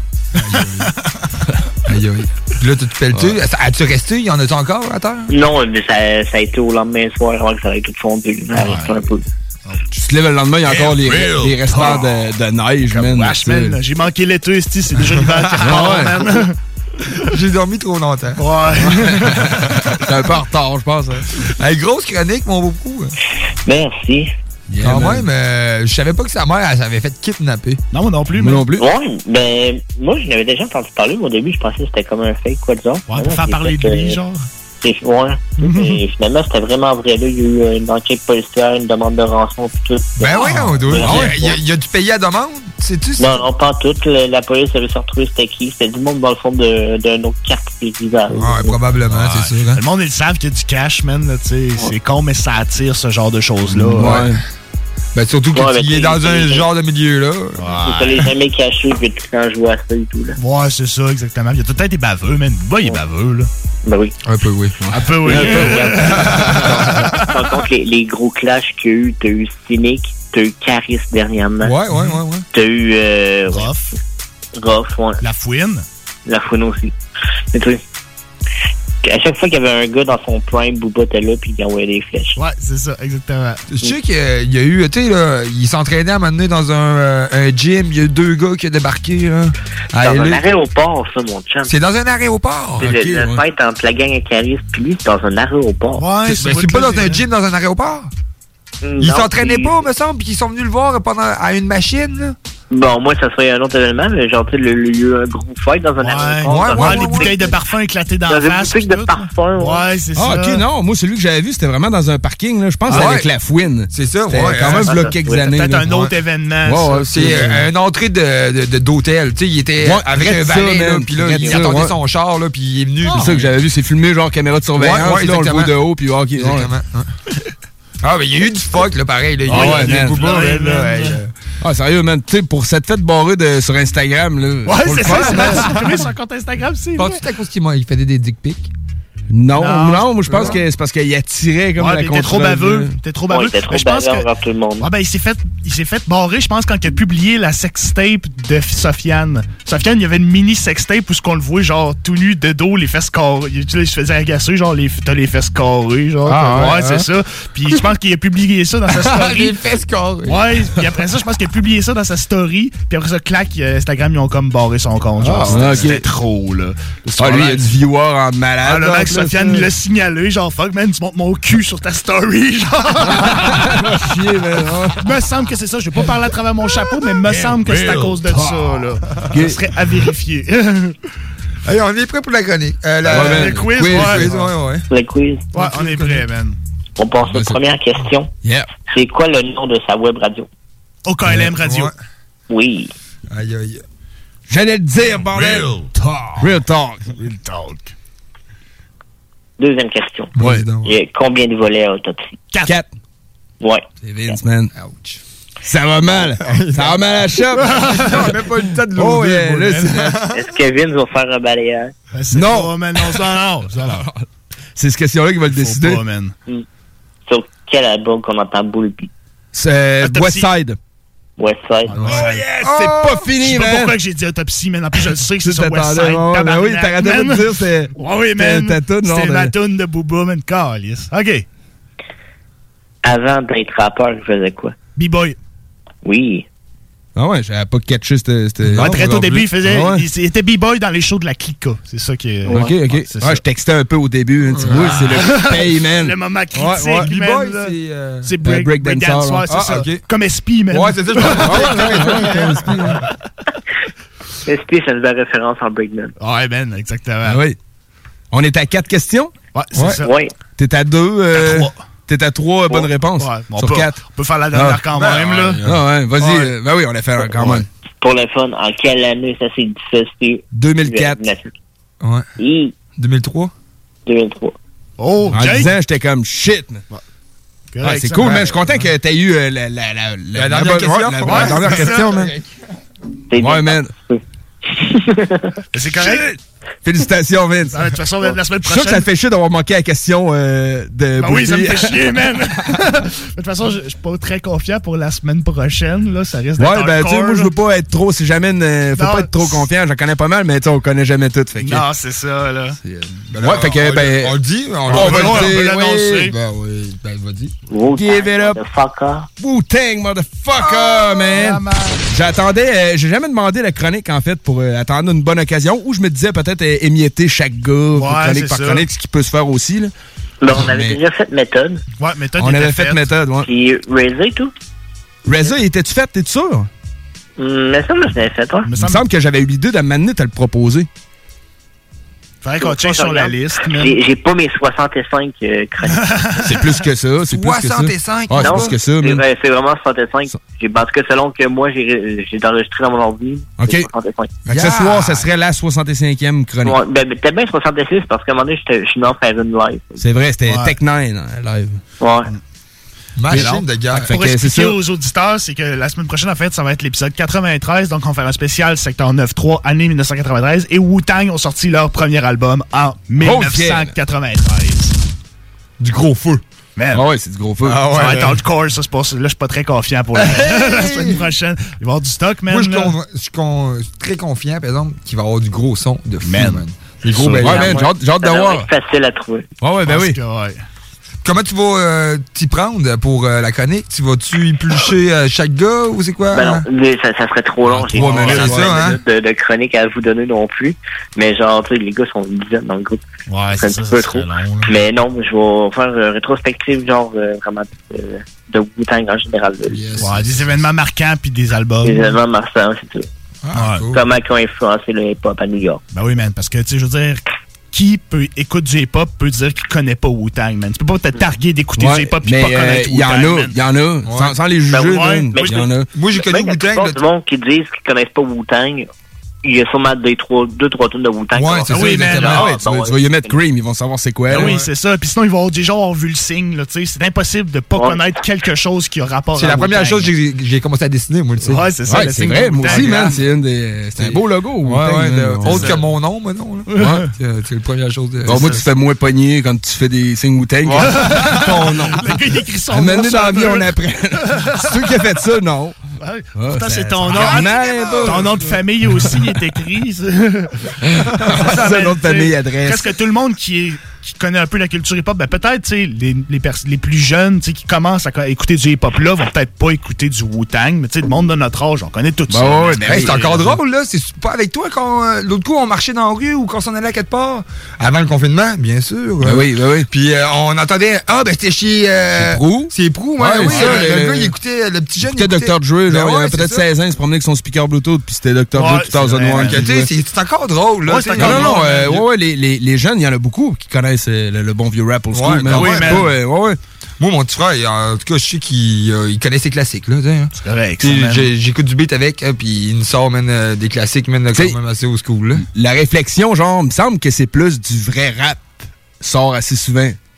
Aïe, aïe. Puis là, tu te pelles-tu? As-tu resté? Y en a-tu encore à terre? Non, mais ça, ça a été au lendemain soir avant que ça ait tout fondu. Ça a resté un peu. Tu te lèves le lendemain, il y a encore les, les restants de, de neige, man. Wesh, man. J'ai manqué l'été, esti, c'est déjà l'hiver qui repart, man. J'ai dormi trop longtemps. Ouais. J'étais un peu en retard, je pense. Hein. Hey, grosse chronique, mon beaucoup. Merci. Yeah, Quand man. même, euh, je savais pas que sa mère, elle s'avait fait kidnapper. Non, moi non plus. Moi non plus. Ouais, ben, moi, je n'avais déjà entendu parler, mais au début, je pensais que c'était comme un fake, quoi, disons. Ouais, pour faire parler de lui, genre. C'est, ouais. Mm-hmm. Et finalement, c'était vraiment vrai, là. Il y a eu une enquête policière, une demande de rançon, pis tout. Ben oui, on doit. Ouais, il y a, y a du payé à demande, sais-tu? Non, non, pas tout. La, la police avait se retrouvé c'était qui? C'était du monde dans le fond de, d'un autre quartier rival. Ouais, probablement, ouais. C'est sûr. Hein? Le monde, ils savent qu'il y a du cash, man, là, tu sais. Ouais. C'est con, mais ça attire ce genre de choses-là. Ouais. Ben, surtout qu'il ouais, est dans un genre de milieu-là. Ouais. Il fallait jamais cacher, puis quand je vois ça et tout, là. Ouais, c'est ça, exactement. Il y a tout le temps des baveux, man. Bah, il est baveux, là. Ben oui. Un peu, oui. Un peu, oui. Par contre, les, les gros clashs qu'il y a eu, t'as eu Cynic, t'as eu Caris dernièrement. Ouais, ouais, ouais, ouais. T'as eu... Euh, Rough. Rough, ouais. La Fouine. La Fouine aussi. Mais tu sais, à chaque fois qu'il y avait un gars dans son prime, Booba était là, puis il envoyait des flèches. Ouais, c'est ça, exactement. Je sais qu'il y a eu, tu sais, là, il s'entraînait à un moment donné dans un, euh, un gym, il y a eu deux gars qui ont débarqué, là. C'est dans un aéroport, ça, mon chum. C'est dans un aéroport? C'est okay, le, le ouais. fight entre la gang à Caris, puis lui, c'est dans un aéroport. Ouais, c'est, c'est pas dans un gym, dans un aéroport? Non, ils s'entraînaient puis... pas, me semble, puis ils sont venus le voir pendant, à une machine, là. Bon, moi, ça serait un autre événement, mais genre, tu sais, il y a eu un gros fight dans un ouais, aéroport. Ouais, ouais, ouais, les bouteilles de parfum éclatées dans, dans la face. Des bouteilles de parfum. Ouais, ouais c'est ah, ça. Ah, ok, non. Moi, celui que j'avais vu, c'était vraiment dans un parking, là. Je pense ah, que c'était ouais. avec la Fouine. C'est ça, c'était ouais. quand même, ah, là, quelques ouais, années. Peut-être là. un autre ouais. événement. Ouais, ouais, c'est euh, une entrée de, de, de, d'hôtel. Tu sais, il était ouais, avec un valet, là, puis là, il ça, attendait ouais. son char, là, puis il est venu. C'est ça que j'avais vu. C'est filmé, genre, caméra de surveillance. Ouais, ouais, là, on le voit de haut, puis ok. Exactement. Ah, mais il y a eu du fuck, là, pareil. Là. Il y ah, a ouais, eu man. du Booba, ouais, là. Ouais, ah, sérieux, man. Tu sais, pour cette fête barrée de, sur Instagram, là. Ouais, c'est ça, c'est vrai. Sur son compte Instagram, c'est. Penses-tu à cause qu'il il faisait des dick pics? Non, non, non, moi je pense que c'est parce qu'il attirait comme ouais, la il était trop baveux. Il était trop baveux. Ouais, il était trop je pense baveux que tout le monde. Ouais, ben, il s'est fait il s'est fait barrer, je pense, quand il a publié la sextape de Sofiane. Sofiane, il y avait une mini sextape où ce qu'on le voit genre tout nu de dos, les fesses carrées. Il se faisait agacer, genre les t'as les fesses carrées, genre. Ah, ouais, ouais c'est hein? ça. Puis je pense qu'il a publié ça dans sa story. Les fesses carrées. Ouais, puis après ça, je pense qu'il a publié ça dans sa story, puis après ça clac, Instagram ils ont comme barré son compte, genre. Ah, c'était, okay. c'était trop là. Ah, lui, il y a du viewer en malade. Ah, le mec Sofiane il l'a signé genre fuck man tu montres mon cul sur ta story genre chier man il me semble que c'est ça je vais pas parler à travers mon chapeau mais il me semble que c'est à cause de ça là okay. Ça serait à vérifier. Allez, on est prêt pour la chronique euh, la, ouais, le quiz, quiz, ouais. quiz ouais, ouais. Le quiz ouais on est prêt man on passe à la première question. Yeah. C'est quoi le nom de sa web radio? O K L M Radio. Ouais. Oui. Aïe aïe j'allais le dire bordel. Real talk Real talk Real talk. Deuxième question. Ouais. Il y a combien de volets à autopsie? Quatre. Quatre. Ouais. C'est Vince, man. Ouch. Ça va mal. Ça va mal à la chope. On n'a même pas eu le temps de l'ouvrir. Oh, yeah, là, est-ce que Vince va faire un balayage? Ben, non. Pas, man, non, ça, non. Ça, non. C'est cette question-là qui va le décider. Pas, man. Mm. Sur quel album qu'on entend Bulby? C'est Westside. Westside. Oh yes, c'est pas fini, Je sais man. pas pourquoi j'ai dit Autopsie, mais en plus je le sais que c'est sur t'attendais, Westside. ouais, ben oui, t'arrêtais pas de dire, c'est- Ouais, oui, c'était man. ta toune, genre C'était de- ma toune de Booba, man. Calice. OK. Avant d'être rappeur, je faisais quoi? B-Boy. Oui. Ah ouais, j'avais pas catché cette... cette- Ouais, très tôt au début, il faisait. Ah ouais. Il, il était B-Boy dans les shows de la Clica. C'est ça qui est. Ok, ok. Ouais, Ouais, c'est ça. je textais un peu au début, hein, tu vois, c'est le paye, man. Le moment critique, Ouais, ouais. man, B-Boy, là. c'est, euh, C'est euh, break, break break dancer, dance, ouais, ouais. c'est Ah, ça. ok. Comme S P, man. Ouais, c'est ça, je pense. Ouais, ouais, ouais, ouais, comme S P, hein. S P, c'est une belle référence en breakman. Ouais, man, exactement. Ah oui. On est à quatre questions? Ouais, c'est ça. Ouais. T'es à deux. Euh... T'es à trois euh, bonnes réponses. Ouais, on sur peut- quatre. on peut faire la dernière quand même, là. Ah ouais, vas-y. Ouais. euh, Ben oui, on l'a fait quand Ouais. même. Pour le fun, en quelle année ça s'est diffusé? deux mille quatre. Ouais. Oui. deux mille trois? deux mille trois. Oh, En Jake. disant, j'étais comme shit. man. Correct, Ah, c'est ça, cool, man. man. Je suis content que t'aies eu euh, la, la, la, La dernière bonne- question. ouais, la, Ouais, la dernière c'est question, ça. man. Ouais, man. C'est correct? Félicitations, Vince. Ah, de toute façon, la semaine Je suis sûr que ça prochaine. te fait chier d'avoir manqué la question euh, de Ben oui, ça me Bouddhi. fait chier, man. De toute façon, je je suis pas très confiant pour la semaine prochaine. Là, ça risque d'être Ouais, ben, tu sais, hardcore, moi, je là. veux pas être trop. C'est jamais une. Faut Non, pas être trop confiant. J'en connais pas mal, mais tu sais, on connaît jamais tout. Fait que. Non, c'est ça, là. Ouais, fait que, ben. On le dit, on, On le va dit. le dire, on peut oui. l'annoncer. Ben oui, ben vas-y. Give it up. Wu-Tang, motherfucker, man. J'attendais, euh, j'ai jamais demandé la chronique, en fait, pour euh, attendre une bonne occasion, où je me disais peut-être euh, émietter chaque gars, chronique c'est par ça. chronique, ce qui peut se faire aussi, là. Là, on avait Mais- déjà fait méthode. Ouais, méthode. On était avait fait faite. méthode, ouais. Puis Razer et tout. Reza, était-tu fait, t'es sûr? Hum, Mais ça, moi, je l'avais fait, toi. Il me semble que j'avais eu l'idée de m'amener à le proposer. Faudrait qu'on check sur la liste, man. J'ai j'ai pas mes soixante-cinq euh, chroniques. C'est plus que ça, c'est plus que ça. soixante-cinq? Ah, c'est Non, plus que ça, c'est man. vrai, c'est vraiment soixante-cinq. J'ai- Parce que selon que moi, j'ai j'ai enregistré dans mon ordi, OK. c'est soixante-cinq. Fait que ce soir, ça serait la soixante-cinquième chronique. Ouais, ben, ben, peut-être bien soixante-six parce qu'à un moment donné, j'étais- je suis venu en faire une live. C'est vrai, c'était Ouais. Tech neuf, hein, live. Ouais. Machine de guerre. Fait Pour que c'est expliquer ça. aux auditeurs, c'est que la semaine prochaine, en fait, ça va être l'épisode quatre-vingt-treize. Donc, on va faire un spécial secteur neuf trois, année mille neuf cent quatre-vingt-treize. Et Wu-Tang ont sorti leur premier album en mille neuf cent quatre-vingt-treize. Du gros feu. Man. Ah ouais, c'est du gros feu. Ah ouais, ça va être man. hardcore, ça, c'est pas ça. Là, je suis pas très confiant pour la, la semaine prochaine. Il va y avoir du stock, man. Moi, je suis là. con- je suis con- je suis très confiant, par exemple, qu'il va y avoir du gros son de fou, Man. man. C'est gros, ben, ouais, man, j'ai hâte- j'ai hâte de Ça devrait voir. être facile à trouver. Ouais, ouais, ben Parce oui. que, ouais. Comment tu vas euh, t'y prendre pour euh, la chronique? Tu vas-tu éplucher euh, chaque gars ou c'est quoi? Ben non, mais ça, ça serait trop long. J'ai trois pas minutes, vingt c'est ça, hein? minutes de, de chronique à vous donner non plus. Mais genre, tu sais, les gars sont une dizaine dans le groupe. Ouais, c'est un c'est ça, petit peu ça trop. serait long, là. Mais non, je vais faire une rétrospective, genre, euh, vraiment, euh, de Wu-Tang en général. là. Ouais, des événements marquants puis des albums. Les événements marquants, c'est ça. Ouais. Comment ils ont influencé le hip-hop à New York. Ben oui, man, parce que, tu sais, je veux dire, qui peut écouter du hip-hop peut dire qu'il connaît pas Wu-Tang, man. Tu peux pas te targuer d'écouter Ouais, du hip-hop pis mais pas connaître il y en Wu-Tang, a, man. il y en a. Sans, sans les juger, Ben ouais, man, mais il y en a. Moi, j'ai connu Même la Wu-Tang. plupart là, du monde qui disent qu'ils connaissent pas Wu-Tang, il y a sûrement des trois, deux, trois tonnes de Wu-Tang. Ouais, qu'on c'est va ça, faire. oui, man, exactement. Ah ouais, Ah, tu, vas, bon, tu vas y mettre Cream, ils vont savoir c'est quoi. Ben là. oui, c'est ça. Puis sinon, ils vont avoir déjà avoir vu le signe, là, tu sais. C'est impossible de pas Ouais. connaître quelque chose qui a rapport C'est à la première Wu-Tang. chose que j'ai- j'ai commencé à dessiner, moi, le sais. Ouais, c'est ça. Ouais, le c'est signe vrai, de moi Wu-Tang, aussi, man. hein. C'est une des. C'est un beau logo. Ouais, Wu-Tang, ouais, man. de- On- autre que mon nom, moi, non. là. Ouais. C'est c'est la première chose de. Bon, moi, tu fais moins pogner quand tu fais des signes Wu-Tang. Ton nom. Le gars, il écrit son À un moment nom donné sur dans la vie, un on mur. apprend. C'est toi qui as fait ça, non? Ouais. Ah, Pourtant, ça- c'est ton ça nom. regarde mal, un peu. Ton nom de famille aussi est écrit. C'est C'est ça, un nom de tu sais, famille, adresse. Presque tout le monde qui, est, qui connaît un peu la culture hip-hop, ben peut-être, tu sais, les, les, pers- les plus jeunes, tu sais, qui commencent à co- écouter du hip-hop là, vont peut-être pas écouter du Wu-Tang, mais tu sais, le monde de notre âge, on connaît tout Bah ça. ouais, là. ben Hey, c'est oui, encore euh, drôle, là. C'est pas avec toi quand euh, l'autre coup on marchait dans la rue ou qu'on s'en allait à quelque part. Avant le confinement, bien sûr. Ben oui, ben oui. Puis euh, on entendait, ah, ben c'était chez. Euh, C'est Prou. C'est Prou, ouais. Ouais, oui, ça, le, le- le gars, il écoutait, le petit jeune. C'était il écoutait- docteur Dre, genre, Ben il ouais, avait c'est peut-être ça. seize ans, il se promenait avec son speaker Bluetooth, puis c'était docteur Ouais, Dre c'est vrai. deux mille un. Ok, tu sais, c'est c'est encore drôle, là. Ouais, c'est tu sais. encore Non, non, non, drôle, euh, man. ouais, ouais, les, les, les jeunes, il y en a beaucoup qui connaissent euh, le, le bon vieux rap old school, Ouais, man. ben oui, Ouais, man. ouais, ouais, ouais. Moi, mon petit frère, il- en tout cas, je sais qu'il euh, il connaît ses classiques, là, tu sais. hein. C'est correct, Tu sais, ça, man. j'ai- J'écoute du beat avec, hein, puis il nous sort, man, euh, des classiques, man, T'sais, quand même assez au school, là. La réflexion, genre, il me semble que c'est plus du vrai rap sort assez souvent.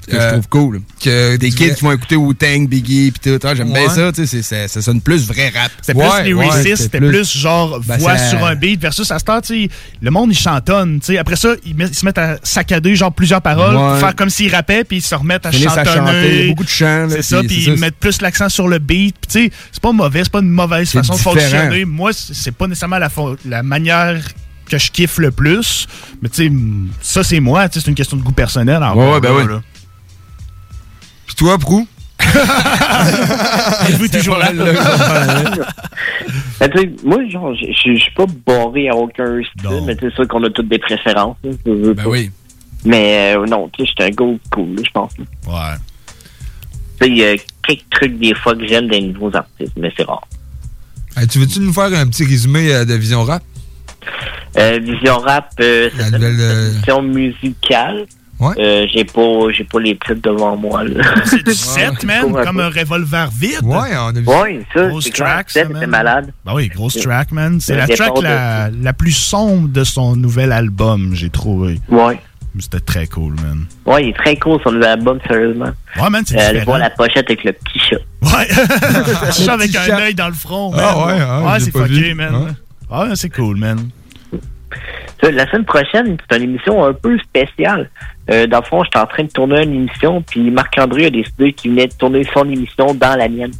que Euh, je trouve cool. Que des du kids vrai- qui vont écouter Wu-Tang, Biggie, pis tout. Ah, j'aime bien Ouais. ça, tu sais, c'est- c'est- ça sonne plus vrai rap. C'était Ouais, plus ouais, lyriciste, c'était plus, genre Ben, voix ça- sur un beat versus à ce temps, tu sais, le monde, il chantonne, tu sais. Après ça, ils, met- ils se mettent à saccader, genre, plusieurs paroles, Ouais. pour faire comme s'ils rappaient, puis ils se remettent à Finissent à chantonner. chanter, il y a beaucoup de chants, là, C'est ça, puis puis c'est ils ça, mettent plus l'accent sur le beat. Puis, tu sais, c'est pas mauvais, c'est pas une mauvaise C'est façon de différent. fonctionner. Moi, c'est c'est pas nécessairement la, fo- la manière que je kiffe le plus, mais tu sais, ça, c'est moi, tu sais, c'est une question de goût personnel. encore, Ouais, ouais, ben là, ouais. là. Puis toi, Prou? Êtes-vous toujours là? Ben, tu sais, moi, genre, je je- je suis pas barré à aucun style, mais c'est sûr qu'on a toutes des préférences. Là, je veux Ben pas. oui. Mais euh, non, tu sais, j'étais un go cool, là, je pense. là. Ouais. Tu sais, il y a quelques trucs des fois que j'aime des nouveaux artistes, mais c'est rare. Hey, tu veux-tu nous faire un petit résumé euh, de Vision Rap? Euh, Vision Rap, euh, La c'est nouvelle, une euh, émission musicale. Ouais. Euh, j'ai pas j'ai pas les titres devant moi. là. C'est du set, man, comme un revolver vide. Ouais, on a vu Ouais, ça, Grosse c'est clair, track, le set ça, était man. malade. Ben oui, grosse track, man. C'est Le la départ track de- la, la plus sombre de son nouvel album, j'ai trouvé. Ouais. C'était très cool, man. Ouais, il est très cool son nouvel album, sérieusement. Ouais, man, c'est Euh, allez différent. voir la pochette avec le petit chat. Ouais. Le chat avec petit un chat. œil dans le front, man. Ah ouais, ah, ouais, j'ai c'est pas fucké, vu. man. Ouais, c'est cool, man. Ça, la semaine prochaine, c'est une émission un peu spéciale. Euh, dans le fond, j'étais en train de tourner une émission, puis Marc-André a décidé qu'il venait de tourner son émission dans la mienne.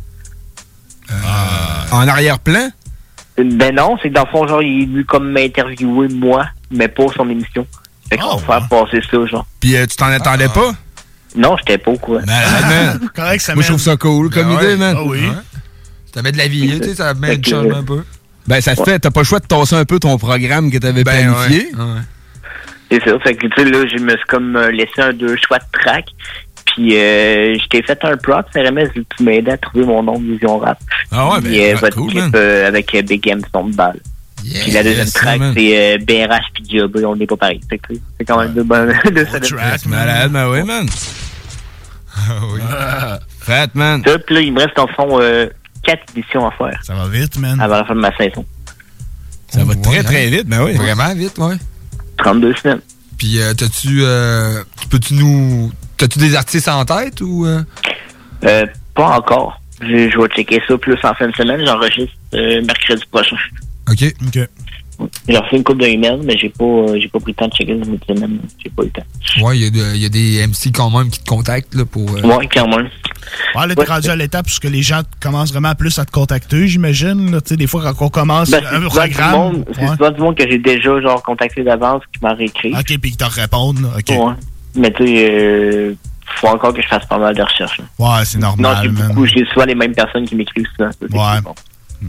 En arrière-plan? Ben non, c'est que dans le fond, genre, il est venu comme m'interviewer, moi, mais pas son émission. Fait qu'on va faire passer ça, genre. Puis euh, tu t'en attendais pas? Non, j'étais pas au courant. Correct, ça Moi, je trouve ça cool comme Ben idée, ouais. man. Ah oui. Ça met de la vie, tu sais, ça met du changement un peu. Ben, ça te fait, t'as pas le choix de tasser un peu ton programme que t'avais Ben, planifié. ouais. Ouais. C'est ça. Fait que, tu sais, là, je me suis comme euh, laissé un deux choix de track. Puis, euh, je t'ai fait un prop, R M S, tu m'as aidé à trouver mon nom de Vision Rap. Ah ouais, ben, Puis, euh, ouais, votre cool, clip man. euh, avec euh, Big M, son de balle. Puis la deuxième yes, track, man. c'est euh, B R H puis J A B, on n'est pas pareil. Fait que, c'est quand même de bonnes de solides Track, malade, ben oui, man. Ah oui. Fat, man. Ça, puis là, il me reste, en fond, euh, quatre éditions à faire. Ça va vite, man. Avant la fin de ma saison. Ça va très, très vite, ben oui. Vraiment vite, ouais. trente-deux semaines. Puis, euh, t'as-tu. Euh, peux-tu nous. T'as-tu des artistes en tête ou. Euh? Euh, pas encore. Je, je vais checker ça plus en fin de semaine. J'enregistre euh, mercredi prochain. OK. OK. J'ai reçu une couple d'emails, mais j'ai pas, euh, j'ai pas pris le temps de checker dans une semaine. J'ai pas eu le temps. Ouais, il y, a de- il y a des M C quand même qui te contactent là, pour. euh, Ouais, clairement. Ouais, là, t'es rendu à l'étape parce que les gens commencent vraiment plus à te contacter, j'imagine. là. Tu sais, des fois, quand on commence Ben, un c'est souvent du programme. monde- C'est ouais. souvent du monde que j'ai déjà genre contacté d'avance qui m'a réécrit. OK, puis qu'ils te répondent. là. OK. Ouais. Mais tu sais, euh, faut encore que je fasse pas mal de recherches. là. Ouais, c'est Non, normal, j'ai man. beaucoup, j'ai souvent les mêmes personnes qui m'écrivent ça. ça, c'est Ouais. bon.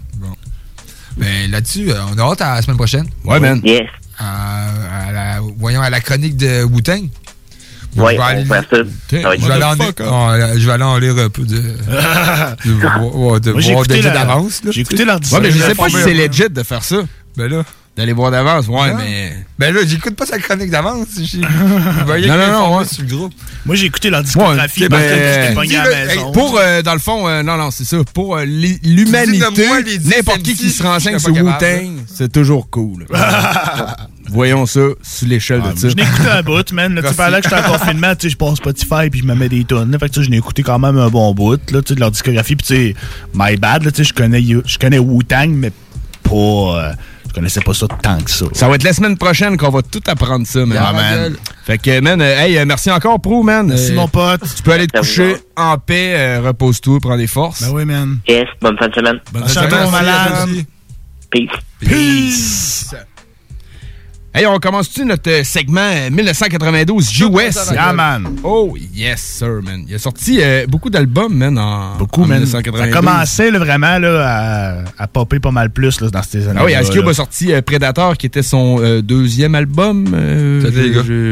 Ben là-dessus, euh, on a hâte à la semaine prochaine. Ouais, man. Yes. À, à la, voyons, à la chronique de Wu-Tang. Ouais, je vais aller, on va faire ça. Ça va être je vais aller en, fuck, hein. en- je vais aller en lire un peu de. de, de, de Moi, j'ai voir écouté déjà la- d'avance. là. j'ai écouté leur Ouais, mais je sais pas si c'est là. legit de faire ça. Ben là. D'aller voir d'avance, ouais, Non. mais. Ben là, j'écoute pas sa chronique d'avance. J'ai- Vous voyez Non, qu'il non, est non, informé ouais. sur le groupe. Moi, j'ai écouté leur discographie Ouais, parce ben, que j'étais pogné à la dis-le, maison. hey, Pour, euh, dans le fond, euh, non, non, c'est ça. Pour euh, l'hi- l'humanité, nomme-moi les dix n'importe qui M C, qui se renseigne je sur serais pas capable, Wu-Tang, c'est toujours cool. Voyons ça sur l'échelle de ça. Je n'ai écouté un bout, man. Là, tu sais, pendant que j'étais en confinement, tu sais, je passe Spotify puis je me mets des tonnes. Fait que tu sais, je n'ai écouté quand même un bon bout là, tu sais, de leur discographie. Puis tu sais, my bad, là, tu sais, je connais, je connais Wu-Tang, mais pas. Euh, je connaissais pas ça tant que ça. Ça va être la semaine prochaine qu'on va tout apprendre ça, man. Yeah, man. Fait que, man, euh, hey, euh, merci encore, Pro, man. Merci, Euh, mon pote. Tu peux aller te coucher en paix, euh, repose-toi, prends des forces. Ben oui, man. Yes, bonne fin de semaine. Bonne fin de semaine, malade. Peace. Peace. Hey, on commence-tu notre euh, segment euh, mille neuf cent quatre-vingt-douze U S? Yeah, man. Oh, yes, sir, man. Il a sorti euh, beaucoup d'albums, man, en, Beaucoup, en man. mille neuf cent Ça quatre-vingt-douze. commençait là, vraiment là, à, à popper pas mal plus là, dans ces années-là. Ah oui, Ice Cube là. a sorti euh, Predator, qui était son euh, deuxième album. Euh, Salut, les gars. je-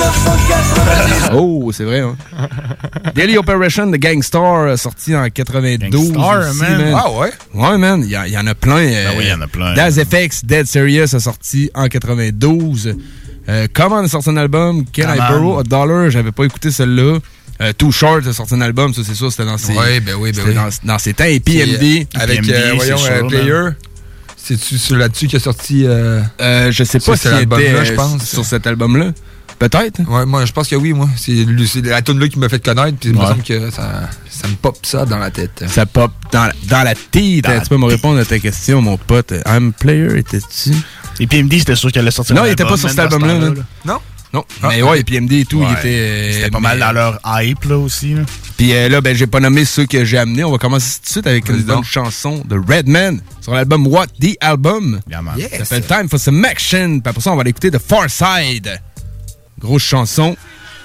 Oh, c'est vrai, hein. Daily Operation de Gangstar, euh, sorti en quatre-vingt-douze. Gangstar, aussi, man. Ah ouais? Ouais, man, il y, a- il y en a plein. euh, Ben oui, il y en a plein. Daz F X, Dead Serious a sorti en quatre-vingt-douze. Euh, Come On a sorti un album. Can Come I On. Borrow a Dollar? J'avais pas écouté celle-là. Euh, Too Short a sorti un album, ça c'est sûr, c'était dans ses, Ouais, ben oui, ben c'était oui. dans, dans ses temps. Et P M D. Euh, Avec, P M D, euh, voyons, c'est euh, sûr, Player. man. C'est-tu sur là-dessus qui a sorti. Euh, Euh, je sais Sur pas cet s'il était album-là, euh, je pense. sur cet album-là. Peut-être. Ouais, moi, je pense que oui, moi. C'est, c'est la tune là qui m'a fait connaître, puis il me Ouais. semble que ça, ça me pop ça dans la tête. Ça pop dans, dans la tête. Dans Tu peux me répondre à ta question, mon pote. I'm Player, était-tu? Et P M D, c'était sûr qu'elle allait sortir Non, un il était pas album, sur cet man, dans ce album-là. temps-là, là. Non? Non. Ah, mais ok. ouais, P M D et tout, il Ouais, était. c'était pas mais- mal dans leur hype, là, aussi. Là. Puis euh, là, ben, j'ai pas nommé ceux que j'ai amenés. On va commencer tout de suite avec une Vas-y bonne donc. chanson de Redman sur l'album What the Album. Yeah, man. Ça s'appelle Time for Some Action. Puis après ça, on va l'écouter de Far Side. Grosse chanson.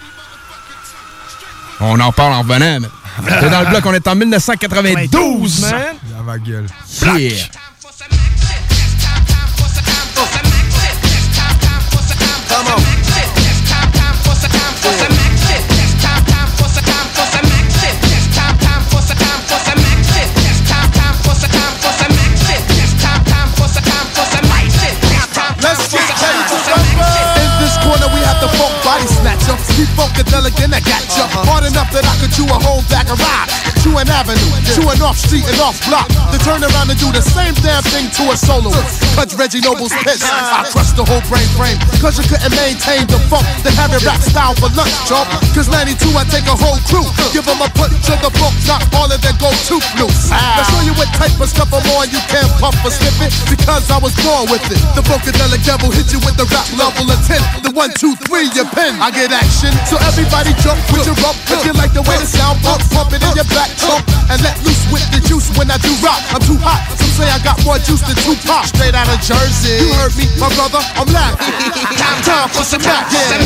On en parle en revenant, man. T'es dans le bloc, on est en dix-neuf cent quatre-vingt-douze, man. Dans ma gueule. Yeah. Come on. Let's get ready to rumble. In this corner we have the funk body snatcher. We funkadelic and I got ya. Hard enough that I could chew a whole bag of rocks. Chew an avenue, chew an off street and off block. To turn around and do the same damn thing to a soloist. Cut Reggie Noble's piss. I crushed the whole brain frame. Cause you couldn't maintain the funk. Then have it rap style for lunch, chump. Cause ninety-two I take a whole crew. Give them a punch to the funk, not all of their go-to blues. Now show you what type of stuff I'm on. You can't puff or slip it. Because I was born with it. The funkadelic devil hit you with the rap level of ten. The one, two, three, your pen. I get action. So everybody jump with your rump. If you like the way the sound bump, pump it in your back trunk. And let loose with the juice when I do rock. I'm too hot. Some say I got more juice than Tupac. Straight out of Jersey. You heard me, my brother. I'm laughing. Time for some action.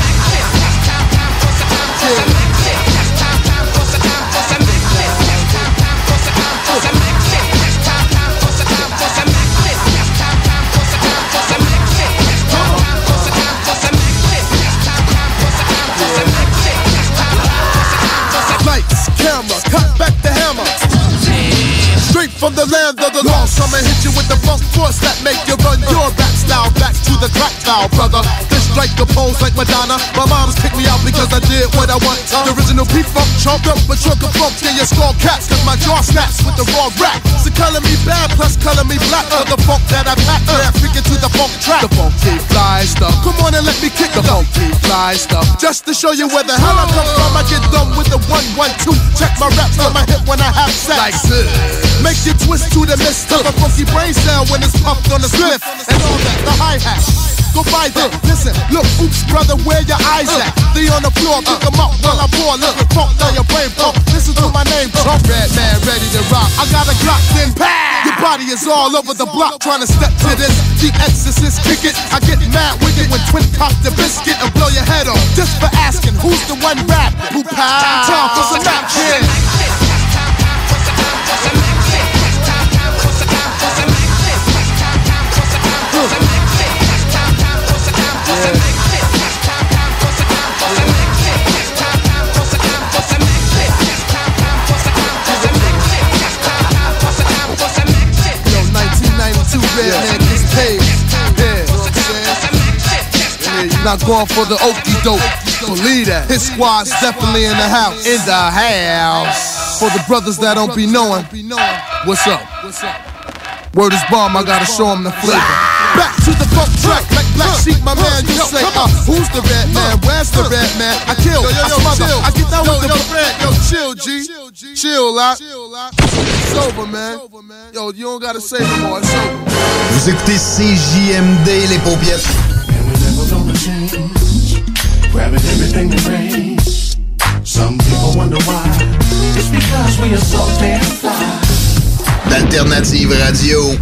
Lights, camera, cut back the hammer. Straight from the land of the lost, I'ma hit you with the funk force that make you run your rap style back to the crack style, brother. This strike the pose like Madonna. My mom's kicked me out because I did what I want. The original P-Funk chump up a trunk of funk in your skull caps, cause my jaw snaps with the raw rap. So color me bad, plus color me black for the funk that I pack. Yeah, freaking to the funk track. The funky fly stuff. Come on and let me kick the funky fly stuff. Just to show you where the hell I come from, I get done with the one, one, two. Check my raps on my hip when I have sex. Like this. Make you twist to the mist of a funky brain cell when it's pumped on the spliff. And all that, the hi-hat. Go by that, listen, look, oops, brother, where your eyes at? They on the floor, pick them up while I pour a little funk down your brain pump. Listen to my name, Trump. Red man, ready to rock. I got a Glock, then pow! Your body is all over the block trying to step to this. The Exorcist, kick it. I get mad with it when twin cock the biscuit and blow your head off. Just for asking, who's the one rap? Who pow? Time for some action. Redman gets paid. Yeah, you know what I'm saying? Yeah, you're not going for the okie doke. Believe that. His squad's definitely in the house. In the house. For the brothers that don't be knowing, what's up? Word is bomb, I gotta show them the flavor. Back to the funk track, like Black Sheep, my man. You say, uh, who's the red man? Where's the red man? I kill, I smother, I get down with the red. Yo, chill, G. Chill, lot. It's over, man. Yo, you don't gotta say no more. It's over. Vous écoutez C J M D, les paupiètes. Grabbing everything that rains. Some people wonder why. It's because we are so damn fly. D'Alternative Radio.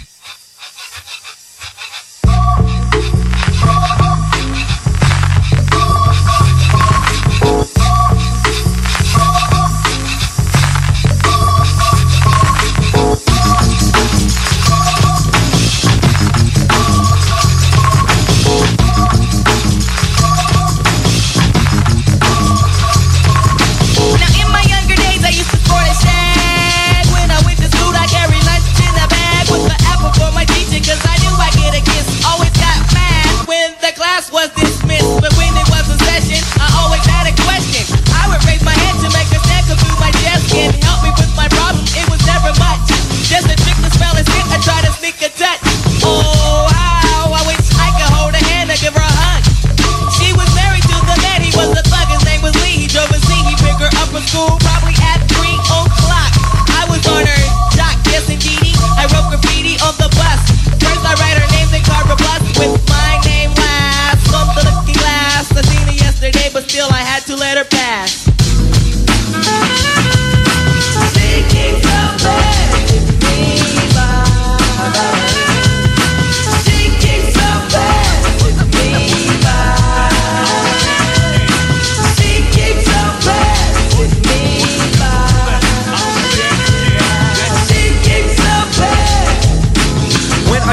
Now in my younger days I used to sport a shag. When I went to school I carried lunch in a bag with the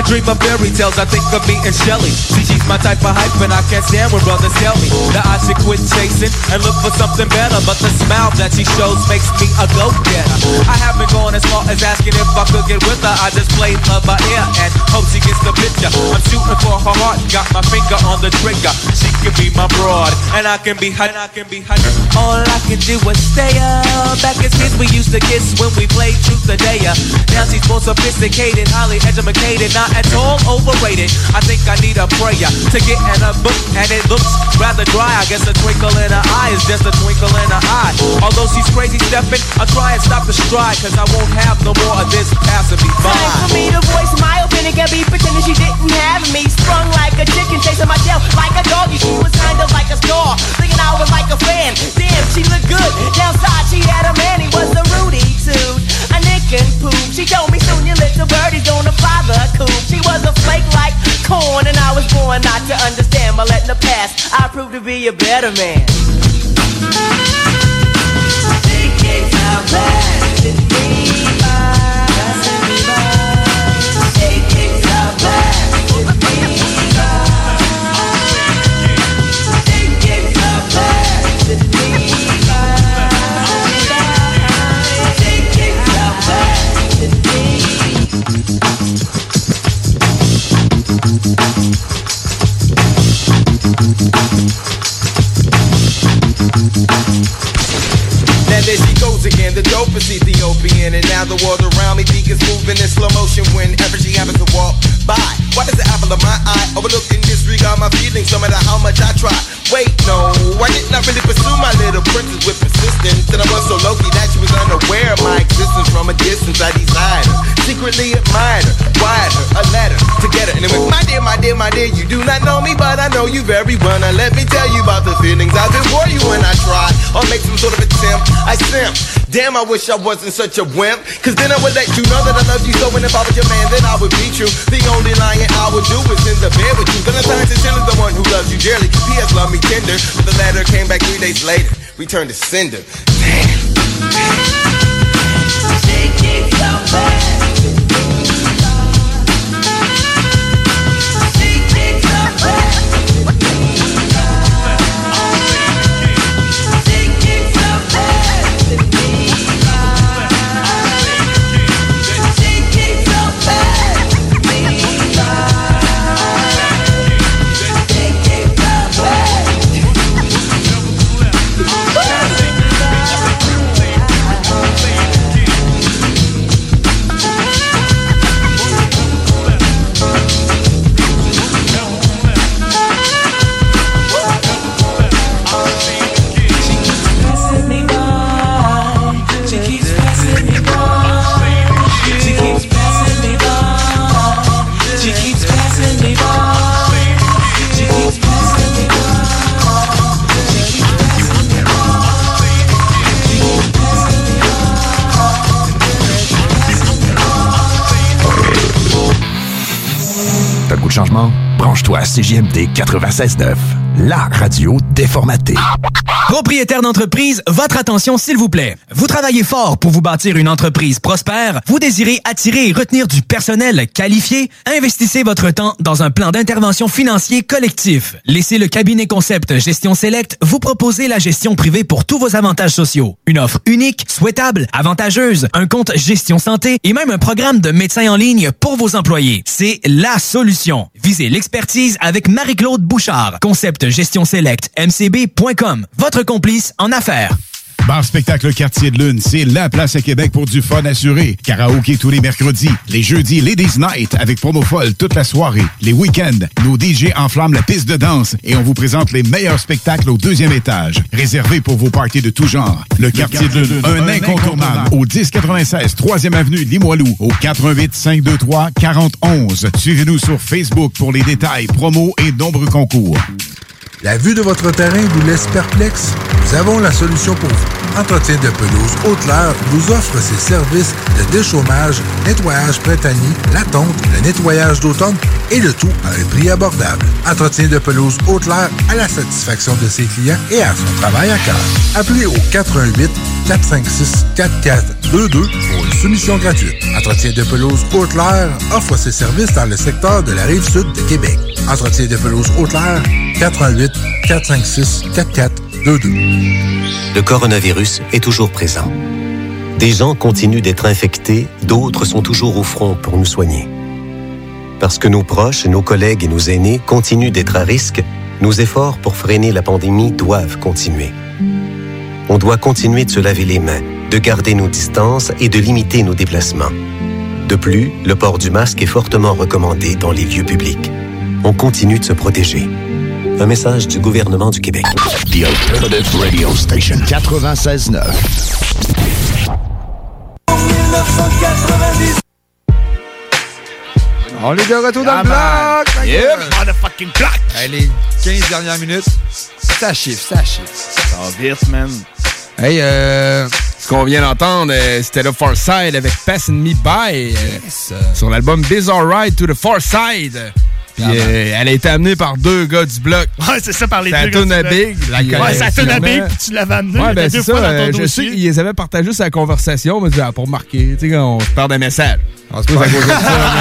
I dream of fairy tales, I think of me and Shelly. See, she's my type of hype and I can't stand when brothers tell me that I should quit chasing and look for something better. But the smile that she shows makes me a go-getter. I haven't gone as far as asking if I could get with her. I just play love by ear and hope she gets the picture. I'm shooting for her heart, got my finger on the trigger. She can be my broad, and I can be hot, and I can be hot. All I can do is stay up. Back as kids we used to kiss when we played truth or dare. Now she's more sophisticated, highly educated, not at all overrated. I think I need a prayer to get in a book, and it looks rather dry. I guess a twinkle in her eye is just a twinkle in her eye. Although she's crazy stepping, I'll try and stop the stride, cause I won't have no more of this passing me by. Time for me to voice my opinion, can't be pretending she didn't have me. Sprung like a chicken, chasing my tail like a doggy. She was kind of like a star, thinking I was like a fan. Damn, she looked good. Downside, she had a man, he was a Rudy too. A Nick and Poop. She told me soon your little birdie's gonna fly the coop. She was a flake like corn, and I was born not to understand. But letting the past, I proved to be a better man. Take it out back to me, passing me by. Take it out back to me, take it out back to me, take it out back to me. Now there she goes again, the dopest Ethiopian. And now the world around me begins moving in slow motion whenever she happens to walk by. Why does the apple of my eye overlook and disregard my feelings no matter how much I try? Wait, no, I did not really pursue my little princess with persistence. And I was so low-key that she was unaware of my existence. From a distance I desired her, secretly admired her, wired her a letter to get her. And it went, my dear, my dear, my dear, you do not know me, but I know you very well. Now let me tell you about the feelings I've been for you when I try or make some sort of attempt. I simp. Damn, I wish I wasn't such a wimp, cause then I would let you know that I love you so. And if I was your man, then I would be true. The only lying I would do is in the bed with you. Valentine's is still the one who loves you dearly. P S love me tender, but the letter came back three days later. Returned to sender. Damn. Take it out back. Take it out back. T'as le goût de changement? Branche-toi à C J M D quatre-vingt-seize neuf, la radio déformatée. Propriétaire d'entreprise, votre attention s'il vous plaît. Vous travaillez fort pour vous bâtir une entreprise prospère, vous désirez attirer et retenir du personnel qualifié, investissez votre temps dans un plan d'intervention financier collectif. Laissez le cabinet concept Gestion Select vous proposer la gestion privée pour tous vos avantages sociaux. Une offre unique, souhaitable, avantageuse, un compte gestion santé et même un programme de médecin en ligne pour vos employés. C'est la solution. Visez l'expertise avec Marie-Claude Bouchard. Concept Gestion Select, m c b point com. Votre complice en affaires. Bar Spectacle Quartier de Lune, c'est la place à Québec pour du fun assuré. Karaoké tous les mercredis. Les jeudis, Ladies Night avec promo folle toute la soirée. Les week-ends, nos D J enflamment la piste de danse et on vous présente les meilleurs spectacles au deuxième étage. Réservé pour vos parties de tout genre. Le, Le Quartier de Lune, un, un incontournable. Au dix quatre-vingt-seize, troisième avenue Limoilou, au quatre un huit, cinq deux trois, quatre zéro un un. Suivez-nous sur Facebook pour les détails, promos et nombreux concours. La vue de votre terrain vous laisse perplexe? Nous avons la solution pour vous. Entretien de pelouse Haute-Lair vous offre ses services de déchômage, nettoyage printanier, la tonte, le nettoyage d'automne et le tout à un prix abordable. Entretien de pelouse Haute-Lair à la satisfaction de ses clients et à son travail à cœur. Appelez au quatre un huit, quatre cinq six, quatre quatre deux deux pour une soumission gratuite. Entretien de pelouse Haute-Lair offre ses services dans le secteur de la Rive-Sud de Québec. Entretien de pelouse Haute-Lair, quatre un huit, quatre cinq six, quatre quatre deux deux. Le coronavirus est toujours présent. Des gens continuent d'être infectés, d'autres sont toujours au front pour nous soigner. Parce que nos proches, nos collègues et nos aînés continuent d'être à risque, nos efforts pour freiner la pandémie doivent continuer. On doit continuer de se laver les mains, de garder nos distances et de limiter nos déplacements. De plus, le port du masque est fortement recommandé dans les lieux publics. On continue de se protéger. Un message du gouvernement du Québec. The Alternative Radio Station quatre-vingt-seize neuf. On est de retour dans Yeah, le bloc! Yep! Motherfucking block! Hey, les quinze dernières minutes, ça chiffre, ça chiffre. Ça va vite, man. Hey, euh, ce qu'on vient d'entendre, euh, c'était le Far Side avec Passing Me By, euh, yes. sur l'album Bizarre Ride to the Far Side. Puis euh, elle a été amenée par deux gars du bloc. Ouais, c'est ça, par les ça deux tourne gars à du Big. bloc. Puis, Ouais, euh, ça tourne à finalement- Big, puis tu l'avais amené Ouais, ben deux c'est fois ça. dans ton euh, je dossier. sais qu'ils les avaient partagé sur la conversation, mais je disais, ah, pour marquer, tu sais, quand on se perd des messages. Ah, c'est pas à cause de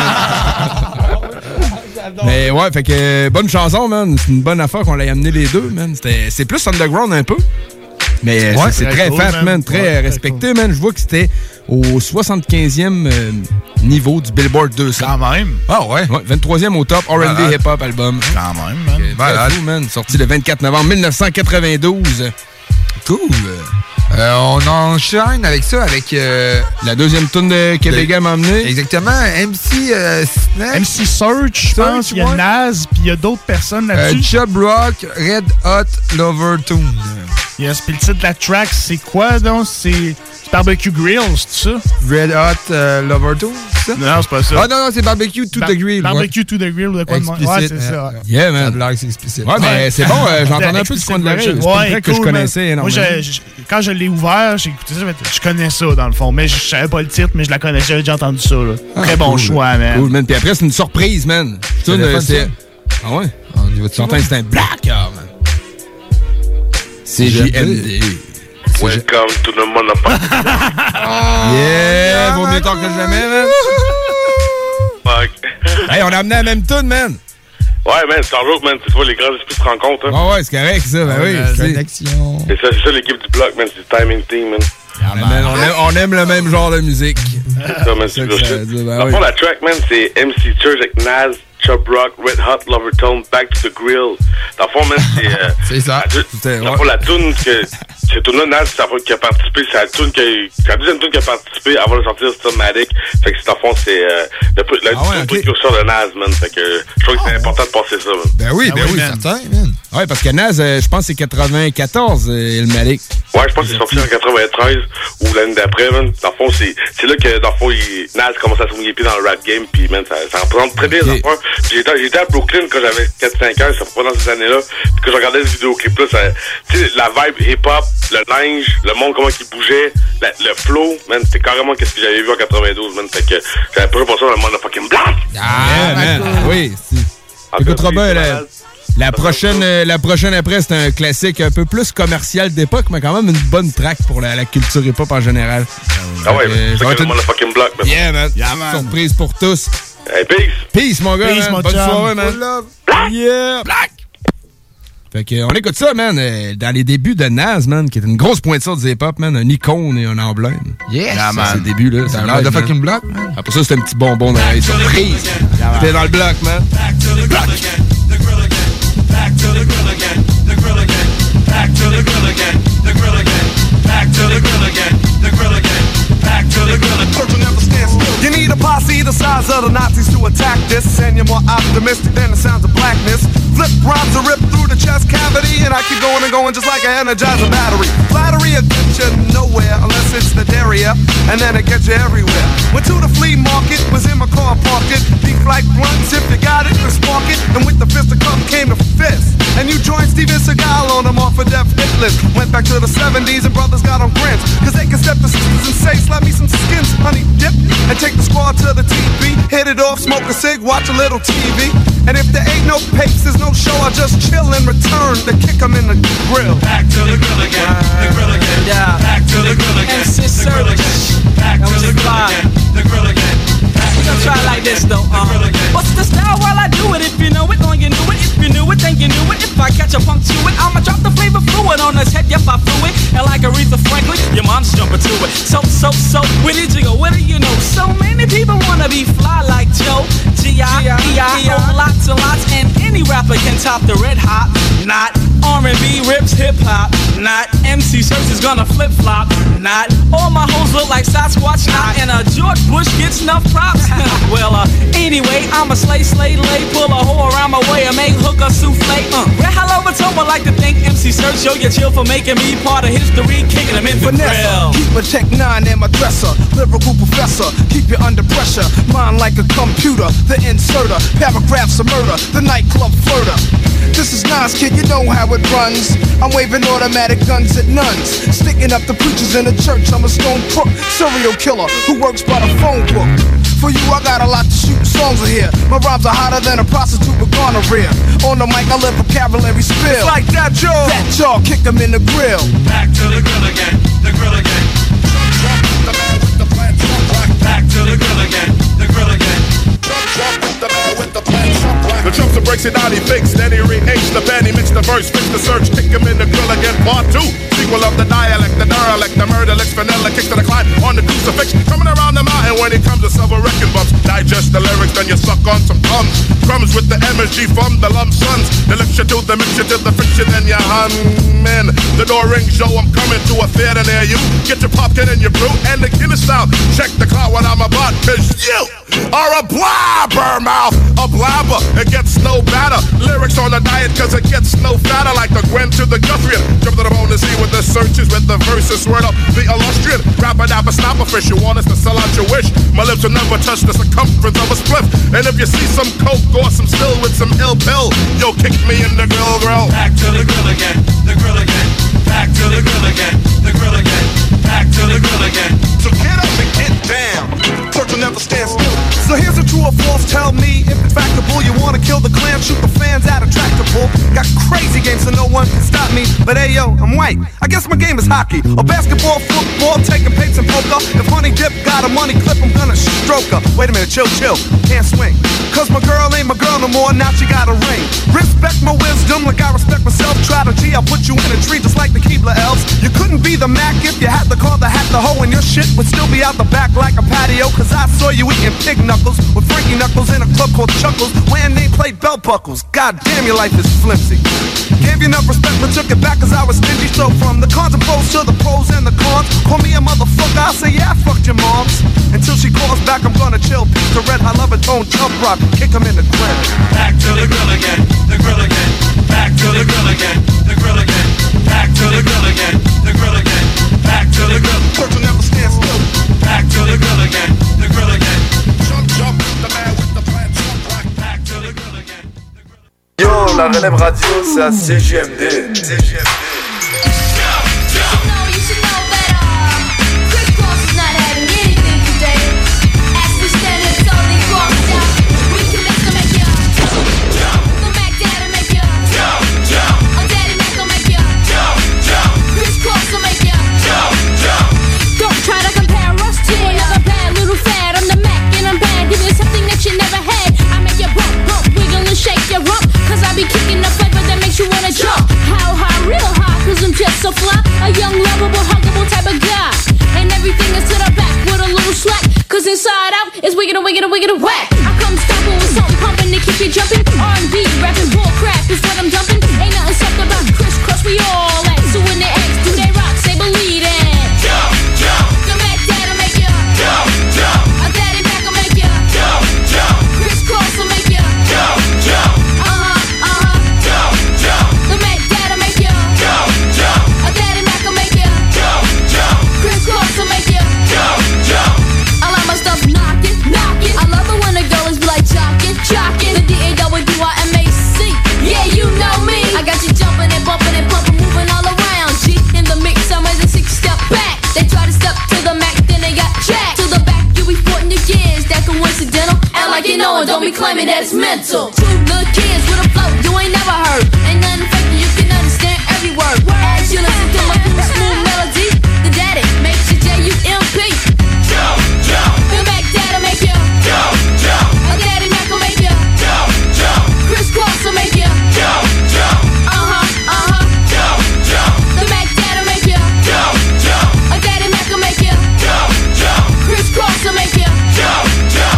ça, Mais ouais, fait que euh, bonne chanson, man. C'est une bonne affaire qu'on l'ait amené les deux, man. C'était- C'est plus underground un peu. Mais euh, Ouais, c'est- c'est très très cool, fat, man. man. Très Ouais, euh, très respecté, man. Je vois que c'était au soixante-quinzième euh, niveau du Billboard deux cents. Quand même. Ah ouais? Ouais, vingt-troisième au top, R and B Malade. hip-hop album. Quand même, man. Très Malade. fou, man. Sorti le vingt-quatre novembre mille neuf cent quatre-vingt-douze. Cool. Euh, on enchaîne avec ça, avec... euh, La deuxième tune de Québec m'a amené. Exactement. M C euh, Snap. M C Search, je pense. Il y a ouais. Naz, puis il y a d'autres personnes Euh, là-dessus. Chub Rock, Red Hot Lover Tune. Yes, puis le titre de la track, c'est quoi, donc? C'est c'est Barbecue Grill, c'est ça? Red Hot euh, Lover Tune, c'est ça? Non, c'est pas ça. Ah non, non, c'est Barbecue to Bar- the Grill. Barbecue to the Grill, ou de quoi de même. Ouais, c'est ça. ouais. Yeah, La man. blague, c'est explicite. Ouais, mais c'est bon, euh, j'entendais un peu du Explicit coin de l'oreille. C'est version. pas une Ouais, track que je cool, connaissais man. Moi, énormément. je- je- quand je l'ai ouvert, j'ai écouté ça, j'ai fait, je connais ça dans le fond, mais je savais pas le titre, mais je la connaissais, j'avais déjà entendu ça. Là. Ah, Très bon cool. choix, man. Cool, man. Puis après, c'est une surprise, man. C'est Tune, le euh, fun, c'est. ça. Ah ouais? On y va dessus. J'entends que c'est un blackout, man. C J M D. Welcome to the motherfucking Yeah! Vaut mieux tard que jamais, man. fuck. Hey, on a amené la même tune, man. Ouais, man, c'est en joke, man. C'est ça, les grands esprits se rencontrent. Hein. Ah ouais, c'est correct, ça. Ben oui. c'est- Connexion. C'est ça, c'est ça l'équipe du bloc, man. C'est le timing team, man. Ah, man, on, aime, on aime le même genre de musique. C'est ça, man. C'est ça ça. que ça veut dire, ben Dans le oui. fond, la track, man, c'est M C Church avec Naz, Chub Rock, Red Hot, Lovertone, Back to the Grill. Dans le fond, man, c'est... Euh, C'est ça. la deux- C'était- Dans le ouais. fond, la tune que... Cette tune-là, Naz, c'est la fois qui a participé. C'est la tune qui... C'est la deuxième tune qui a participé avant de sortir Stomatic. Fait que c'est, dans le fond, c'est... Euh, le, la Ah ouais, le ok. précurseur de Naz, man. Fait que je trouve que c'est important de passer ça, man. Ben oui, Ah ben oui, oui, man. certain, man. Ouais, parce que Naz, euh, je pense que c'est quatre-vingt-quatorze, euh, El Malik. Ouais, je pense que c'est sorti en quatre-vingt-treize ou l'année d'après, man. Dans le fond, c'est, c'est là que, dans le fond, il, Naz commence à se mouiller les pieds dans le rap game, puis, man, ça, ça représente très bien Ok. les affaires. Puis J'étais, j'étais à Brooklyn quand j'avais quatre cinq ans, ça fait pas dans ces années-là. Puis quand je regardais ce vidéoclip-là, ça, tu sais, la vibe hip-hop, le linge, le monde, comment il bougeait, la, le flow, man, c'était carrément qu'est-ce que j'avais vu en quatre-vingt-douze, man. Fait que j'avais pas pour ça dans le motherfucking black. Ah, man. Oui. En T'écouteras tout cas, bien, c'est la, malade. la prochaine euh, la prochaine après, c'est un classique un peu plus commercial d'époque, mais quand même une bonne track pour la, la culture hip-hop en général. Ah ouais, Fait que, man, ça c'est va que être le une- motherfucking block, man. Yeah, man. Yeah, man. Surprise pour tous. Hey, peace! Peace, mon gars. Peace, man. mon Bonne chum. soirée, man. Yeah. Black. Fait que, on écoute ça, man, euh, dans les débuts de Naz, man, qui est une grosse pointure du hip-hop, man, un icône et un emblème. Yes. Yeah, man. C'est le début, là. C'est C'est l'heure de live, man. fucking block, man. Après ça, c'était un petit bonbon dans la surprise. T'es dans le bloc, man. Bloc. You need a posse the size of the Nazis to attack this, and you're more optimistic than the sounds of blackness. Flip rhymes are ripped through the chest cavity, and I keep going and going just like an energizer battery. Flattery will get you nowhere unless it's the derriere, and then it gets you everywhere. Went to the flea market, was in my car parked it. Deep like blunts, if you got it, then spark it. And with the fist of come came the fist. And you joined Steven Seagal on them off a death hit list. Went back to the seventies and brothers got on grins, cause they can step the sixties and say, slap me some skins, honey dip, and take the squad to the T V. Hit hit it off, smoke a cig, watch a little T V. And if there ain't no papes, there's no show, I just chill and return to kick 'em in the grill. Back to the grill again, the grill again. Yeah. Back to the grill again, the grill again. Back to the grill again, the grill again. We gon' try it like this though. Um, what's the style while I do it? If you know it, then you knew it. If you knew it, then you knew it. If I catch a punk to it, I'ma drop the flavor fluid on his head. Yep, I flew it. And like Aretha Franklin, your mom's jumping to it. So, so, so, where did you go? Where do you know? So many people wanna be fly like Joe. G I E I O, lots and lots. And any rapper can top the red hot. Not R and B rips hip hop. Not M C Search is gonna flip flop. Not all my hoes look like Sasquatch. Not and a George Bush gets enough props. Well, uh, anyway, I'm a slay, slay, lay. Pull a hoe around my way and make hookah souffle. Uh, Red Hollow Matoma like to thank M C Search. Yo, you chill for making me part of history. Kicking them in the grill. Keep a Tech nine in my dresser. Lyrical professor. Keep you under pressure. Mind like a computer. The inserter. Paragraphs of murder. The nightclub flirter. This is Nas, kid, you know how it runs. I'm waving automatic guns at nuns. Sticking up the preachers in the church. I'm a stone crook, serial killer who works by the phone book. For you, I got a lot to shoot songs in here. My rhymes are hotter than a prostitute with gonorrhea. On the mic, I let vocabulary spill. Like that, y'all. That y'all, kick 'em in the grill. Back to the grill again, the grill again. The man with the plan, back to the grill again, the grill again. The man with the plan, the Trumpster breaks it down, he thinks, then he re-H the pen, he mixed the verse, fix the search, kick him in the grill again, part two. Sequel of the dialect, the derelict, the murder licks, vanilla kicks to the climb on the crucifix, coming around the mountain when he comes to several wrecking bumps. Digest the lyrics, then you suck on some crumbs. Crumbs with the M S G from the lump sons. The lecture to the mixture to the fiction, then you hum in. The door rings, yo, I'm coming to a theater near you. Get your popcorn and your brew and the Guinness out. Check the clock when I'm about, cause you are a blabber mouth, a blabber. It gets no better. Lyrics on a diet cause it gets no fatter. Like the Gwen to the Guthrie. Jump to the bone to see what the search is with the verses. Word up the illustrious rapper dapper snapper fish. You want us to sell out your wish. My lips will never touch the circumference of a spliff. And if you see some coke or some still with some ill pill, yo, kick me in the grill grill. Back to the grill again, the grill again. Back to the grill again, the grill again. Back to the grill again. So get up and get down. Church will never stand still. So here's a true or false. Tell me if it's factable. You wanna kill the clan, shoot the fans out of tractable. Got crazy games so no one can stop me. But hey yo, I'm white. I guess my game is hockey or basketball, football, taking paints and poker. If Honey Dip got a money clip, I'm gonna stroke her. Wait a minute, chill, chill. Can't swing. Cause my girl ain't my girl no more. Now she got a ring. Respect my wisdom like I respect myself. Try to G, I'll put you in a tree just like the Keebler elves. You couldn't be the Mac if you had to call the hat the hoe, and your shit would still be out the back like a patio. Cause I saw you eating pig knuckles with Frankie Knuckles in a club called Chuckles, wearing nameplate belt buckles. God damn, your life is flimsy. Gave you enough respect but took it back cause I was stingy. So from the cons and pros to the pros and the cons, call me a motherfucker, I say yeah, I fucked your moms. Until she calls back, I'm gonna chill. Piece the red high love and tone jump rock, kick him in the grill. Back to the grill again, the grill again. Back to the grill again, the grill again. Back to the grill again, the grill again. Back to the grill. Church will never stand still. Back to the grill again, the grill again. Jump, jump, the man with the plan, jump rock. Back to the grill again. Yo, la relève radio, c'est à C J M D. C J M D. Shake your rump, cause I be kicking the flavor that makes you wanna jump. How high, real high, cause I'm just so fly. A young, lovable, huggable type of guy. And everything is to the back with a little slack. Cause inside out is wicked and wicked and wicked and whack. I come stopping with something pumping to keep you jumping. R and B, rapping bull crap is what I'm dumping. Ain't nothing soft about crisscross, we all at. So when they ask, do they rock, say believe it. Jump, jump. Come back, dad'll make you jump, jump. A daddy back will make you jump, jump. Crisscross will make you jump, jump. Uh-huh, uh-huh. Jump, jump. The Mac dad'll make you jump, jump. A daddy Mac will make you jump, jump. Crisscross will make you jump, jump. I like my stuff knockin', knockin'. I love it when the girls be like jockin', jockin'. The D A double D claiming that it's mental. Two little kids with a flow you ain't never heard. Ain't nothing fake, you can understand every word. As you listen to my cool smooth melody, the daddy makes you J U M P. Jump, jump. The Mac Dad'll make you jump, jump. A Daddy Mac will make you jump, jump. Chris Cross will make you jump, jump. Uh-huh, uh-huh. Jump, jump. The Mac Dad'll make you jump, jump. A Daddy Mac will make you jump, jump. Chris Cross will make you jump, jump.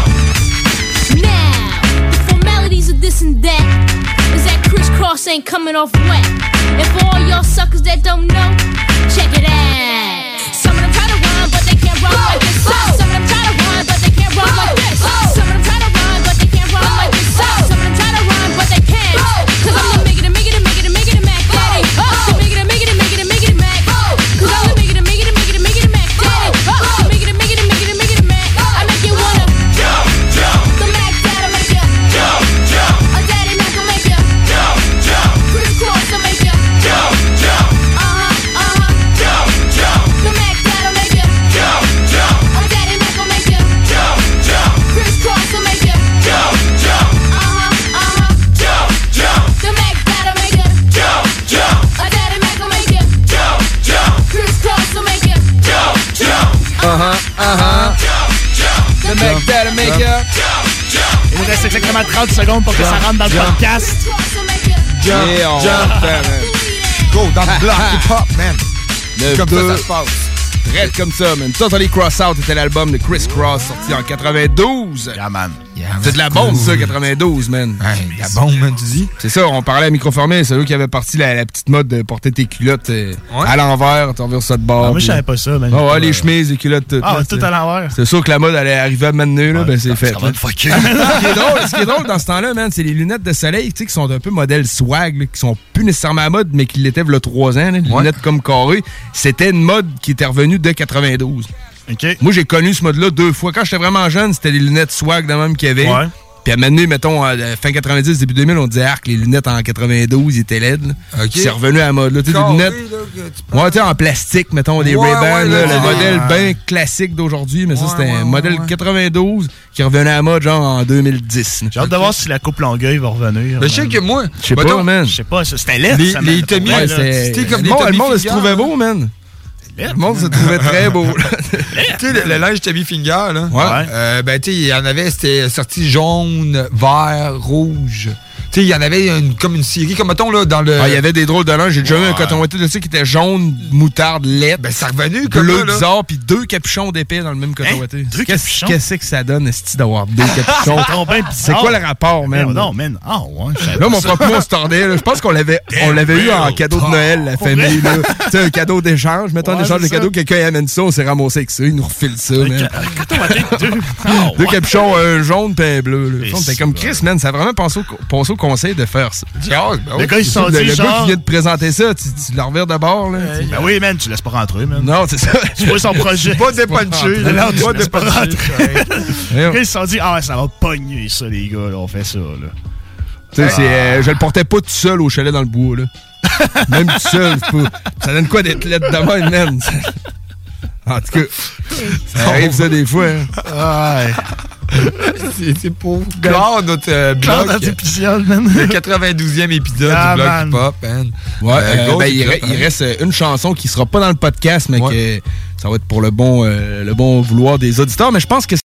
Now, the formalities of this and that is that Chris Cross ain't coming off wet. And for all y'all suckers that don't know, check it out. Some of them try to rhyme, but they can't rhyme like this. Some of them try to rhyme, but they can't rhyme like this. Some of them try to rhyme, but they can't rhyme like this. Some of them try to rhyme, but they can't. Cause I'm the make it, make it, make it, make it, Mac Daddy. So make it, make it, make it, make it, Mac. Cause I'm the make it, make it, make it, make it, Mac Daddy. So make it, make it, make it, make it, Mac. I make you wanna jump, jump. The Mac Dad'll make you jump, jump. A Daddy Mac will make you jump, jump. Chris Cross will make you jump, jump. Uh-huh, uh-huh. Jump, jump. The Mac Dad'll make you jump, jump. A Daddy Mac will make you jump, jump. Chris Cross will make you jump, jump. Uh-huh, uh-huh. Jump, jump. The Mac Dad'll make you jump, jump. A Daddy Mac will make you jump, jump. Chris Cross will make you jump, jump. Uh-huh, uh-huh. The Mac Dad'll make you Il nous reste exactement trente secondes pour que ça rentre dans le Jump. podcast. Jump, Yeah, on jump, va. man. Go dans le bloc hip-hop, man. neuf Comme ça, deux. ça se passe. Red comme ça, man. Totally Cross Out était l'album de Chris Cross, sorti en quatre-vingt-douze. Yeah, man. C'est de la bombe, ça, quatre-vingt-douze, man. Hey, la bombe, man, tu dis? C'est ça, on parlait à microformé, c'est eux qui avaient parti la, la petite mode de porter tes culottes euh, Ouais. à l'envers, t'en ça de bord. Ah, moi, je puis- savais pas ça, man. Ah ouais, les chemises, les culottes, tout. Ah, là, tout c'est- à l'envers. C'est sûr que la mode allait arriver à maintenant, là, ben c'est fait. ça va là. te fucker. ce, qui est drôle, ce qui est drôle dans ce temps-là, man, c'est les lunettes de soleil, tu sais, qui sont un peu modèle swag, là, qui sont plus nécessairement à mode, mais qui l'étaient il y a trois ans, là, les lunettes comme carrées. C'était une mode qui était revenue de quatre-vingt-douze. Moi, j'ai connu ce mode-là deux fois. Quand j'étais vraiment jeune, c'était des lunettes swag de même qu'il y avait. Ouais. Puis à maintenant, mettons, à la fin quatre-vingt-dix, début deux mille, on disait arc, les lunettes en quatre-vingt-douze, ils étaient laides. là. Ok. C'est revenu à la mode. Là. Tu sais, des Carré, lunettes. là, que tu parles. Ouais, tu sais, en plastique, mettons, des Ouais, Ray-Ban, ouais, là, là, le ouais, modèle ouais. bien classique d'aujourd'hui, mais ça, Ouais, c'était ouais, un modèle ouais. quatre-vingt-douze qui revenait à la mode, genre, en deux mille dix. là. J'ai hâte de voir si la coupe Longueuil va revenir. Mais je sais que moi, Je sais pas, mettons, man. Je sais pas, ça, c'était laid, Les- ça, les man. Tommy, Ouais, Ouais, là, c'est- c'était comme le des monde, le Tommy monde se Finger, trouvait là. beau, man. Le monde se trouvait très beau. là. tu sais, le, le linge Tommy Finger, là. Ouais. Euh, ben, tu sais, il y en avait, c'était sorti jaune, vert, rouge. Tu sais, il y en avait une, comme une série, comme mettons, là, dans le. Ah, il y avait des drôles de linge. J'ai déjà vu un Ouais. coton ouaté de ça qui était jaune, moutarde, lait. Ben, c'est revenu comme bleu ça, là. bizarre, puis deux capuchons d'épée dans le même coton Hein? ouaté. Deux Qu'est-ce capuchons? qu'est-ce que ça donne, esti, d'avoir deux capuchons? C'est trop bien bizarre. C'est quoi le rapport, man? Non, man. Ah, ouais. je savais Là, pas mon ça. propre moi, on se tordait. là. Je pense qu'on l'avait, on l'avait eu en cadeau de Noël, la Pour famille. là. Tu sais, un cadeau d'échange. Mettons, Ouais, un échange de c'est ça. cadeaux, quelqu'un il amène ça, on s'est ramassé avec ça, il nous refile ça, man. Coton ouaté, deux. Ah, Deux ouais. capuchons, un jaune et un bleu. Là. Et On était c'est comme bon. Chris, man, ça a vraiment pensé au, pensé au conseil de faire ça. J'ai hâte, ben oui. Les gars, ils se sont Le, dit, le gars genre... qui vient de présenter ça, tu, tu le revires de bord, là. tu sais. Ben oui, man, tu laisses pas rentrer, man. Non, c'est ça. Tu vois son projet. Pas dépunché, Non, là. non, tu Pas laisses pas dépunché. rentrer. Les Voyons. gars, ils se sont dit, ah, ouais, ça va pogner, ça, les gars, là, on fait ça, là. Tu sais, c'est, euh, je le portais pas tout seul au chalet dans le bois, là. Même tout seul, c'est pas- ça donne quoi d'être lettre de même, man? En tout cas, ça arrive ça des fois. Hein. Ouais. C'est c'est pour clore notre euh, Claude, blog. dans épisode, man. Le quatre-vingt-douzième épisode Ah, du blog man. hip-hop, man. Ouais, Euh, euh, go, ben, c'est il, top, re- il hein. reste euh, une chanson qui sera pas dans le podcast, mais Ouais. que ça va être pour le bon, euh, le bon vouloir des auditeurs. Mais je pense que